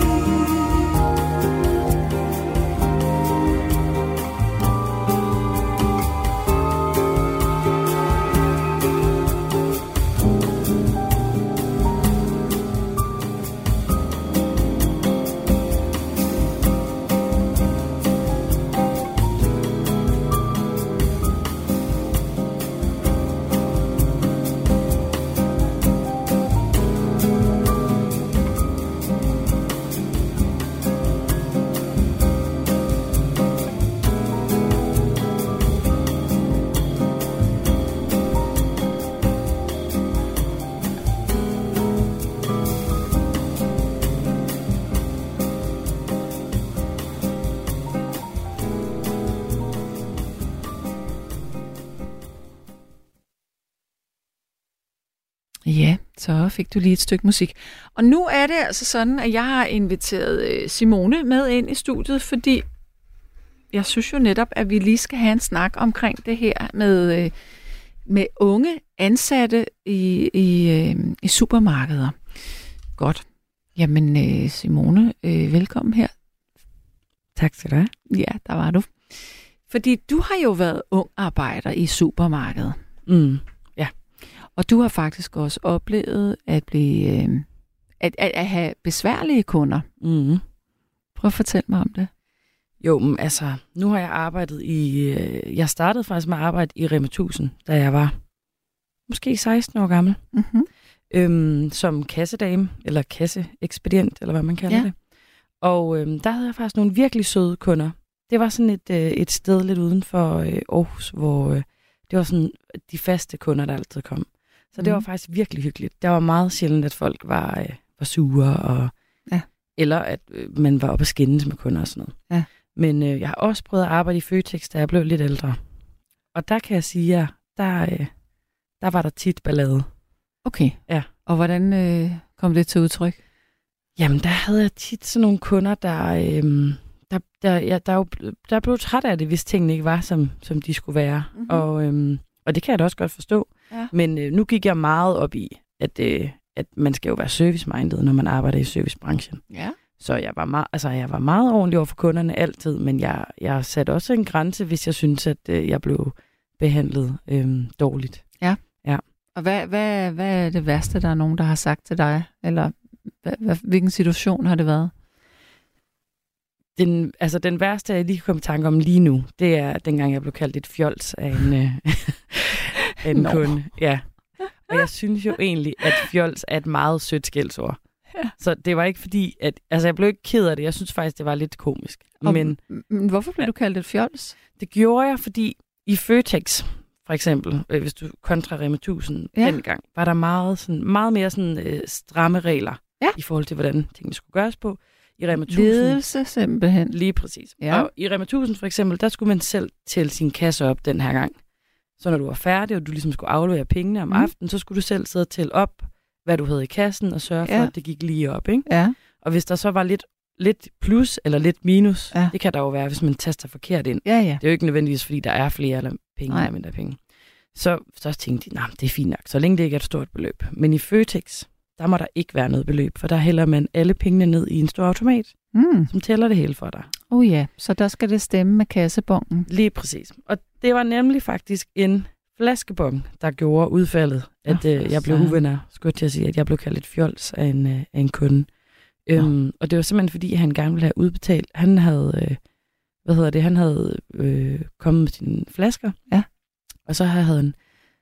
Så fik du lige et stykke musik. Og nu er det altså sådan, at jeg har inviteret øh, Simone med ind i studiet, fordi jeg synes jo netop, at vi lige skal have en snak omkring det her med, øh, med unge ansatte i, i, øh, i supermarkeder. Godt. Jamen øh, Simone, øh, velkommen her. Tak skal du have. Ja, der var du. Fordi du har jo været ung arbejder i supermarkedet. Mm. Ja. Og du har faktisk også oplevet at blive øh, at, at, at have besværlige kunder. Mm. Prøv at fortælle mig om det. Jo, men altså, nu har jeg arbejdet i... Øh, jeg startede faktisk med at arbejde i Rema tusind, da jeg var måske seksten år gammel. Mm-hmm. Øhm, som kassedame, eller kasseekspedient, eller hvad man kalder Ja. det. Og øhm, der havde jeg faktisk nogle virkelig søde kunder. Det var sådan et, øh, et sted lidt uden for øh, Aarhus, hvor øh, det var sådan de faste kunder, der altid kom. Så mm. det var faktisk virkelig hyggeligt. Der var meget sjældent, at folk var, øh, var sure, og, ja. eller at øh, man var oppe at skændes med kunder og sådan noget. Ja. Men øh, jeg har også prøvet at arbejde i Føtex, da jeg blev lidt ældre. Og der kan jeg sige, at der, øh, der var der tit ballade. Okay. Ja. Og hvordan øh, kom det til udtryk? Jamen, der havde jeg tit sådan nogle kunder, der, øhm, der, der, ja, der, jo, der blev træt af det, hvis tingene ikke var, som, som de skulle være. Mm-hmm. Og, øhm, og det kan jeg da også godt forstå. Ja. Men øh, nu gik jeg meget op i, at, øh, at man skal jo være service-minded, når man arbejder i servicebranchen. Ja. Så jeg var, meget, altså, jeg var meget ordentlig over for kunderne altid, men jeg, jeg satte også en grænse, hvis jeg syntes, at øh, jeg blev behandlet øh, dårligt. Ja. Ja. Og hvad, hvad, hvad er det værste, der er nogen, der har sagt til dig? Eller hvad, hvad, hvilken situation har det været? Den, altså den værste, jeg lige kom i tanke om lige nu, det er dengang, jeg blev kaldt et fjols af en, øh, af en kunde. Ja. Og jeg synes jo egentlig, at fjols er et meget sødt skældsord. Ja. Så det var ikke fordi, at... Altså, jeg blev ikke ked af det. Jeg synes faktisk, det var lidt komisk. Og, men, men hvorfor blev du kaldt et fjols? Det gjorde jeg, fordi i Føtex, for eksempel, øh, hvis du kontra Rema tusind ja. dengang, var der meget, sådan, meget mere sådan, øh, stramme regler ja. i forhold til, hvordan tingene skulle gøres på. I Rema tusind, ledelse simpelthen. Lige præcis. Ja. Og i Rema tusind for eksempel, der skulle man selv tælle sin kasse op den her gang. Så når du var færdig, og du ligesom skulle aflevere pengene om mm. aftenen, så skulle du selv sidde og tælle op, hvad du havde i kassen, og sørge for, ja. at det gik lige op. Ikke? Ja. Og hvis der så var lidt, lidt plus eller lidt minus, ja. det kan der jo være, hvis man taster forkert ind. Ja, ja. Det er jo ikke nødvendigvis, fordi der er flere eller penge eller mindre penge. Så, så tænkte de, nej, det er fint nok, så længe det ikke er et stort beløb. Men i Føtex, der må der ikke være noget beløb, for der hælder man alle pengene ned i en stor automat, mm. som tæller det hele for dig. Oh ja, så der skal det stemme med kassebongen. Lige præcis. Og det var nemlig faktisk en flaskebong, der gjorde udfaldet, at oh, øh, jeg blev uvenner, skulle jeg sige, at jeg blev kaldt et fjols af en, øh, af en kunde. Oh. Øhm, og det var simpelthen, fordi han gerne ville have udbetalt. Han havde, øh, hvad hedder det, han havde øh, kommet med sine flasker, ja. og så havde han,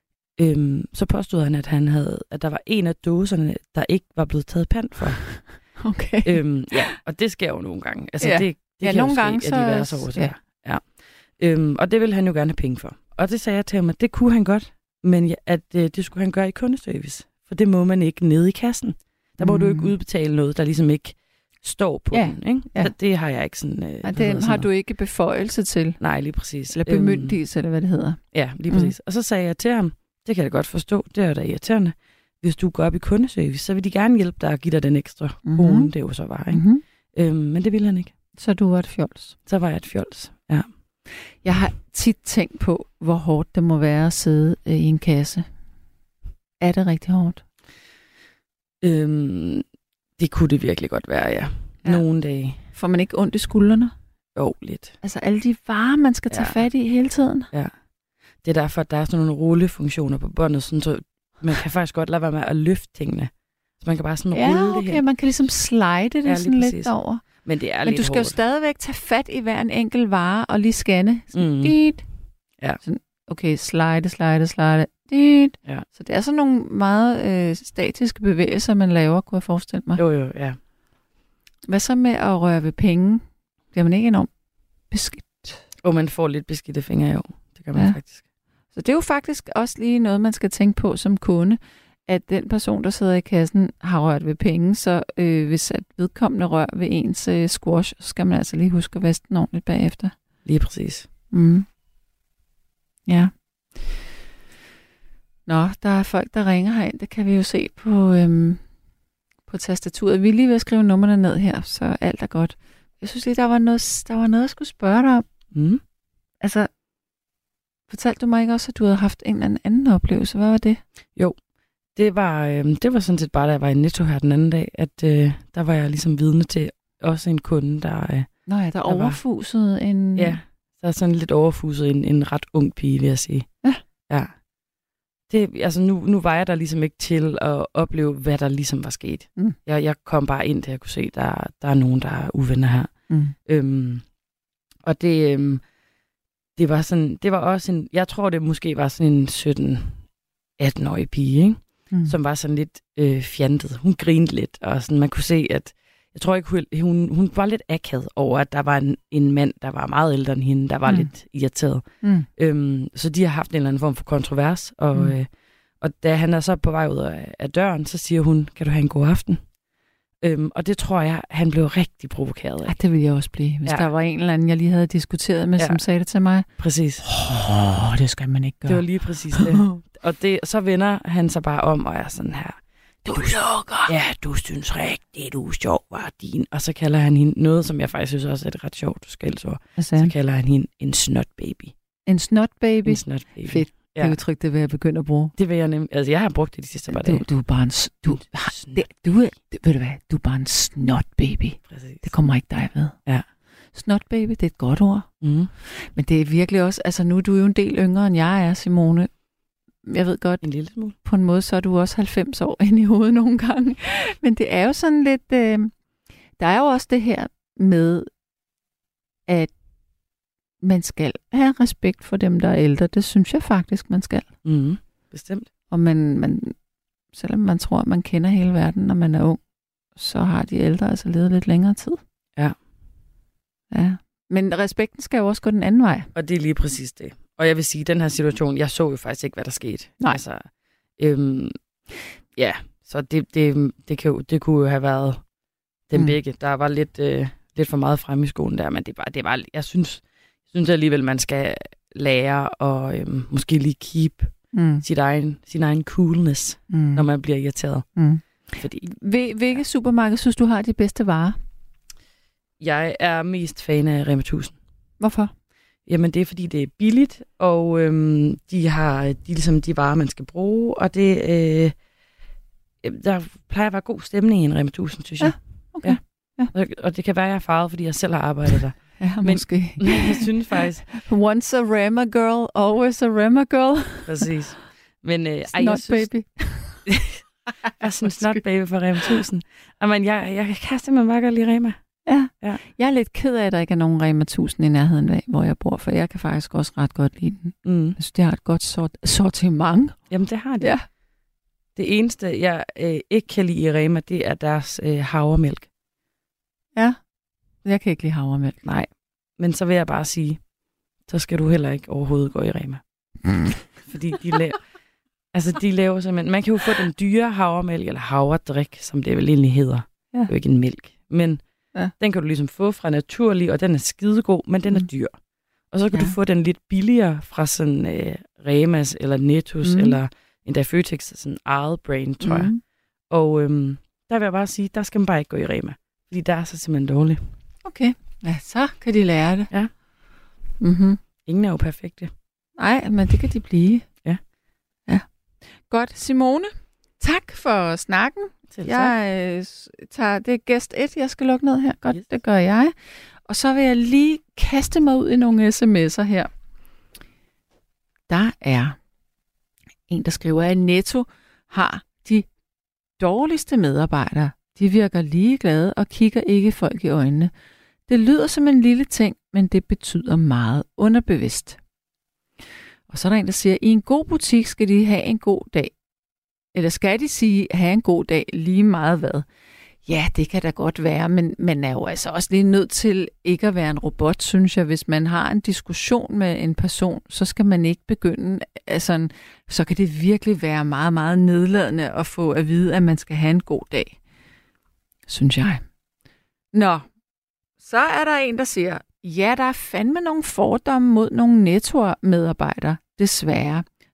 øh, så påstod han, at han havde, at der var en af dåserne, der ikke var blevet taget pant for. Okay. Øhm, ja, og det sker jo nogle gange. Altså, ja. det, det ja, kan nogle jo gange ske, at de værste årsager. Ja. Ja. Øhm, og det ville han jo gerne have penge for. Og det sagde jeg til ham, at det kunne han godt, men ja, at øh, det skulle han gøre i kundeservice. For det må man ikke nede i kassen. Der må mm. du ikke udbetale noget, der ligesom ikke står på ja. den. Ikke? Ja. Det, det har jeg ikke sådan... Øh, ja, det har du ikke beføjelse til. Nej, lige præcis. Eller bemyndigelse, øhm, eller hvad det hedder. Ja, lige præcis. Mm. Og så sagde jeg til ham, det kan jeg da godt forstå, det er da irriterende. Hvis du går op i kundeservice, så vil de gerne hjælpe dig og give dig den ekstra mm-hmm. krone, det er jo så var, ikke? Mm-hmm. Øhm, men det ville han ikke. Så du var et fjols? Så var jeg et fjols, ja. Jeg har tit tænkt på, hvor hårdt det må være at sidde øh, i en kasse. Er det rigtig hårdt? Øhm, det kunne det virkelig godt være, ja. ja. Nogle dage. Får man ikke ondt i skuldrene? Jo, lidt. Altså alle de varer, man skal tage ja. fat i hele tiden? Ja. Det er derfor, at der er sådan nogle rullefunktioner på båndet, sådan så man kan faktisk godt lade være med at løfte tingene. Så man kan bare sådan ja, rulle okay, det her. Man kan ligesom slide det ja, sådan lidt over. Men det er Men lidt du skal hårdt. jo stadigvæk tage fat i hver en enkelt vare og lige scanne. Sådan, mm. dit. Ja. Sådan, okay, slide, slide, slide. Dit. Ja. Så det er sådan nogle meget øh, statiske bevægelser, man laver, kunne jeg forestille mig. Jo, jo, ja. Hvad så med at røre ved penge? Bliver man ikke enormt beskidt? Og man får lidt beskidte fingre, jo. Det kan man ja. faktisk. Så det er jo faktisk også lige noget, man skal tænke på som kunde, at den person, der sidder i kassen, har rørt ved penge, så øh, hvis at vedkommende rører ved ens øh, squash, så skal man altså lige huske at vaske den ordentligt bagefter. Lige præcis. Mm. Ja. Nå, der er folk, der ringer herind. Det kan vi jo se på, øhm, på tastaturet. Vi er lige ved at skrive numrene ned her, så alt er godt. Jeg synes lige, der var noget, der var noget jeg skulle spørge dig om. Mm. Altså, fortalte du mig ikke også, at du havde haft en eller anden oplevelse? Hvad var det? Jo, det var, øh, det var sådan set bare, da jeg var i Netto her den anden dag, at øh, der var jeg ligesom vidne til også en kunde, der... Øh, Nå ja, der, der overfusede var, en... Ja, der er sådan lidt overfuset en, en ret ung pige, vil jeg sige. Ja. Ja. Det, altså nu, nu var jeg der ligesom ikke til at opleve, hvad der ligesom var sket. Mm. Jeg, jeg kom bare ind til at kunne se, at der, der er nogen, der er uvenner her. Mm. Øhm, og det, øhm, det var sådan, det var også en, jeg tror det måske var sådan en sytten-atten-årig pige, ikke? Mm. Som var sådan lidt øh, fjantet. Hun grinede lidt, og sådan, man kunne se, at jeg tror ikke, hun, hun var lidt akavet over, at der var en, en mand, der var meget ældre end hende, der var mm. lidt irriteret. Mm. Øhm, så de har haft en eller anden form for kontrovers, og, mm. øh, og da han er så på vej ud af, af døren, så siger hun, kan du have en god aften? Øhm, og det tror jeg, han blev rigtig provokeret af. Ja, det ville jeg også blive, hvis ja. der var en eller anden, jeg lige havde diskuteret med, ja. som sagde det til mig. Præcis. Åh, oh, det skal man ikke gøre. Det var lige præcis det. Og det, så vender han sig bare om, og er sådan her. Du lukker. Ja, du synes rigtigt, du er sjov, var din. Og så kalder han hende noget, som jeg faktisk synes også er et ret sjovt skældsord. Så kalder han hende en snot baby. En snot baby? En snot baby. Fedt. Ja. Det udtryk, det vil jeg begynde at bruge. Det vil jeg nemlig. Altså, jeg har brugt det de sidste par dage. Du, du er bare en... Du, det, du, er, ved du hvad? Du er bare en snot baby. Præcis. Det kommer ikke dig ved. Ja. Snot baby, det er et godt ord. Mm. Men det er virkelig også... Altså, nu er du jo en del yngre, end jeg er, Simone. Jeg ved godt, en lille smule. På en måde, så er du også halvfems år inde i hovedet nogle gange. Men det er jo sådan lidt... Øh, der er jo også det her med, at man skal have respekt for dem, der er ældre. Det synes jeg faktisk, man skal. Mm, bestemt. Og man, man, selvom man tror, at man kender hele verden, når man er ung, så har de ældre altså levet lidt længere tid. Ja. Ja. Men respekten skal jo også gå den anden vej. Og det er lige præcis det. Og jeg vil sige, at den her situation, jeg så jo faktisk ikke, hvad der skete. Nej. Altså, øhm, ja, så det, det, det, kan jo, det kunne jo have været dem mm. begge. Der var lidt, øh, lidt for meget fremme i skolen der, men det var, det var, jeg synes, jeg synes alligevel, man skal lære og øhm, måske lige keep mm. sit egen, sin egen coolness, mm. når man bliver irriteret. Mm. Fordi, Hvilke supermarked synes du har de bedste varer? Jeg er mest fan af Rema tusind. Hvorfor? Jamen, det er, fordi det er billigt, og øhm, de har de, ligesom de varer, man skal bruge, og det øh, der plejer at være god stemning i en Rema tusind, synes jeg. Ja, okay. Ja. Og, og det kan være, at jeg er farvet, fordi jeg selv har arbejdet der. Ja, men, måske. Men jeg synes faktisk... Once a Rema girl, always a Rema girl. Præcis. Men, øh, ej, jeg synes... baby. Jeg er sådan en snot baby for Rema tusind. Jamen, jeg, jeg kan simpelthen bare godt lide Rema. Ja. ja, jeg er lidt ked af, at der ikke er nogen Rema tusind i nærheden af, hvor jeg bor, for jeg kan faktisk også ret godt lide den. Mm. Jeg synes, det har et godt sort- sortiment. Jamen, det har det. Ja. Det eneste, jeg øh, ikke kan lide i Rema, det er deres øh, havremælk. Ja, jeg kan ikke lide havremælk. Nej, men så vil jeg bare sige, så skal du heller ikke overhovedet gå i Rema. Mm. Fordi de laver... Altså, de laver simpelthen... Man kan jo få den dyre havremælk, eller havredrik, som det vel egentlig hedder. Ja. Det er jo ikke en mælk. Men ja. Den kan du ligesom få fra Naturlig, og den er skidegod, men den er dyr. Og så kan ja. du få den lidt billigere fra sådan øh, Remas, eller Nettos, mm. eller endda Føtex, sådan eget brand, tror mm. jeg. Og øhm, der vil jeg bare sige, der skal man bare ikke gå i Rema. Fordi der er så simpelthen dårligt. Okay. Ja, så kan de lære det. Ja. Mm-hmm. Ingen er jo perfekte. Nej, men det kan de blive. Ja. Ja. Godt. Simone, tak for snakken. Selv jeg øh, tager, det er gæst et, jeg skal lukke ned her. Godt, yes. Det gør jeg. Og så vil jeg lige kaste mig ud i nogle sms'er her. Der er en, der skriver, at Netto har de dårligste medarbejdere. De virker ligeglade og kigger ikke folk i øjnene. Det lyder som en lille ting, men det betyder meget underbevidst. Og så er der en, der siger, at i en god butik skal de have en god dag. Eller skal de sige, have en god dag lige meget hvad? Ja, det kan da godt være, men man er jo altså også lige nødt til ikke at være en robot, synes jeg. Hvis man har en diskussion med en person, så skal man ikke begynde, altså, så kan det virkelig være meget, meget nedladende at få at vide, at man skal have en god dag, synes jeg. Nå, så er der en, der siger, ja, der er fandme nogle fordomme mod nogle Netto-medarbejdere, desværre.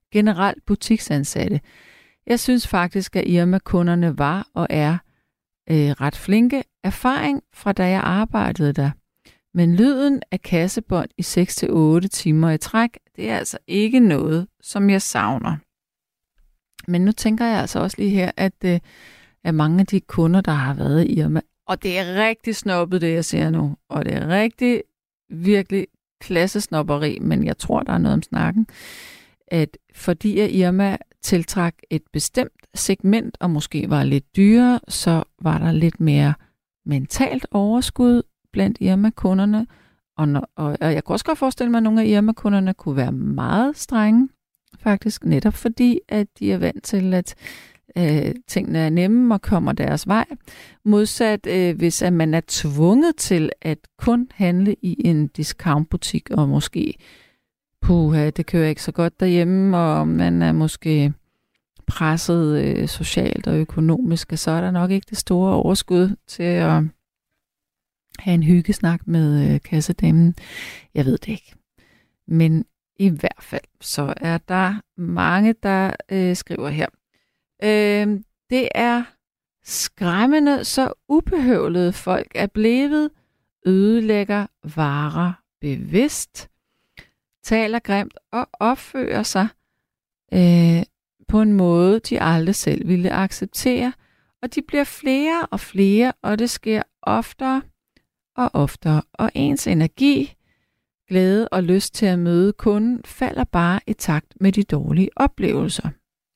generelt butiksansatte. Jeg synes faktisk, at Irma-kunderne var og er øh, ret flinke. Erfaring fra da jeg arbejdede der. Men lyden af kassebånd i seks til otte timer i træk, det er altså ikke noget, som jeg savner. Men nu tænker jeg altså også lige her, at, øh, at mange af de kunder, der har været i Irma, og det er rigtig snobbet, det jeg ser nu, og det er rigtig, virkelig klassesnobberi, men jeg tror, der er noget om snakken, at fordi at Irma tiltrak et bestemt segment, og måske var lidt dyrere, så var der lidt mere mentalt overskud blandt Irma-kunderne, og, når, og, og jeg kunne også godt forestille mig, at nogle af Irma-kunderne kunne være meget strenge, faktisk netop fordi, at de er vant til, at øh, tingene er nemme og kommer deres vej. Modsat, øh, hvis at man er tvunget til at kun handle i en discountbutik, og måske, puha, det kører ikke så godt derhjemme, og man er måske presset øh, socialt og økonomisk, så er der nok ikke det store overskud til at have en hyggesnak med øh, kassedamen. Jeg ved det ikke. Men i hvert fald, så er der mange, der øh, skriver her. Øh, det er skræmmende, så ubehøvlede folk er blevet, ødelægger varer bevidst, taler grimt og opfører sig øh, på en måde, de aldrig selv ville acceptere. Og de bliver flere og flere, og det sker oftere og oftere. Og ens energi, glæde og lyst til at møde kunden falder bare i takt med de dårlige oplevelser.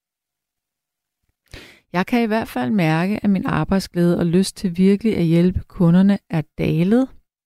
Jeg kan i hvert fald mærke, at min arbejdsglæde og lyst til virkelig at hjælpe kunderne er dalet.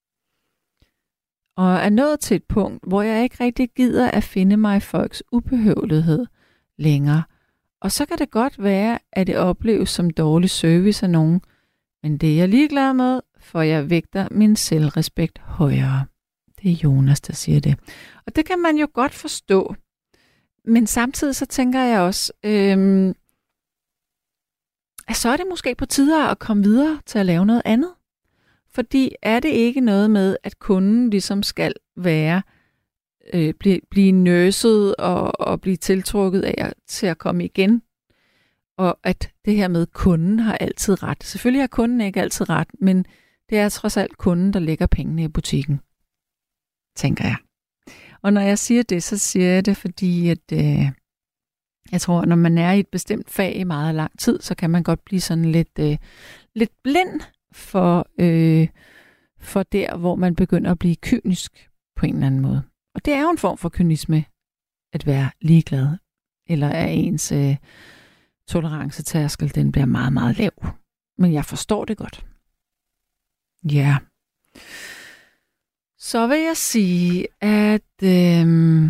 Og er nået til et punkt, hvor jeg ikke rigtig gider at finde mig i folks ubehøvlighed længere. Og så kan det godt være, at det opleves som dårlig service af nogen. Men det er jeg ligeglad med, for jeg vægter min selvrespekt højere. Det er Jonas, der siger det. Og det kan man jo godt forstå. Men samtidig så tænker jeg også, øhm, at så er det måske på tide at komme videre til at lave noget andet. Fordi er det ikke noget med, at kunden ligesom skal være, øh, blive, blive nøset og, og blive tiltrukket af til at komme igen? Og at det her med, kunden har altid ret. Selvfølgelig har kunden ikke altid ret, men det er trods alt kunden, der lægger pengene i butikken, tænker jeg. Og når jeg siger det, så siger jeg det, fordi at, øh, jeg tror, at når man er i et bestemt fag i meget lang tid, så kan man godt blive sådan lidt, øh, lidt blind for, øh, for der, hvor man begynder at blive kynisk på en eller anden måde. Og det er jo en form for kynisme, at være ligeglad, eller at ens øh, tolerancetærskel, den bliver meget, meget lav. Men jeg forstår det godt. Ja. Så vil jeg sige, at øhm,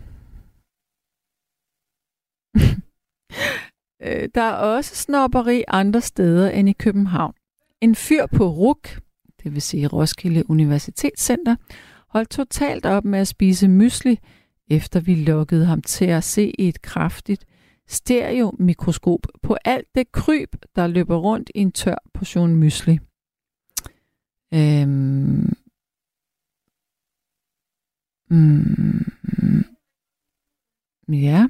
der er også snobberi andre steder end i København. En fyr på R U C, det vil sige Roskilde Universitetscenter, holdt totalt op med at spise mysli, efter vi lukkede ham til at se i et kraftigt stereomikroskop på alt det kryb, der løber rundt i en tør portion mysli. Øhm Mm, ja.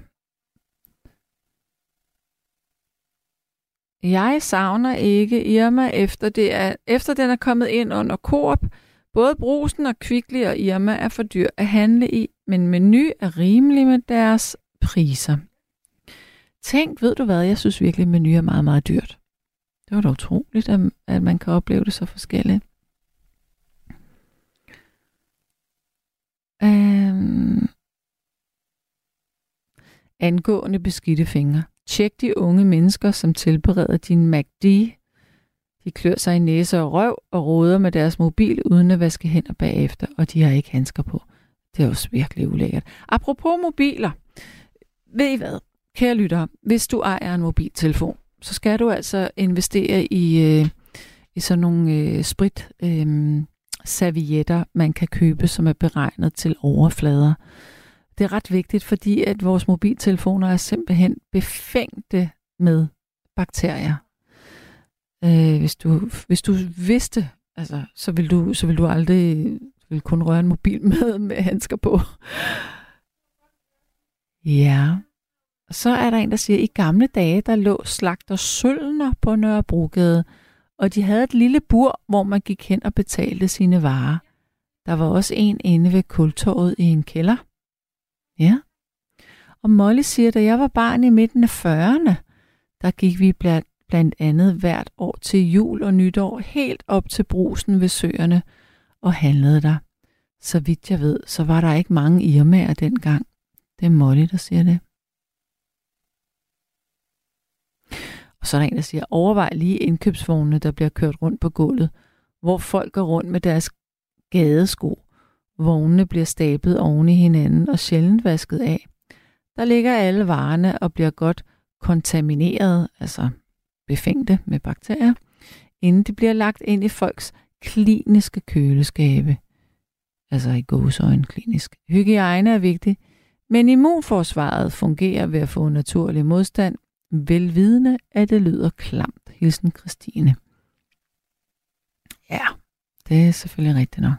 Jeg savner ikke Irma, efter, det er, efter den er kommet ind under Coop. Både Brugsen og Kvickly og Irma er for dyr at handle i, men Meny er rimelig med deres priser. Tænk, ved du hvad, jeg synes virkelig, Meny er meget, meget dyrt. Det var da utroligt, at, at man kan opleve det så forskelligt. Um, angående beskidte fingre. Tjek de unge mennesker, som tilbereder din McD. De klør sig i næse og røv og roder med deres mobil uden at vaske hænder bagefter, og de har ikke handsker på. Det er også virkelig ulækkert. Apropos mobiler. Ved I hvad, kære lyttere, hvis du ejer en mobiltelefon, så skal du altså investere i, øh, i sådan nogle øh, sprit øh, servietter, man kan købe, som er beregnet til overflader. Det er ret vigtigt, fordi at vores mobiltelefoner er simpelthen befængte med bakterier. Øh, hvis, du, hvis du vidste, altså, så vil du, så vil du aldrig vil kun røre en mobil med, med handsker på. Ja, Og så er der en, der siger, at i gamle dage, der lå slagter Sølner på Nørrebrogade, og de havde et lille bur, hvor man gik hen og betalte sine varer. Der var også en inde ved Kultorvet i en kælder. Ja. Og Molly siger, da jeg var barn i midten af fyrrerne, der gik vi blandt, blandt andet hvert år til jul og nytår helt op til Brugsen ved søerne og handlede der. Så vidt jeg ved, så var der ikke mange Irmaer dengang. Det er Molly, der siger det. Og så er der en, der siger, overvej lige indkøbsvognene, der bliver kørt rundt på gulvet, hvor folk går rundt med deres gadesko. Vognene bliver stablet oven i hinanden og sjældent vasket af. Der ligger alle varerne og bliver godt kontamineret, altså befængte med bakterier, inden de bliver lagt ind i folks kliniske køleskabe. Altså i gåseøjne klinisk. Hygiejne er vigtig, men immunforsvaret fungerer ved at få naturlig modstand, velvidende, at det lyder klamt. Hilsen Christine. Ja, det er selvfølgelig rigtigt nok.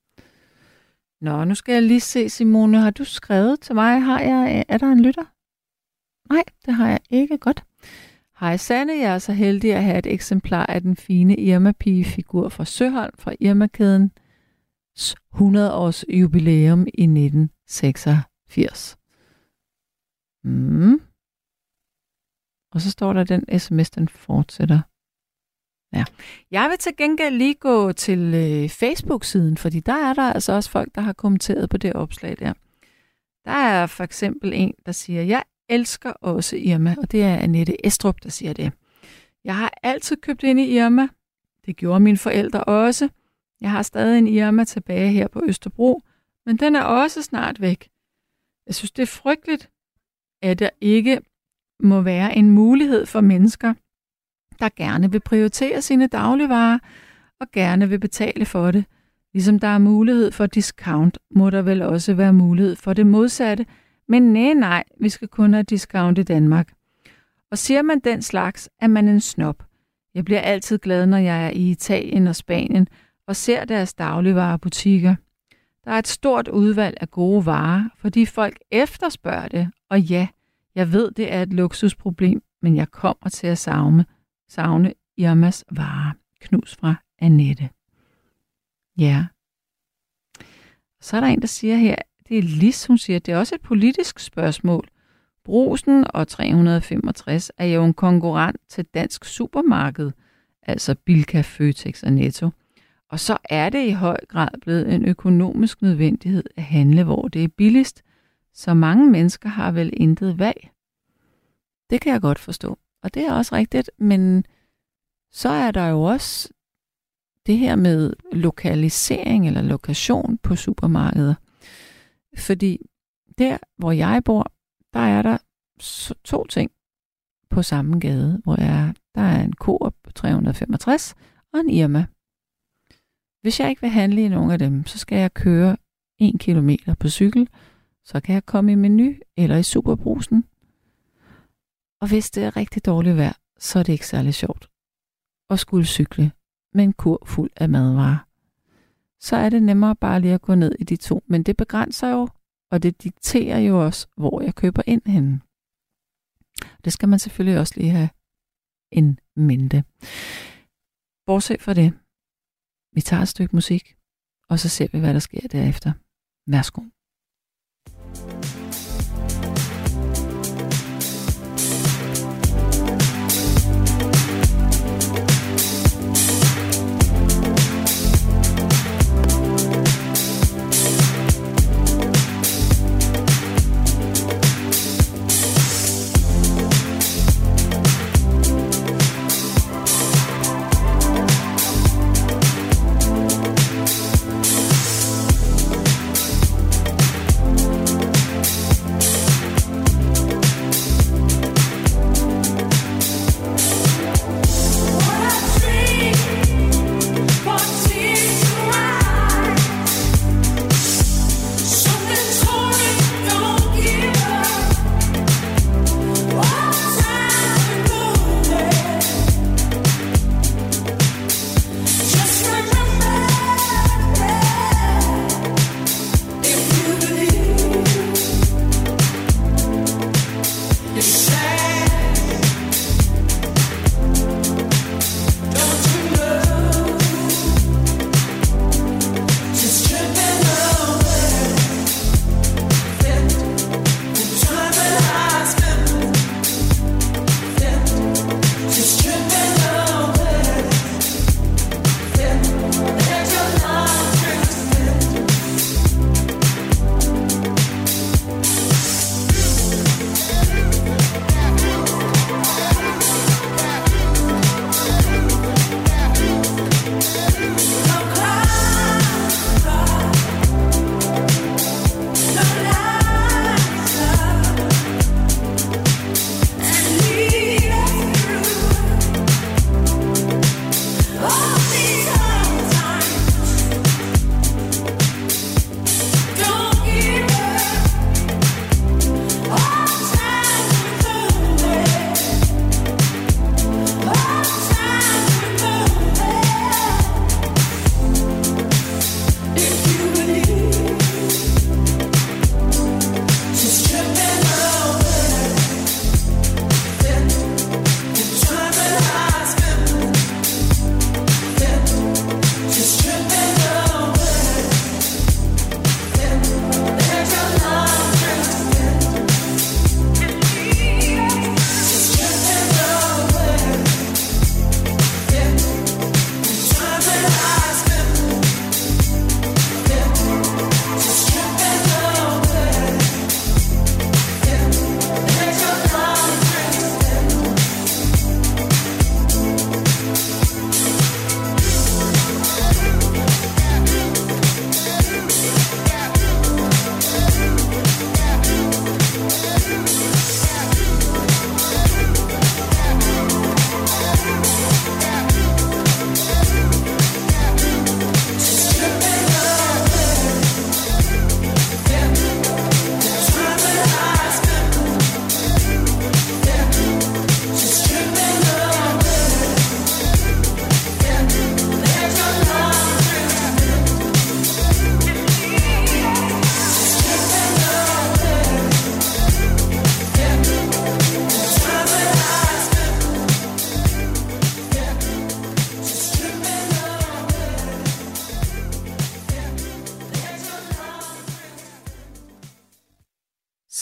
Nå, nu skal jeg lige se, Simone, har du skrevet til mig? Har jeg, er der en lytter? Nej, det har jeg ikke. Godt. Hej Sanne, jeg er så heldig at have et eksemplar af den fine Irma-pige-figur fra Søholm fra Irma-kædens hundrede års jubilæum i nitten seksogfirs. Mm. Og så står der, den sms, den fortsætter. Ja. Jeg vil til gengæld lige gå til øh, Facebook-siden, fordi der er der altså også folk, der har kommenteret på det opslag der. Der er for eksempel en, der siger, jeg elsker også Irma, og det er Annette Estrup, der siger det. Jeg har altid købt ind i Irma. Det gjorde mine forældre også. Jeg har stadig en Irma tilbage her på Østerbro, men den er også snart væk. Jeg synes, det er frygteligt, at der ikke må være en mulighed for mennesker, der gerne vil prioritere sine dagligvarer og gerne vil betale for det. Ligesom der er mulighed for discount, må der vel også være mulighed for det modsatte. Men nej, nej, vi skal kun have discount i Danmark. Og siger man den slags, er man en snob. Jeg bliver altid glad, når jeg er i Italien og Spanien og ser deres dagligvarebutikker. Der er et stort udvalg af gode varer, fordi folk efterspørger det. Og ja, jeg ved, det er et luksusproblem, men jeg kommer til at savne, savne Irmas varer. Knus fra Annette. Ja. Så er der en, der siger her, det er Lis, hun siger, det er også et politisk spørgsmål. Brugsen og tre hundrede og femogtres er jo en konkurrent til Dansk Supermarked, altså Bilka, Føtex og Netto. Og så er det i høj grad blevet en økonomisk nødvendighed at handle, hvor det er billigst. Så mange mennesker har vel intet valg. Det kan jeg godt forstå. Og det er også rigtigt, men så er der jo også det her med lokalisering eller lokation på supermarkeder. Fordi der, hvor jeg bor, der er der to ting på samme gade, hvor jeg, der er en Coop tre hundrede og femogtres og en Irma. Hvis jeg ikke vil handle i nogen af dem, så skal jeg køre en kilometer på cykel, så kan jeg komme i Meny eller i Superbrugsen. Og hvis det er rigtig dårligt vejr, så er det ikke særlig sjovt at skulle cykle med en kur fuld af madvarer. Så er det nemmere bare lige at gå ned i de to. Men det begrænser jo, og det dikterer jo også, hvor jeg køber ind henne. Det skal man selvfølgelig også lige have en mente. Bortset fra det, vi tager et stykke musik, og så ser vi, hvad der sker derefter. Værsgo.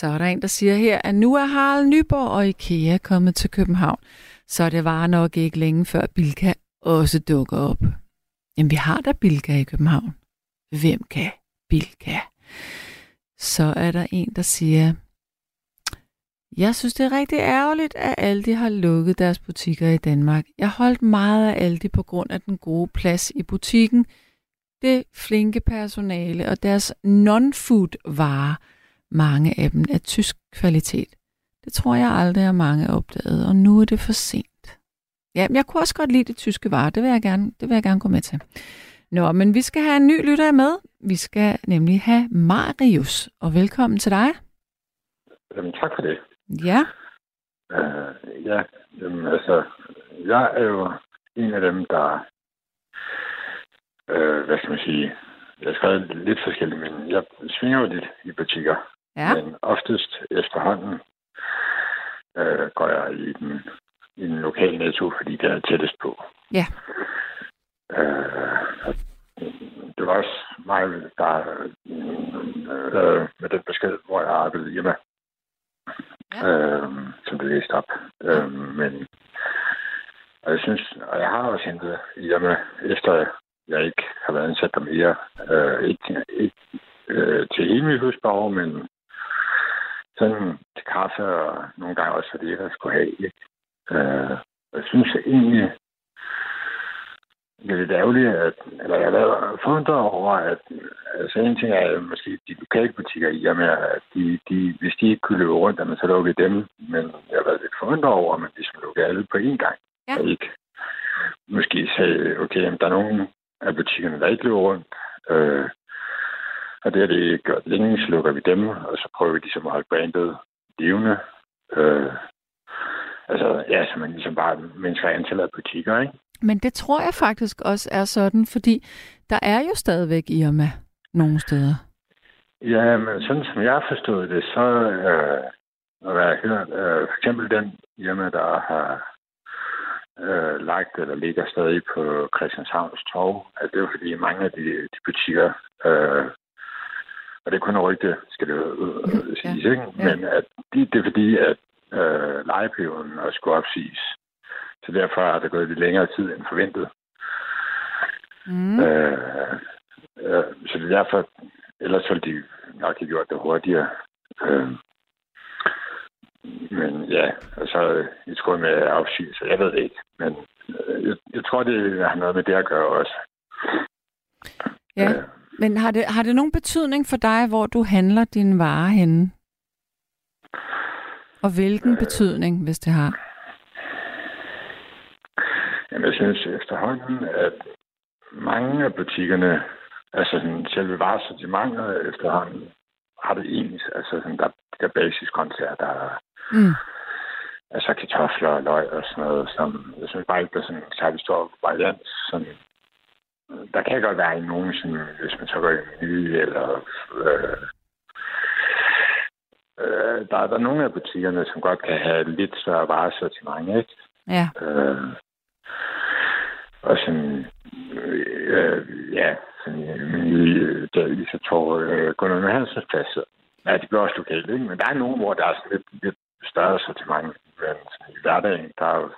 Så er der en, der siger her, at nu er Harald Nyborg og IKEA kommet til København. Så det var nok ikke længe før Bilka også dukker op. Jamen, vi har da Bilka i København. Hvem kan Bilka? Så er der en, der siger, jeg synes, det er rigtig ærgerligt, at Aldi har lukket deres butikker i Danmark. Jeg holdt meget af Aldi på grund af den gode plads i butikken, det flinke personale og deres non-food varer. Mange af dem er tysk kvalitet. Det tror jeg aldrig, at mange er opdaget, og nu er det for sent. Ja, jeg kunne også godt lide det tyske varer. Det vil jeg gerne, det vil jeg gerne gå med til. Nå, men vi skal have en ny lytter med. Vi skal nemlig have Marius, og velkommen til dig. Jamen, tak for det. Ja. Uh, ja, jamen, altså, jeg er jo en af dem, der, uh, hvad skal man sige, jeg har skrevet lidt forskelligt, men jeg svinger jo lidt i butikker. Ja. Men oftest efterhånden uh, går jeg i den, i den lokale Netto, fordi det er tættest på. Ja. Uh, det var også mig, der uh, med den besked, hvor jeg arbejdede hjemme. Ja. Øhm, som det læste op. Øhm, men og jeg synes, og jeg har også hentet hjemme, efter jeg ikke har været ansat der mere, øh, ikke, ikke øh, til hele mit husbehov, men sådan til kaffe og nogle gange også for det, jeg skulle have. Ikke? Øh, jeg synes egentlig, det er lidt ærgerligt, at, eller jeg har været forundret over, at altså en ting er måske de lokale butikker i, jamen, at de, de, hvis de ikke kunne løbe rundt, jamen, så lukkede dem. Men jeg har været lidt forundret over, at man ligesom lukker alle på én gang. Ja. Og ikke måske sagde, okay, jamen, der er nogle af butikkerne, der ikke løber rundt. Øh, og det har det gjort længe, så lukker vi dem, og så prøver vi ligesom at holde brandet levende. Øh, altså, ja, så man ligesom bare mindsker antallet af butikker, ikke? Men det tror jeg faktisk også er sådan, fordi der er jo stadigvæk Irma nogle steder. Ja, men sådan som jeg har forstået det, så øh, når jeg har hørt, øh, for eksempel den Irma, der har øh, lagt eller ligger stadig på Christianshavns Torv, at det er fordi mange af de, de butikker, øh, og det er kun et rygte, skal det jo øh, siges, ja. Ikke? Men ja. At de, det er fordi, at øh, lejeperioden også skulle opsiges. Så derfor er det gået lidt længere tid end forventet. Mm. Øh, øh, så det er derfor, ellers ville de nok have gjort det hurtigere. Øh, men ja, og så i tråd med afsyn, så jeg ved ikke. Men øh, jeg, jeg tror, det har noget med det at gøre også. Ja, øh, men har det, har det nogen betydning for dig, hvor du handler dine varer henne? Og hvilken øh, betydning, hvis det har? Jamen, jeg synes efterhånden, at mange af butikkerne, altså sådan, selve varesortimentet efterhånden, har det ens. Altså sådan, der, der basisgrøntsager, der er mm. altså kartofler og løg og sådan noget. Som, jeg synes bare ikke, der er sådan en særlig stor variant. Sådan, der kan godt være i nogen, sådan, hvis man så går i menu, eller øh, øh, der, der er nogle af butikkerne, som godt kan have lidt større varesortiment, ikke? Ja. Øh, og sådan, øh, ja, sådan, øh, der lige så tår øh, Gunnar med Hansens plads. Ja, de bliver også lokalt, ikke? Men der er nogen, hvor der er sådan lidt, lidt større sortiment, men sådan, i hverdagen, der er jo...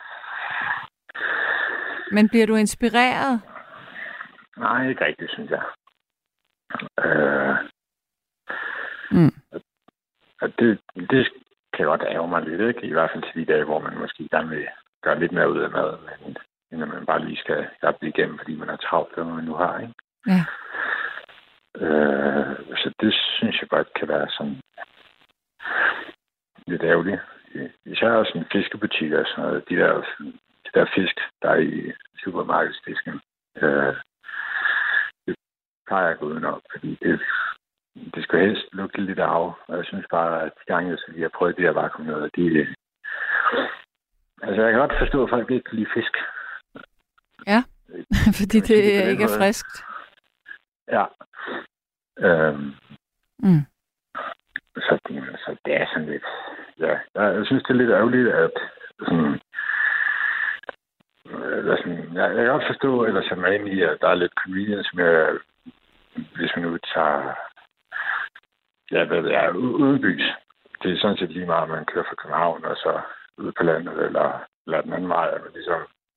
Men bliver du inspireret? Nej, ikke rigtigt, synes jeg. Øh, mm. og det, det kan godt ærge mig lidt, ikke? I hvert fald til de dage, hvor man måske gerne vil gøre lidt mere ud af mad, men når man bare lige skal rappe igennem, fordi man er travlt, hvad man nu har, ikke? Ja. Øh, så det synes jeg godt kan være sådan lidt ærgerligt. Især også en fiskebutik og sådan noget. De der, de der fisk, der er i supermarkedsdisken, øh, det plejer jeg at gå udenom, fordi det, det skal helst lugte lidt af. Og jeg synes bare, at de gange, så vi har prøvet det her vakuum noget, de... Altså, jeg kan godt forstå, at folk ikke kan lide fisk. Ja, fordi det, det ikke er friskt. Ja. Øhm. Mm. Så, så det er sådan lidt... Ja, jeg synes, det er lidt ærgerligt, at sådan... Eller sådan jeg, jeg kan godt forstå, eller så man i, at der er lidt convenience med, hvis man nu tager... Ja, hvad det er, udbygges det er sådan set lige meget, at man kører fra København og så ud på landet, eller, eller den anden vej, at man ligesom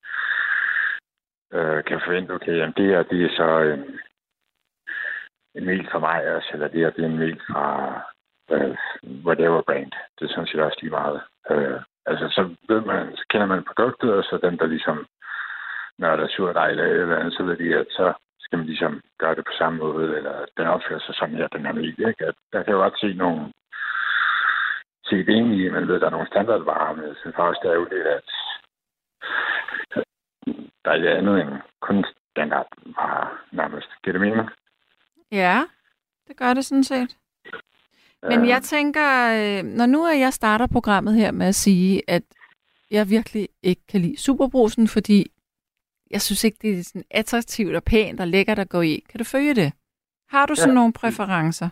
øh, kan forvente, okay, jamen det her, det er så en, en mail fra mig også, eller det her, det er en mail fra øh, whatever brand. Det er sådan set også lige meget. Øh, altså, så ved man, så kender man produktet, og så den, der ligesom, når der er surdej eller eller andet, så ved de, at så skal man ligesom gøre det på samme måde, eller den opfører sig sådan her, den her mail, ikke? At der kan jo godt se nogle se det egentlig, man ved, at der er nogle standardvarer, men jeg synes faktisk, det er jo det, at der er ikke andet end kun standardvarer nærmest. Giver det mening? Ja, det gør det sådan set. Men Øh, jeg tænker, øh, når nu er jeg starter programmet her med at sige, at jeg virkelig ikke kan lide Superbrusen, fordi jeg synes ikke, det er sådan attraktivt og pænt og lækkert at gå i. Kan du følge det? Har du sådan Ja. nogle præferencer?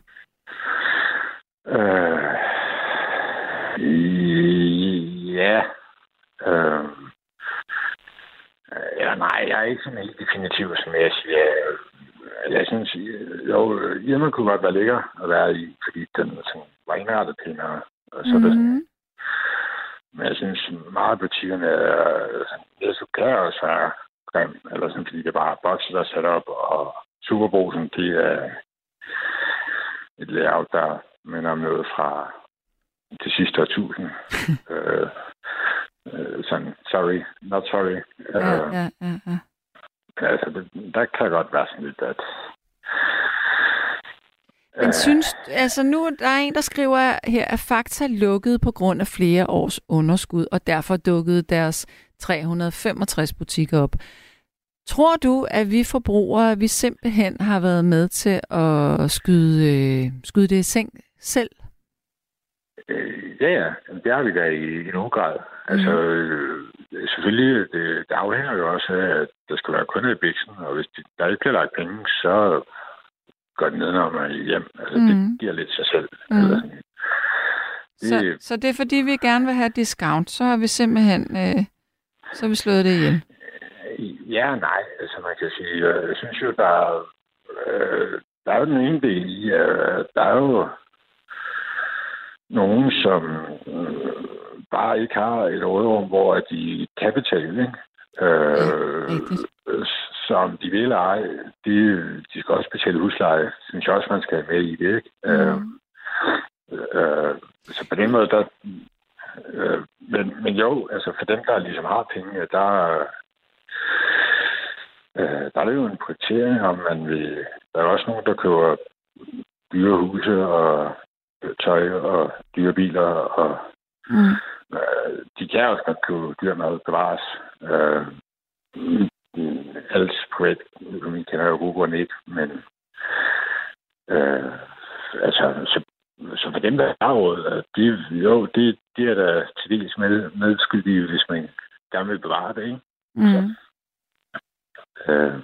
Øh, ja. Øh, ja, nej, jeg er ikke sådan helt definitiv, som jeg siger. Jeg synes, jo, hjemme kunne godt være lækker at være i, fordi den sådan, var indrettet pænere. Og så mm-hmm. det, sådan. Men jeg synes, meget af butikkerne er sådan, det så kan også være grim, eller sådan, fordi det er bare bokser, der er sat op, og Superbrusen, det er et layout, der minder om noget fra det sidste årtusind. øh, øh, sådan, sorry, not sorry. Ja, Øh, ja, ja, ja. Altså, det, der kan godt være sådan lidt, at... Men synes, altså nu der er en, der skriver her, at Fakta lukkede på grund af flere års underskud, og derfor dukkede deres tre hundrede og femogtres butikker op. Tror du, at vi forbrugere, vi simpelthen har været med til at skyde, øh, skyde det i seng selv? Øh, ja, ja. Det har vi da i, i nogen grad. Altså, øh, selvfølgelig, det, det afhænger jo også af, at der skal være kunder i biksen, og hvis de, der ikke bliver lagt penge, så går det ned, når man er hjem. Altså, mm. det giver lidt sig selv. Mm. Eller sådan. Det, så, så det er fordi, vi gerne vil have discount, så har vi simpelthen øh, så har vi slået det ihjel? Ja og nej. Altså, man kan sige, jeg synes jo, der er, øh, der er jo den ene del i, at der er jo nogen, som øh, bare ikke har et råderum, hvor de kan betale, ikke? Øh, ja, som de vil eller ej, de, de skal også betale husleje, synes jeg også, man skal have med i det, ikke? Mm. Øh, øh, så på den måde, der... Øh, men, men jo, altså for dem, der ligesom har penge, der, øh, der er det jo en prioritering, om man vil... Der er også nogen, der køber dyre huse og tøj og dyre biler, og mm. øh, de kan også godt købe dyr mad bevares. Øh, Alt privat økonomi kender jo god ikke, men øh, altså, så, så for dem, der har råd, de, jo, de, de er da til dels med, medskyldige, hvis man gerne vil bevare det, ikke? Mm. Så, øh,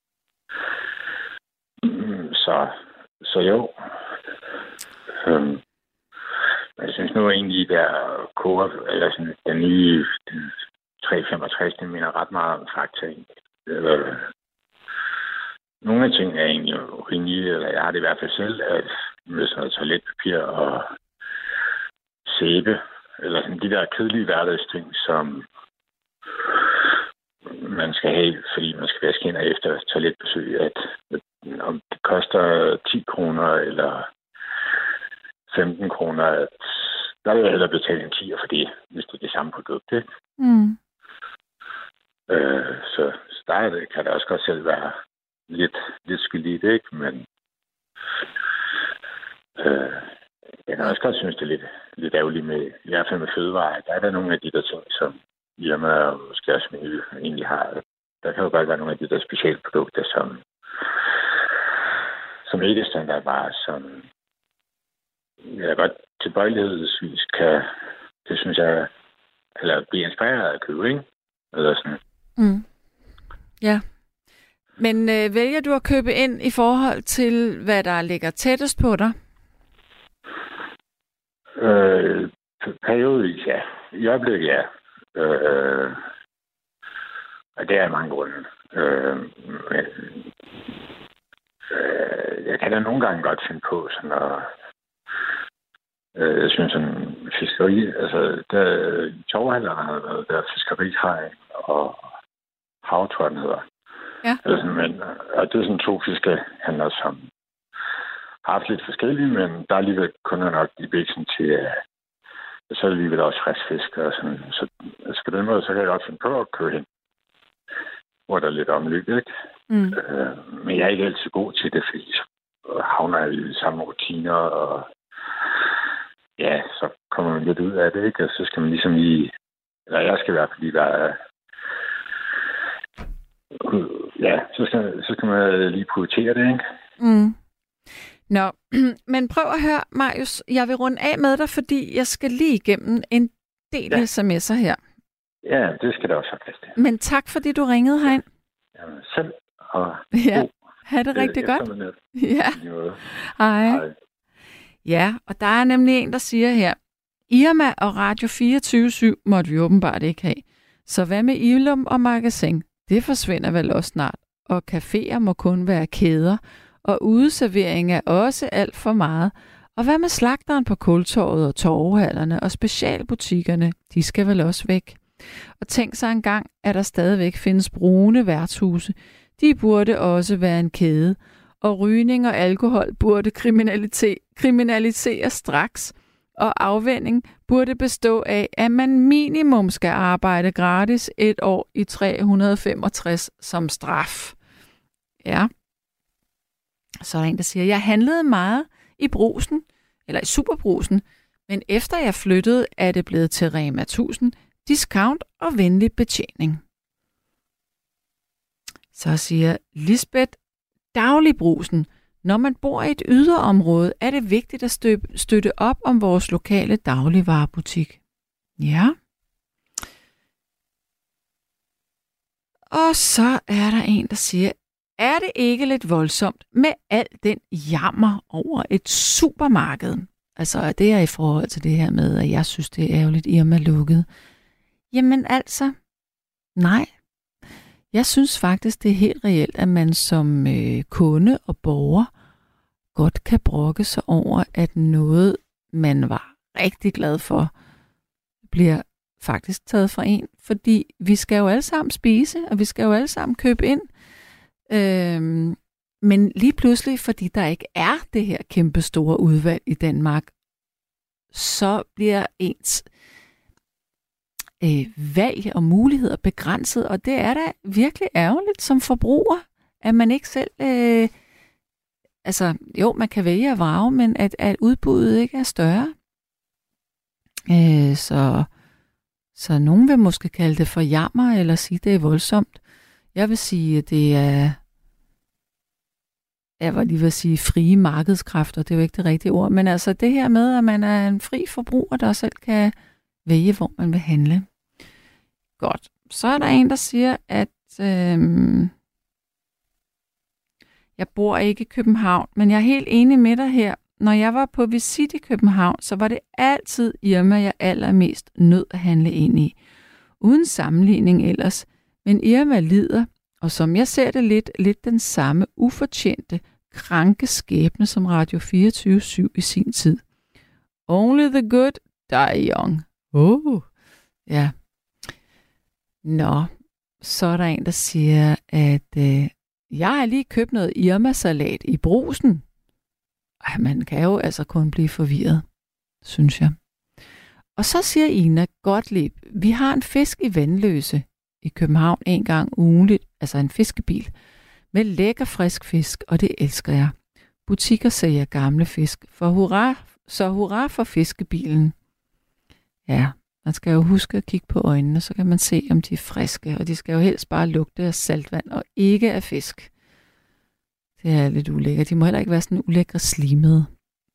så, så jo. Øh, jeg synes nu egentlig, der koger, eller sådan, den nye den tre femogtres, den minder ret meget om Fakta. Øh, nogle af tingene er egentlig rimelige, eller jeg har det i hvert fald selv, at med sådan noget toiletpapir og sæbe, eller sådan de der kedelige hverdagsting, som man skal have, fordi man skal vaske hænder efter toiletbesøg, at, at om det koster ti kroner eller femten kroner, at der vil jeg hellere betale en tier for det, hvis det er det samme produkt, ikke? Mm. Øh, så, så der er det, kan det også godt selv være lidt, lidt skyldigt, ikke? Men øh, jeg kan også godt synes, det er lidt, lidt ærgerligt med, i hvert fald med fødevarer. Der er der nogle af de der ting, som Irma og måske også Meny egentlig har. Der kan jo godt være nogle af de der specielle produkter, som, som ikke er standardvarer, som jeg godt tilbøjelighedsvis kan, det synes jeg, eller blive inspireret af at købe, ikke? Eller sådan. Mm. Ja. Men øh, vælger du at købe ind i forhold til, hvad der ligger tættest på dig? Øh, periodisk, ja. I øjeblikket, ja. Øh, og det er mange grunde. Øh, men, øh, jeg kan da nogle gange godt finde på sådan at Øh, jeg synes, sådan fiskeri, altså der i Torvhandlerne har været der fiskerihaj og hav, tror jeg, den hedder. Ja. Altså, men, og det er sådan to fiskehandler, som har haft lidt forskellige, men der er alligevel kun nok i biksen til, at så er det alligevel også frisk fisk. Og sådan. Så altså, på den måde, så kan jeg godt finde på at køre hen, hvor der er lidt omløb, ikke? Mm. Øh, men jeg er ikke altid god til det, fordi så havner jeg i samme rutiner, og ja, så kommer man lidt ud af det, ikke? Og så skal man ligesom lige, eller jeg skal i hvert fald lige være, ja, så skal, så skal man lige prioritere det, ikke? Mm. Nå, men prøv at høre, Marius, jeg vil runde af med dig, fordi jeg skal lige igennem en del ja. sms'er her. Ja, det skal der også have plads til. Men tak, fordi du ringede herind. Jamen, selv, og ja, god. Ha' det rigtig godt. Ja. Hej. Hej. Ja, og der er nemlig en, der siger her, Irma og Radio fireogtyve syv måtte vi åbenbart ikke have. Så hvad med Ilum og Magasin? Det forsvinder vel også snart. Og caféer må kun være kæder. Og udeservering er også alt for meget. Og hvad med slagteren på Kultorvet og torvehallerne og specialbutikkerne? De skal vel også væk. Og tænk sig engang, at der stadigvæk findes brune værtshuse. De burde også være en kæde. Og rygning og alkohol burde kriminaliseres straks. Og afvænning burde bestå af, at man minimum skal arbejde gratis et år i tre hundrede og femogtres som straf. Ja. Så er der en, der siger, jeg handlede meget i Brugsen, eller i Superbrugsen, men efter jeg flyttede, er det blevet til Rema tusind, discount og venlig betjening. Så siger Lisbeth, Dagligbrusen, når man bor i et yderområde, er det vigtigt at stø- støtte op om vores lokale dagligvarebutik. Ja. Og så er der en, der siger, er det ikke lidt voldsomt med al den jammer over et supermarked? Altså, det er i forhold til det her med, at jeg synes, det er ærgerligt, Irma lukket. Jamen altså, nej. Jeg synes faktisk, det er helt reelt, at man som øh, kunde og borger godt kan brokke sig over, at noget, man var rigtig glad for, bliver faktisk taget fra en. Fordi vi skal jo alle sammen spise, og vi skal jo alle sammen købe ind. Øhm, men lige pludselig, fordi der ikke er det her kæmpe store udvalg i Danmark, så bliver ens øh, valg og muligheder begrænset, og det er da virkelig ærgerligt som forbruger, at man ikke selv, øh, altså jo, man kan vælge at vrage, men at, at udbuddet ikke er større. Øh, så, så nogen vil måske kalde det for jammer, eller sige, det er voldsomt. Jeg vil sige, at det er, jeg var lige ved at sige frie markedskræfter, det er jo ikke det rigtige ord, men altså det her med, at man er en fri forbruger, der selv kan vælge, hvor man vil handle. Godt. Så er der en, der siger, at øhm, jeg bor ikke i København, men jeg er helt enig med dig her. Når jeg var på visit i København, så var det altid Irma, jeg allermest nød at handle ind i. Uden sammenligning ellers. Men Irma lider, og som jeg ser det lidt, lidt den samme ufortjente, kranke skæbne som Radio fireogtyve syv i sin tid. Only the good die young. Oh, ja. Nå, så er der en, der siger, at øh, jeg har lige købt noget Irma-salat i Brugsen. Ej, man kan jo altså kun blive forvirret, synes jeg. Og så siger Ina Gottlieb, vi har en fisk i Vandløse i København en gang ugenligt, altså en fiskebil, med lækker frisk fisk, og det elsker jeg. Butikker sælger gamle fisk, for hurra, så hurra for fiskebilen. Ja, man skal jo huske at kigge på øjnene, så kan man se, om de er friske, og de skal jo helst bare lugte af saltvand, og ikke af fisk. Det er lidt ulækkert. De må heller ikke være sådan ulækre slimede.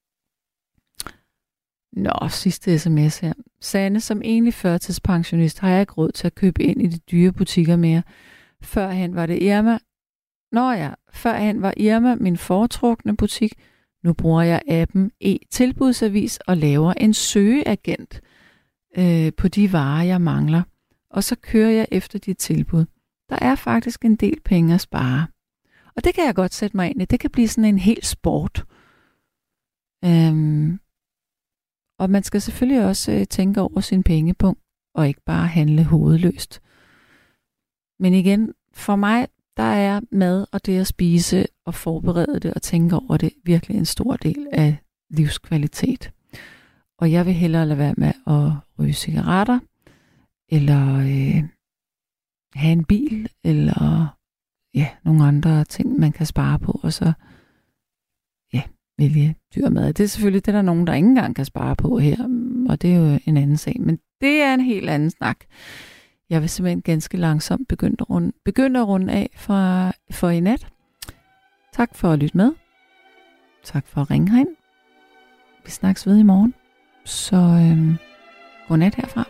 Nå, sidste sms her. Sanne, som egentlig førtidspensionist, har jeg ikke råd til at købe ind i de dyre butikker mere. Førhen var det Irma. Nå ja, førhen var Irma min foretrukne butik. Nu bruger jeg appen e-tilbudsavis og laver en søgeagent øh, på de varer, jeg mangler. Og så kører jeg efter de tilbud. Der er faktisk en del penge at spare. Og det kan jeg godt sætte mig ind i. Det kan blive sådan en hel sport. Øhm, og man skal selvfølgelig også øh, tænke over sin pengepunkt, og ikke bare handle hovedløst. Men igen, for mig, der er mad og det at spise og forberede det og tænke over det virkelig en stor del af livskvalitet. Og jeg vil hellere lade være med at ryge cigaretter, eller øh, have en bil, eller ja, nogle andre ting, man kan spare på, og så ja, vælge dyr mad. Det er selvfølgelig det, der er nogen, der ikke engang kan spare på her, og det er jo en anden sag. Men det er en helt anden snak. Jeg vil simpelthen ganske langsomt begynde at runde, begynde at runde af for, for i nat. Tak for at lytte med. Tak for at ringe herind. Vi snakkes ved i morgen. Så øhm, godnat herfra.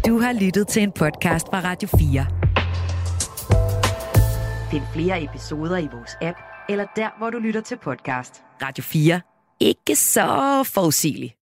Du har lyttet til en podcast fra Radio fire. Find flere episoder i vores app, eller der, hvor du lytter til podcast. Radio fire. Ikke så forudsigeligt.